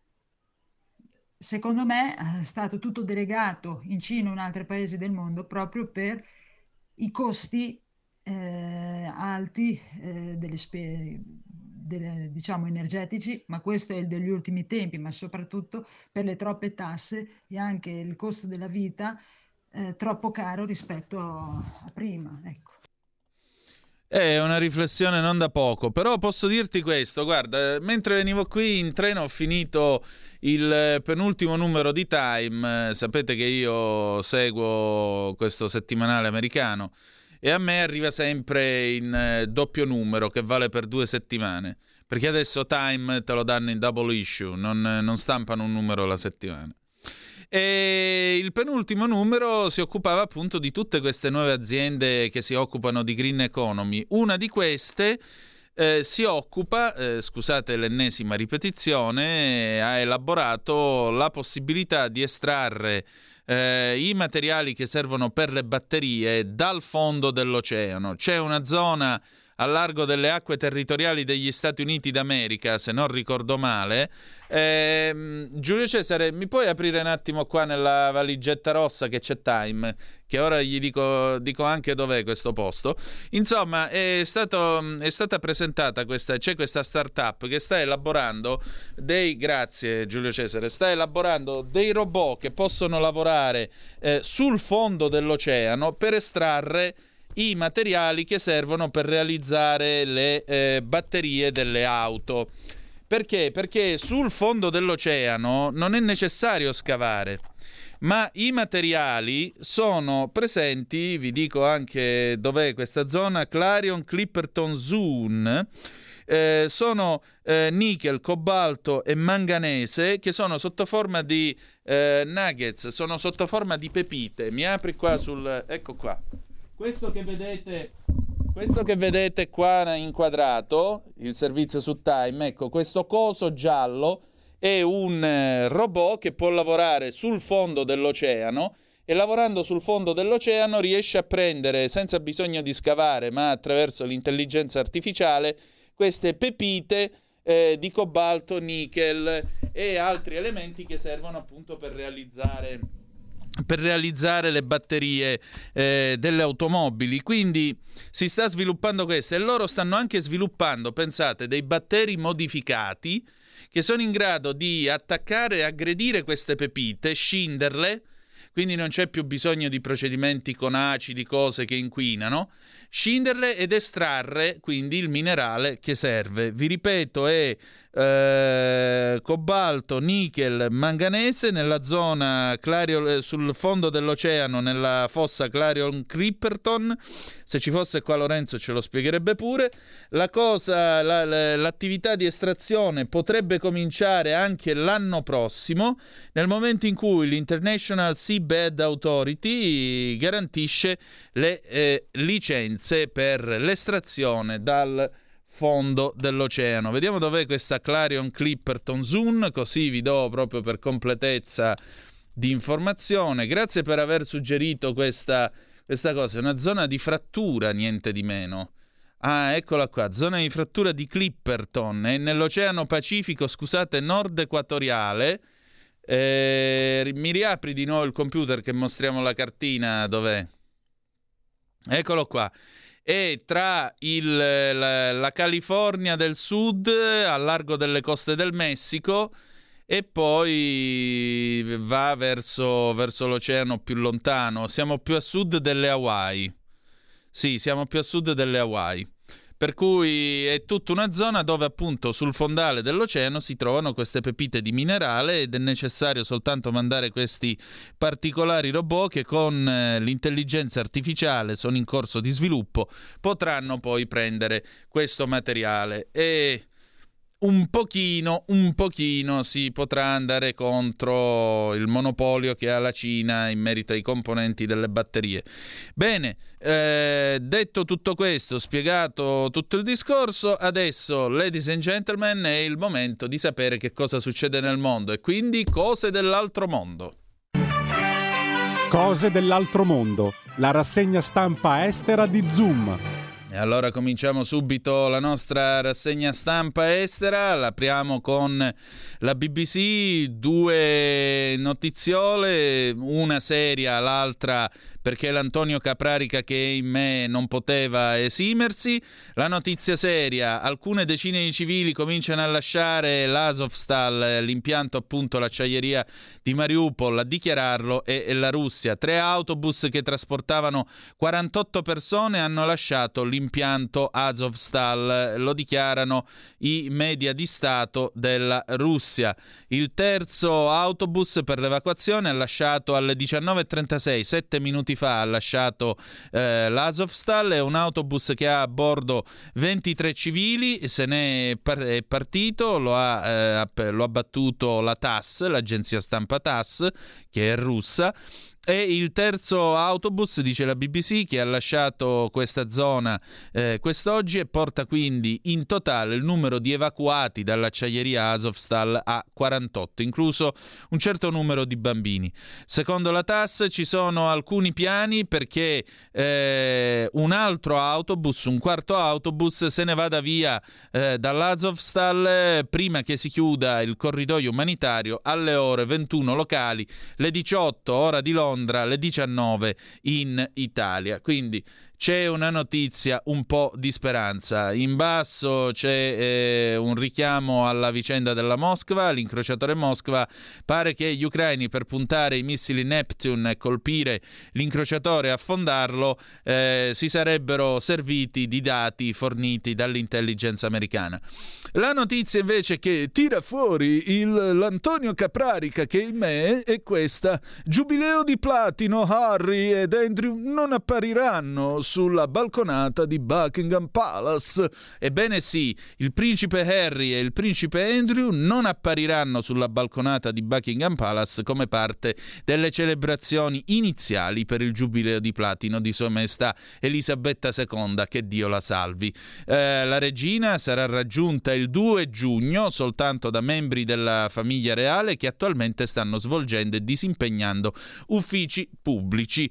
[SPEAKER 4] Secondo me è stato tutto delegato in Cina o in altri paesi del mondo proprio per i costi eh, alti eh, delle spe- delle, diciamo, energetici, ma questo è il degli ultimi tempi, ma soprattutto per le troppe tasse e anche il costo della vita eh, troppo caro rispetto a prima, ecco.
[SPEAKER 2] È una riflessione non da poco, però posso dirti questo, guarda, mentre venivo qui in treno ho finito il penultimo numero di Time, sapete che io seguo questo settimanale americano e a me arriva sempre in doppio numero che vale per due settimane, perché adesso Time te lo danno in double issue, non, non stampano un numero alla settimana. E il penultimo numero si occupava appunto di tutte queste nuove aziende che si occupano di green economy. Una di queste eh, si occupa, eh, scusate l'ennesima ripetizione, ha elaborato la possibilità di estrarre eh, i materiali che servono per le batterie dal fondo dell'oceano. C'è una zona a largo delle acque territoriali degli Stati Uniti d'America, se non ricordo male. Eh, Giulio Cesare, mi puoi aprire un attimo qua nella valigetta rossa che c'è Time, che ora gli dico, dico anche dov'è questo posto. Insomma, è, stato, è stata presentata questa, c'è questa startup che sta elaborando dei, grazie Giulio Cesare, sta elaborando dei robot che possono lavorare eh, sul fondo dell'oceano per estrarre i materiali che servono per realizzare le eh, batterie delle auto. Perché? Perché sul fondo dell'oceano non è necessario scavare, ma i materiali sono presenti, vi dico anche dov'è questa zona, Clarion Clipperton Zone, eh, sono eh, nickel, cobalto e manganese che sono sotto forma di eh, nuggets, sono sotto forma di pepite. Mi apri qua sul... ecco qua. Questo che vedete... Questo che vedete qua inquadrato, il servizio su Time, ecco, questo coso giallo è un eh, robot che può lavorare sul fondo dell'oceano e lavorando sul fondo dell'oceano riesce a prendere, senza bisogno di scavare, ma attraverso l'intelligenza artificiale, queste pepite eh, di cobalto, nickel e altri elementi che servono appunto per realizzare... per realizzare le batterie eh, delle automobili. Quindi si sta sviluppando questo e loro stanno anche sviluppando, pensate, dei batteri modificati che sono in grado di attaccare e aggredire queste pepite, scinderle, quindi non c'è più bisogno di procedimenti con acidi, cose che inquinano, scinderle ed estrarre quindi il minerale che serve. Vi ripeto, è eh, cobalto, nickel, manganese nella zona Clarion, sul fondo dell'oceano, nella fossa Clarion Clipperton. Se ci fosse qua Lorenzo ce lo spiegherebbe pure. La cosa, la, la, l'attività di estrazione potrebbe cominciare anche l'anno prossimo, nel momento in cui l'International Seabed Authority garantisce le eh, licenze per l'estrazione dal fondo dell'oceano. Vediamo dov'è questa Clarion Clipperton Zone, così vi do proprio per completezza di informazione. Grazie per aver suggerito questa, questa cosa. È una zona di frattura, niente di meno. Ah, eccola qua, zona di frattura di Clipperton. È nell'Oceano Pacifico, scusate, nord equatoriale. Eh, mi riapri di nuovo il computer che mostriamo la cartina, dov'è? Eccolo qua. È tra il, la, la California del Sud, al largo delle coste del Messico, e poi va verso, verso l'oceano più lontano. Siamo più a sud delle Hawaii. Sì, siamo più a sud delle Hawaii. Per cui è tutta una zona dove appunto sul fondale dell'oceano si trovano queste pepite di minerale ed è necessario soltanto mandare questi particolari robot che con eh, l'intelligenza artificiale, sono in corso di sviluppo, potranno poi prendere questo materiale e un pochino, un pochino si potrà andare contro il monopolio che ha la Cina in merito ai componenti delle batterie. Bene, eh, detto tutto questo, spiegato tutto il discorso, adesso, ladies and gentlemen, è il momento di sapere che cosa succede nel mondo e quindi cose dell'altro mondo.
[SPEAKER 1] Cose dell'altro mondo, la rassegna stampa estera di Zoom.
[SPEAKER 2] E allora cominciamo subito la nostra rassegna stampa estera, l'apriamo con la B B C, due notiziole, una seria, l'altra perché l'Antonio Caprarica che è in me non poteva esimersi. La notizia seria, alcune decine di civili cominciano a lasciare l'Azovstal, l'impianto appunto l'acciaieria di Mariupol, a dichiararlo è la Russia. Tre autobus che trasportavano quarantotto persone hanno lasciato l'impianto Azovstal, lo dichiarano i media di Stato della Russia. Il terzo autobus per l'evacuazione ha lasciato alle diciannove e trentasei, sette minuti fa ha lasciato eh, l'Azovstal. È un autobus che ha a bordo ventitré civili, se ne è, par- è partito, lo ha, eh, lo ha battuto la TASS, l'agenzia stampa TASS, che è russa. E il terzo autobus, dice la B B C, che ha lasciato questa zona eh, quest'oggi e porta quindi in totale il numero di evacuati dall'acciaieria Azovstal a quarantotto, incluso un certo numero di bambini. Secondo la TASS ci sono alcuni piani perché eh, un altro autobus, un quarto autobus, se ne vada via eh, dall'Azovstal eh, prima che si chiuda il corridoio umanitario alle ore ventuno locali, le diciotto ora di Londra, alle diciannove in Italia. Quindi c'è una notizia, un po' di speranza. In basso c'è eh, un richiamo alla vicenda della Moskva, l'incrociatore Moskva. Pare che gli ucraini, per puntare i missili Neptune e colpire l'incrociatore e affondarlo, eh, si sarebbero serviti di dati forniti dall'intelligence americana. La notizia invece che tira fuori il, l'Antonio Caprarica che in me è questa: giubileo di platino, Harry ed Andrew non appariranno sulla balconata di Buckingham Palace. Ebbene sì, il principe Harry e il principe Andrew non appariranno sulla balconata di Buckingham Palace come parte delle celebrazioni iniziali per il giubileo di platino di Sua Maestà Elisabetta seconda, che Dio la salvi. Eh, la regina sarà raggiunta il due giugno soltanto da membri della famiglia reale che attualmente stanno svolgendo e disimpegnando uffici pubblici.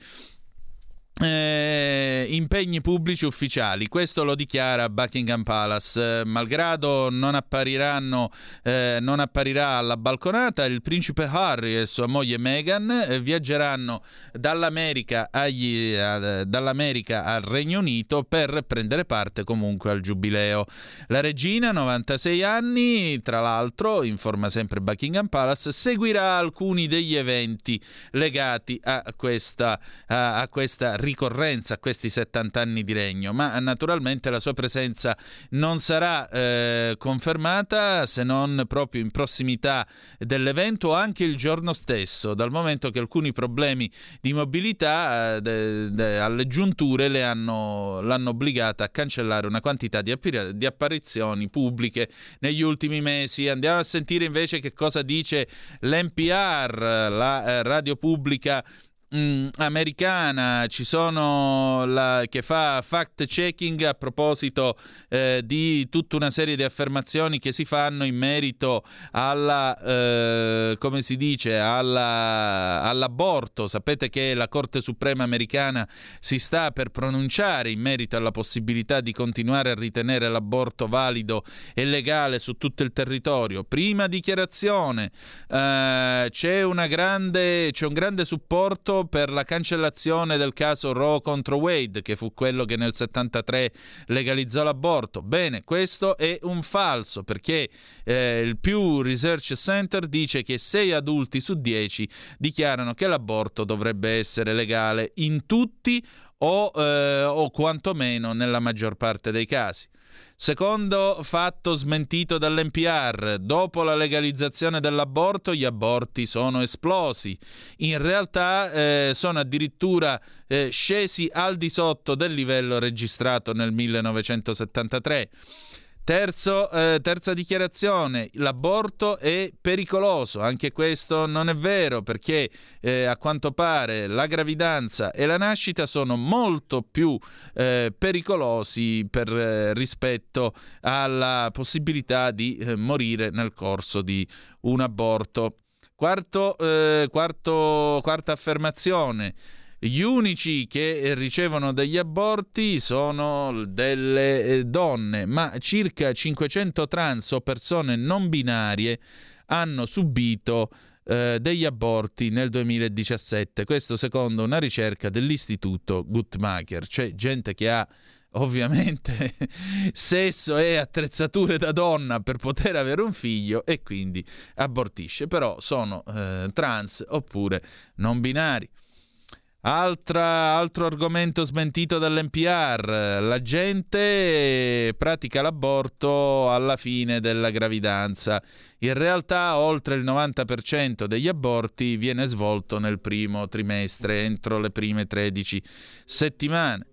[SPEAKER 2] Eh, impegni pubblici ufficiali, questo lo dichiara Buckingham Palace. Eh, malgrado non appariranno eh, non apparirà alla balconata, il principe Harry e sua moglie Meghan eh, viaggeranno dall'America, agli, eh, dall'America al Regno Unito per prendere parte comunque al giubileo. La regina, novantasei anni, tra l'altro, informa sempre Buckingham Palace, seguirà alcuni degli eventi legati a questa a, a questa ricorrenza, a questi settanta anni di regno, ma naturalmente la sua presenza non sarà eh, confermata se non proprio in prossimità dell'evento o anche il giorno stesso, dal momento che alcuni problemi di mobilità eh, de, de, alle giunture le hanno, l'hanno obbligata a cancellare una quantità di, appar- di apparizioni pubbliche negli ultimi mesi. Andiamo a sentire invece che cosa dice l'N P R, la eh, radio pubblica Mm, americana. Ci sono la, che fa fact checking a proposito eh, di tutta una serie di affermazioni che si fanno in merito alla eh, come si dice alla, all'aborto. Sapete che la Corte Suprema americana si sta per pronunciare in merito alla possibilità di continuare a ritenere l'aborto valido e legale su tutto il territorio. Prima dichiarazione, eh, c'è una grande c'è un grande supporto per la cancellazione del caso Roe contro Wade, che fu quello che nel settantatré legalizzò l'aborto. Bene, questo è un falso, perché eh, il Pew Research Center dice che sei adulti su dieci dichiarano che l'aborto dovrebbe essere legale in tutti o, eh, o quantomeno nella maggior parte dei casi. Secondo fatto smentito dall'N P R, dopo la legalizzazione dell'aborto gli aborti sono esplosi. In realtà eh, sono addirittura eh, scesi al di sotto del livello registrato nel millenovecentosettantatré. Terzo, eh, terza dichiarazione, l'aborto è pericoloso. Anche questo non è vero, perché eh, a quanto pare la gravidanza e la nascita sono molto più eh, pericolosi per, eh, rispetto alla possibilità di eh, morire nel corso di un aborto. Quarto, eh, quarto, quarta affermazione. Gli unici che ricevono degli aborti sono delle donne, ma circa cinquecento trans o persone non binarie hanno subito eh, degli aborti nel duemiladiciassette. Questo secondo una ricerca dell'Istituto Guttmacher, cioè gente che ha ovviamente sesso e attrezzature da donna per poter avere un figlio e quindi abortisce, però sono eh, trans oppure non binari. Altra, altro argomento smentito dall'N P R, la gente pratica l'aborto alla fine della gravidanza. In realtà oltre il novanta per cento degli aborti viene svolto nel primo trimestre, entro le prime tredici settimane.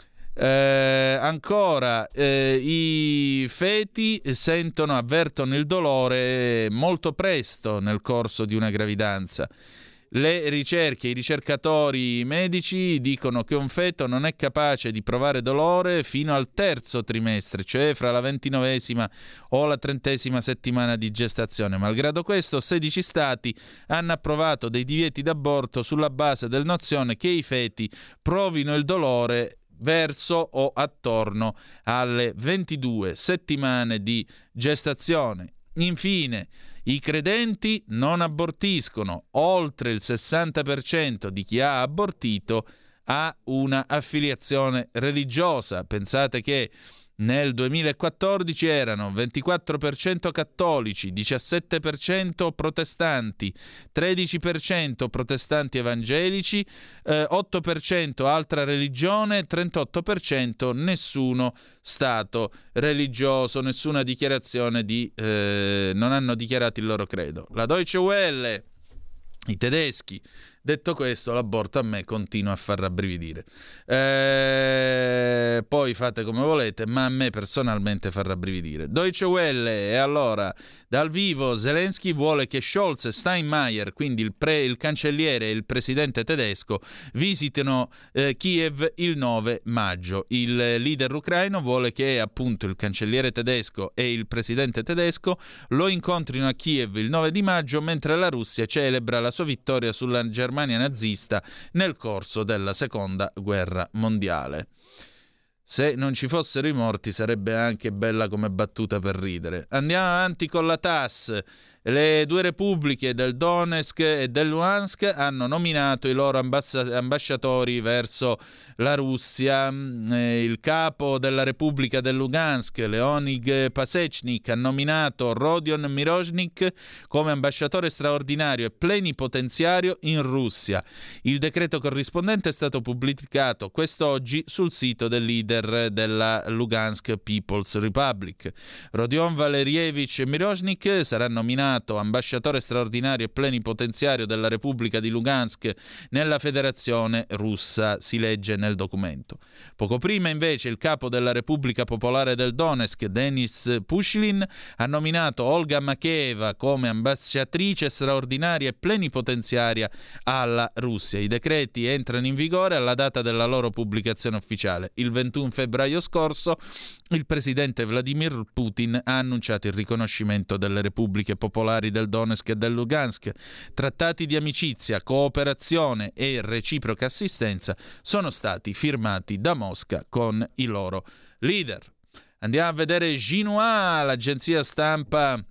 [SPEAKER 2] Eh, ancora, eh, i feti sentono, avvertono il dolore molto presto nel corso di una gravidanza. Le ricerche, i ricercatori medici dicono che un feto non è capace di provare dolore fino al terzo trimestre, cioè fra la ventinovesima o la trentesima settimana di gestazione. Malgrado questo, sedici stati hanno approvato dei divieti d'aborto sulla base del nozione che i feti provino il dolore verso o attorno alle ventidue settimane di gestazione. Infine, i credenti non abortiscono. Oltre il sessanta per cento di chi ha abortito ha una affiliazione religiosa. Pensate che nel duemilaquattordici erano ventiquattro per cento cattolici, diciassette per cento protestanti, tredici per cento protestanti evangelici, eh, otto per cento altra religione, trentotto per cento nessuno stato religioso, nessuna dichiarazione di... Eh, non hanno dichiarato il loro credo. La Deutsche Welle, i tedeschi. Detto questo, l'aborto a me continua a far rabbrividire. Eh, poi fate come volete, ma a me personalmente fa rabbrividire. Deutsche Welle, e allora, dal vivo, Zelensky vuole che Scholz e Steinmeier, quindi il, pre, il cancelliere e il presidente tedesco, visitino eh, Kiev il nove maggio. Il leader ucraino vuole che appunto il cancelliere tedesco e il presidente tedesco lo incontrino a Kiev il nove di maggio, mentre la Russia celebra la sua vittoria sulla Germania nazista nel corso della seconda guerra mondiale. Se non ci fossero i morti sarebbe anche bella come battuta per ridere. Andiamo avanti con la T A S. Le due repubbliche del Donetsk e del Luhansk hanno nominato i loro ambass- ambasciatori verso la Russia. Eh, il capo della Repubblica del Lugansk, Leonid Pasechnik, ha nominato Rodion Mirozhnik come ambasciatore straordinario e plenipotenziario in Russia. Il decreto corrispondente è stato pubblicato quest'oggi sul sito del leader della Lugansk People's Republic. Rodion Valerievich Mirozhnik sarà nominato ambasciatore straordinario e plenipotenziario della Repubblica di Lugansk nella Federazione Russa, si legge nel documento. Poco prima, invece, il capo della Repubblica Popolare del Donetsk, Denis Pushilin, ha nominato Olga Makeeva come ambasciatrice straordinaria e plenipotenziaria alla Russia. I decreti entrano in vigore alla data della loro pubblicazione ufficiale. Il ventuno febbraio scorso il presidente Vladimir Putin ha annunciato il riconoscimento delle repubbliche popolari del Donetsk e del Lugansk. Trattati di amicizia, cooperazione e reciproca assistenza sono stati firmati da Mosca con i loro leader. Andiamo a vedere Xinhua, l'agenzia stampa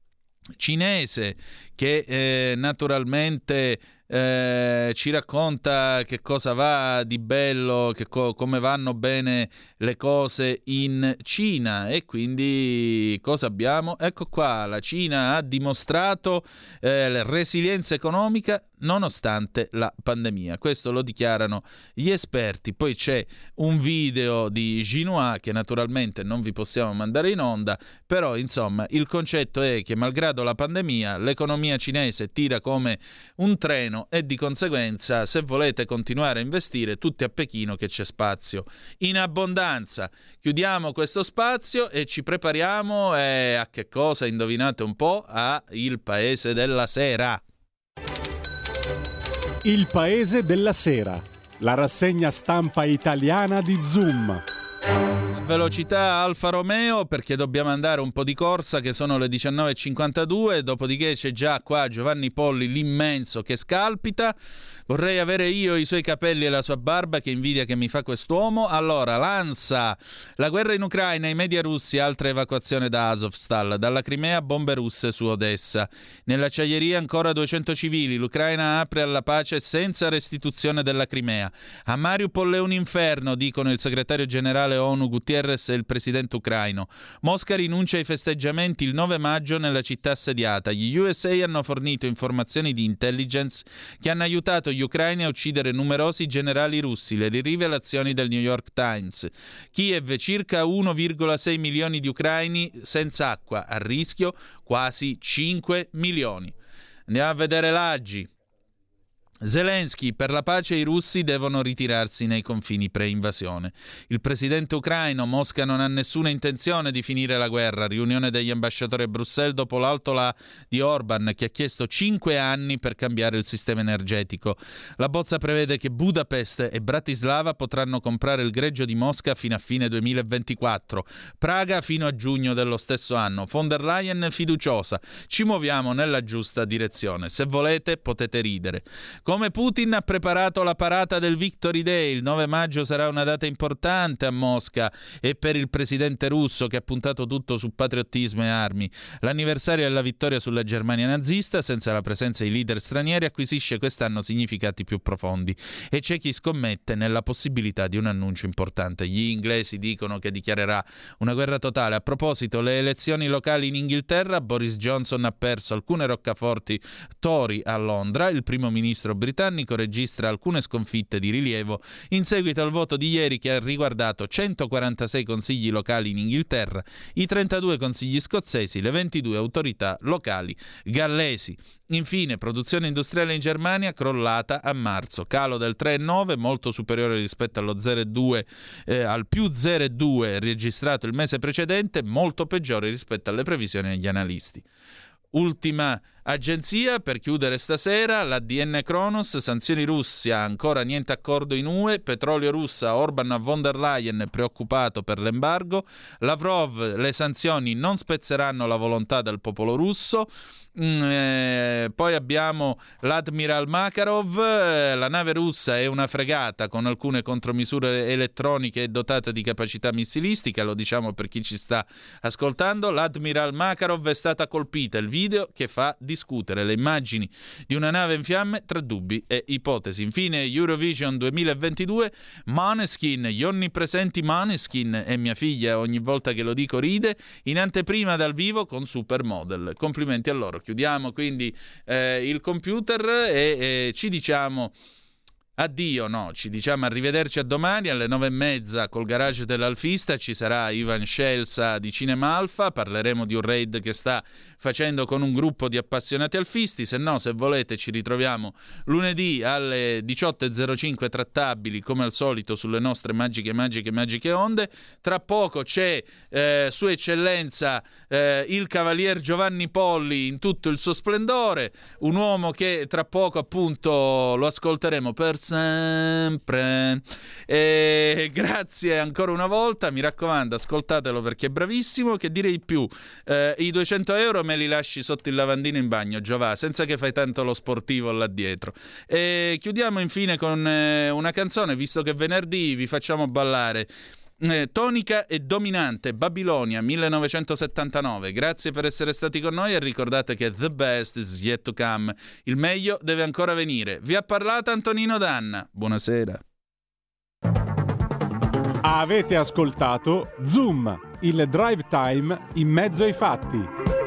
[SPEAKER 2] cinese, che eh, naturalmente eh, ci racconta che cosa va di bello, che co- come vanno bene le cose in Cina. E quindi cosa abbiamo? Ecco qua, la Cina ha dimostrato eh, resilienza economica nonostante la pandemia. Questo lo dichiarano gli esperti. Poi c'è un video di Xinhua che naturalmente non vi possiamo mandare in onda, però insomma il concetto è che malgrado la pandemia l'economia cinese tira come un treno e di conseguenza, se volete continuare a investire, tutti a Pechino che c'è spazio in abbondanza. Chiudiamo questo spazio e ci prepariamo eh, a che cosa? Indovinate un po'? A Il Paese della Sera.
[SPEAKER 1] Il Paese della Sera, la rassegna stampa italiana di Zoom.
[SPEAKER 2] Velocità Alfa Romeo, perché dobbiamo andare un po' di corsa, che sono le diciannove e cinquantadue, dopodiché c'è già qua Giovanni Polli l'immenso che scalpita. Vorrei avere io i suoi capelli e la sua barba, che invidia che mi fa quest'uomo. Allora, L'Ansa, la guerra in Ucraina, i media russi, altra evacuazione da Azovstal, dalla Crimea bombe russe su Odessa. Nell'acciaieria ancora duecento civili, l'Ucraina apre alla pace senza restituzione della Crimea. A Mariupol è un inferno, dicono il segretario generale ONU Guterres e il presidente ucraino. Mosca rinuncia ai festeggiamenti il nove maggio nella città assediata. Gli U S A hanno fornito informazioni di intelligence che hanno aiutato gli ucraini a uccidere numerosi generali russi, le rivelazioni del New York Times. Kiev, circa uno virgola sei milioni di ucraini senza acqua, a rischio quasi cinque milioni. Andiamo a vedere l'Aggi. Zelensky, per la pace i russi devono ritirarsi nei confini pre-invasione. Il presidente ucraino, Mosca non ha nessuna intenzione di finire la guerra. Riunione degli ambasciatori a Bruxelles dopo l'altola di Orban, che ha chiesto cinque anni per cambiare il sistema energetico. La bozza prevede che Budapest e Bratislava potranno comprare il greggio di Mosca fino a fine duemilaventiquattro, Praga fino a giugno dello stesso anno. Von der Leyen fiduciosa: ci muoviamo nella giusta direzione. Se volete potete ridere. Come Putin ha preparato la parata del Victory Day. Il nove maggio sarà una data importante a Mosca e per il presidente russo, che ha puntato tutto su patriottismo e armi. L'anniversario della vittoria sulla Germania nazista, senza la presenza di leader stranieri, acquisisce quest'anno significati più profondi e c'è chi scommette nella possibilità di un annuncio importante. Gli inglesi dicono che dichiarerà una guerra totale. A proposito, le elezioni locali in Inghilterra, Boris Johnson ha perso alcune roccaforti Tory a Londra. Il primo ministro britannico registra alcune sconfitte di rilievo in seguito al voto di ieri che ha riguardato centoquarantasei consigli locali in Inghilterra, i trentadue consigli scozzesi, le ventidue autorità locali gallesi. Infine, produzione industriale in Germania crollata a marzo, calo del tre virgola nove, molto superiore rispetto allo zero virgola due, eh, al più zero virgola due registrato il mese precedente, molto peggiore rispetto alle previsioni degli analisti. Ultima agenzia per chiudere stasera, l'A D N Kronos, sanzioni Russia, ancora niente accordo in U E, petrolio russa, Orban a von der Leyen preoccupato per l'embargo, Lavrov, le sanzioni non spezzeranno la volontà del popolo russo. Mm, eh, poi abbiamo l'Admiral Makarov, eh, la nave russa è una fregata con alcune contromisure elettroniche e dotata di capacità missilistica, lo diciamo per chi ci sta ascoltando. L'Admiral Makarov è stata colpita, il video che fa discutere, le immagini di una nave in fiamme tra dubbi e ipotesi. Infine Eurovision duemilaventidue, Måneskin, gli onnipresenti Måneskin, e mia figlia ogni volta che lo dico ride, in anteprima dal vivo con Supermodel. Complimenti a loro. Chiudiamo quindi eh, il computer e eh, ci diciamo addio, no, ci diciamo arrivederci a domani alle nove e mezza col garage dell'Alfista. Ci sarà Ivan Scelsa di Cinema Alfa, parleremo di un raid che sta facendo con un gruppo di appassionati alfisti. Se no, se volete, ci ritroviamo lunedì alle diciotto e zero cinque trattabili come al solito sulle nostre magiche magiche magiche onde. Tra poco c'è eh, Sua Eccellenza eh, il Cavalier Giovanni Polli in tutto il suo splendore, un uomo che tra poco appunto lo ascolteremo per sempre. E grazie ancora una volta, mi raccomando, ascoltatelo perché è bravissimo. Che direi più, eh, i duecento euro me li lasci sotto il lavandino in bagno, Giova, senza che fai tanto lo sportivo là dietro. E chiudiamo infine con eh, una canzone, visto che venerdì vi facciamo ballare. Eh, tonica e dominante, Babilonia millenovecentosettantanove. Grazie per essere stati con noi e ricordate che the best is yet to come, il meglio deve ancora venire. Vi ha parlato Antonino Danna, buonasera.
[SPEAKER 1] Avete ascoltato Zoom, il drive time in mezzo ai fatti.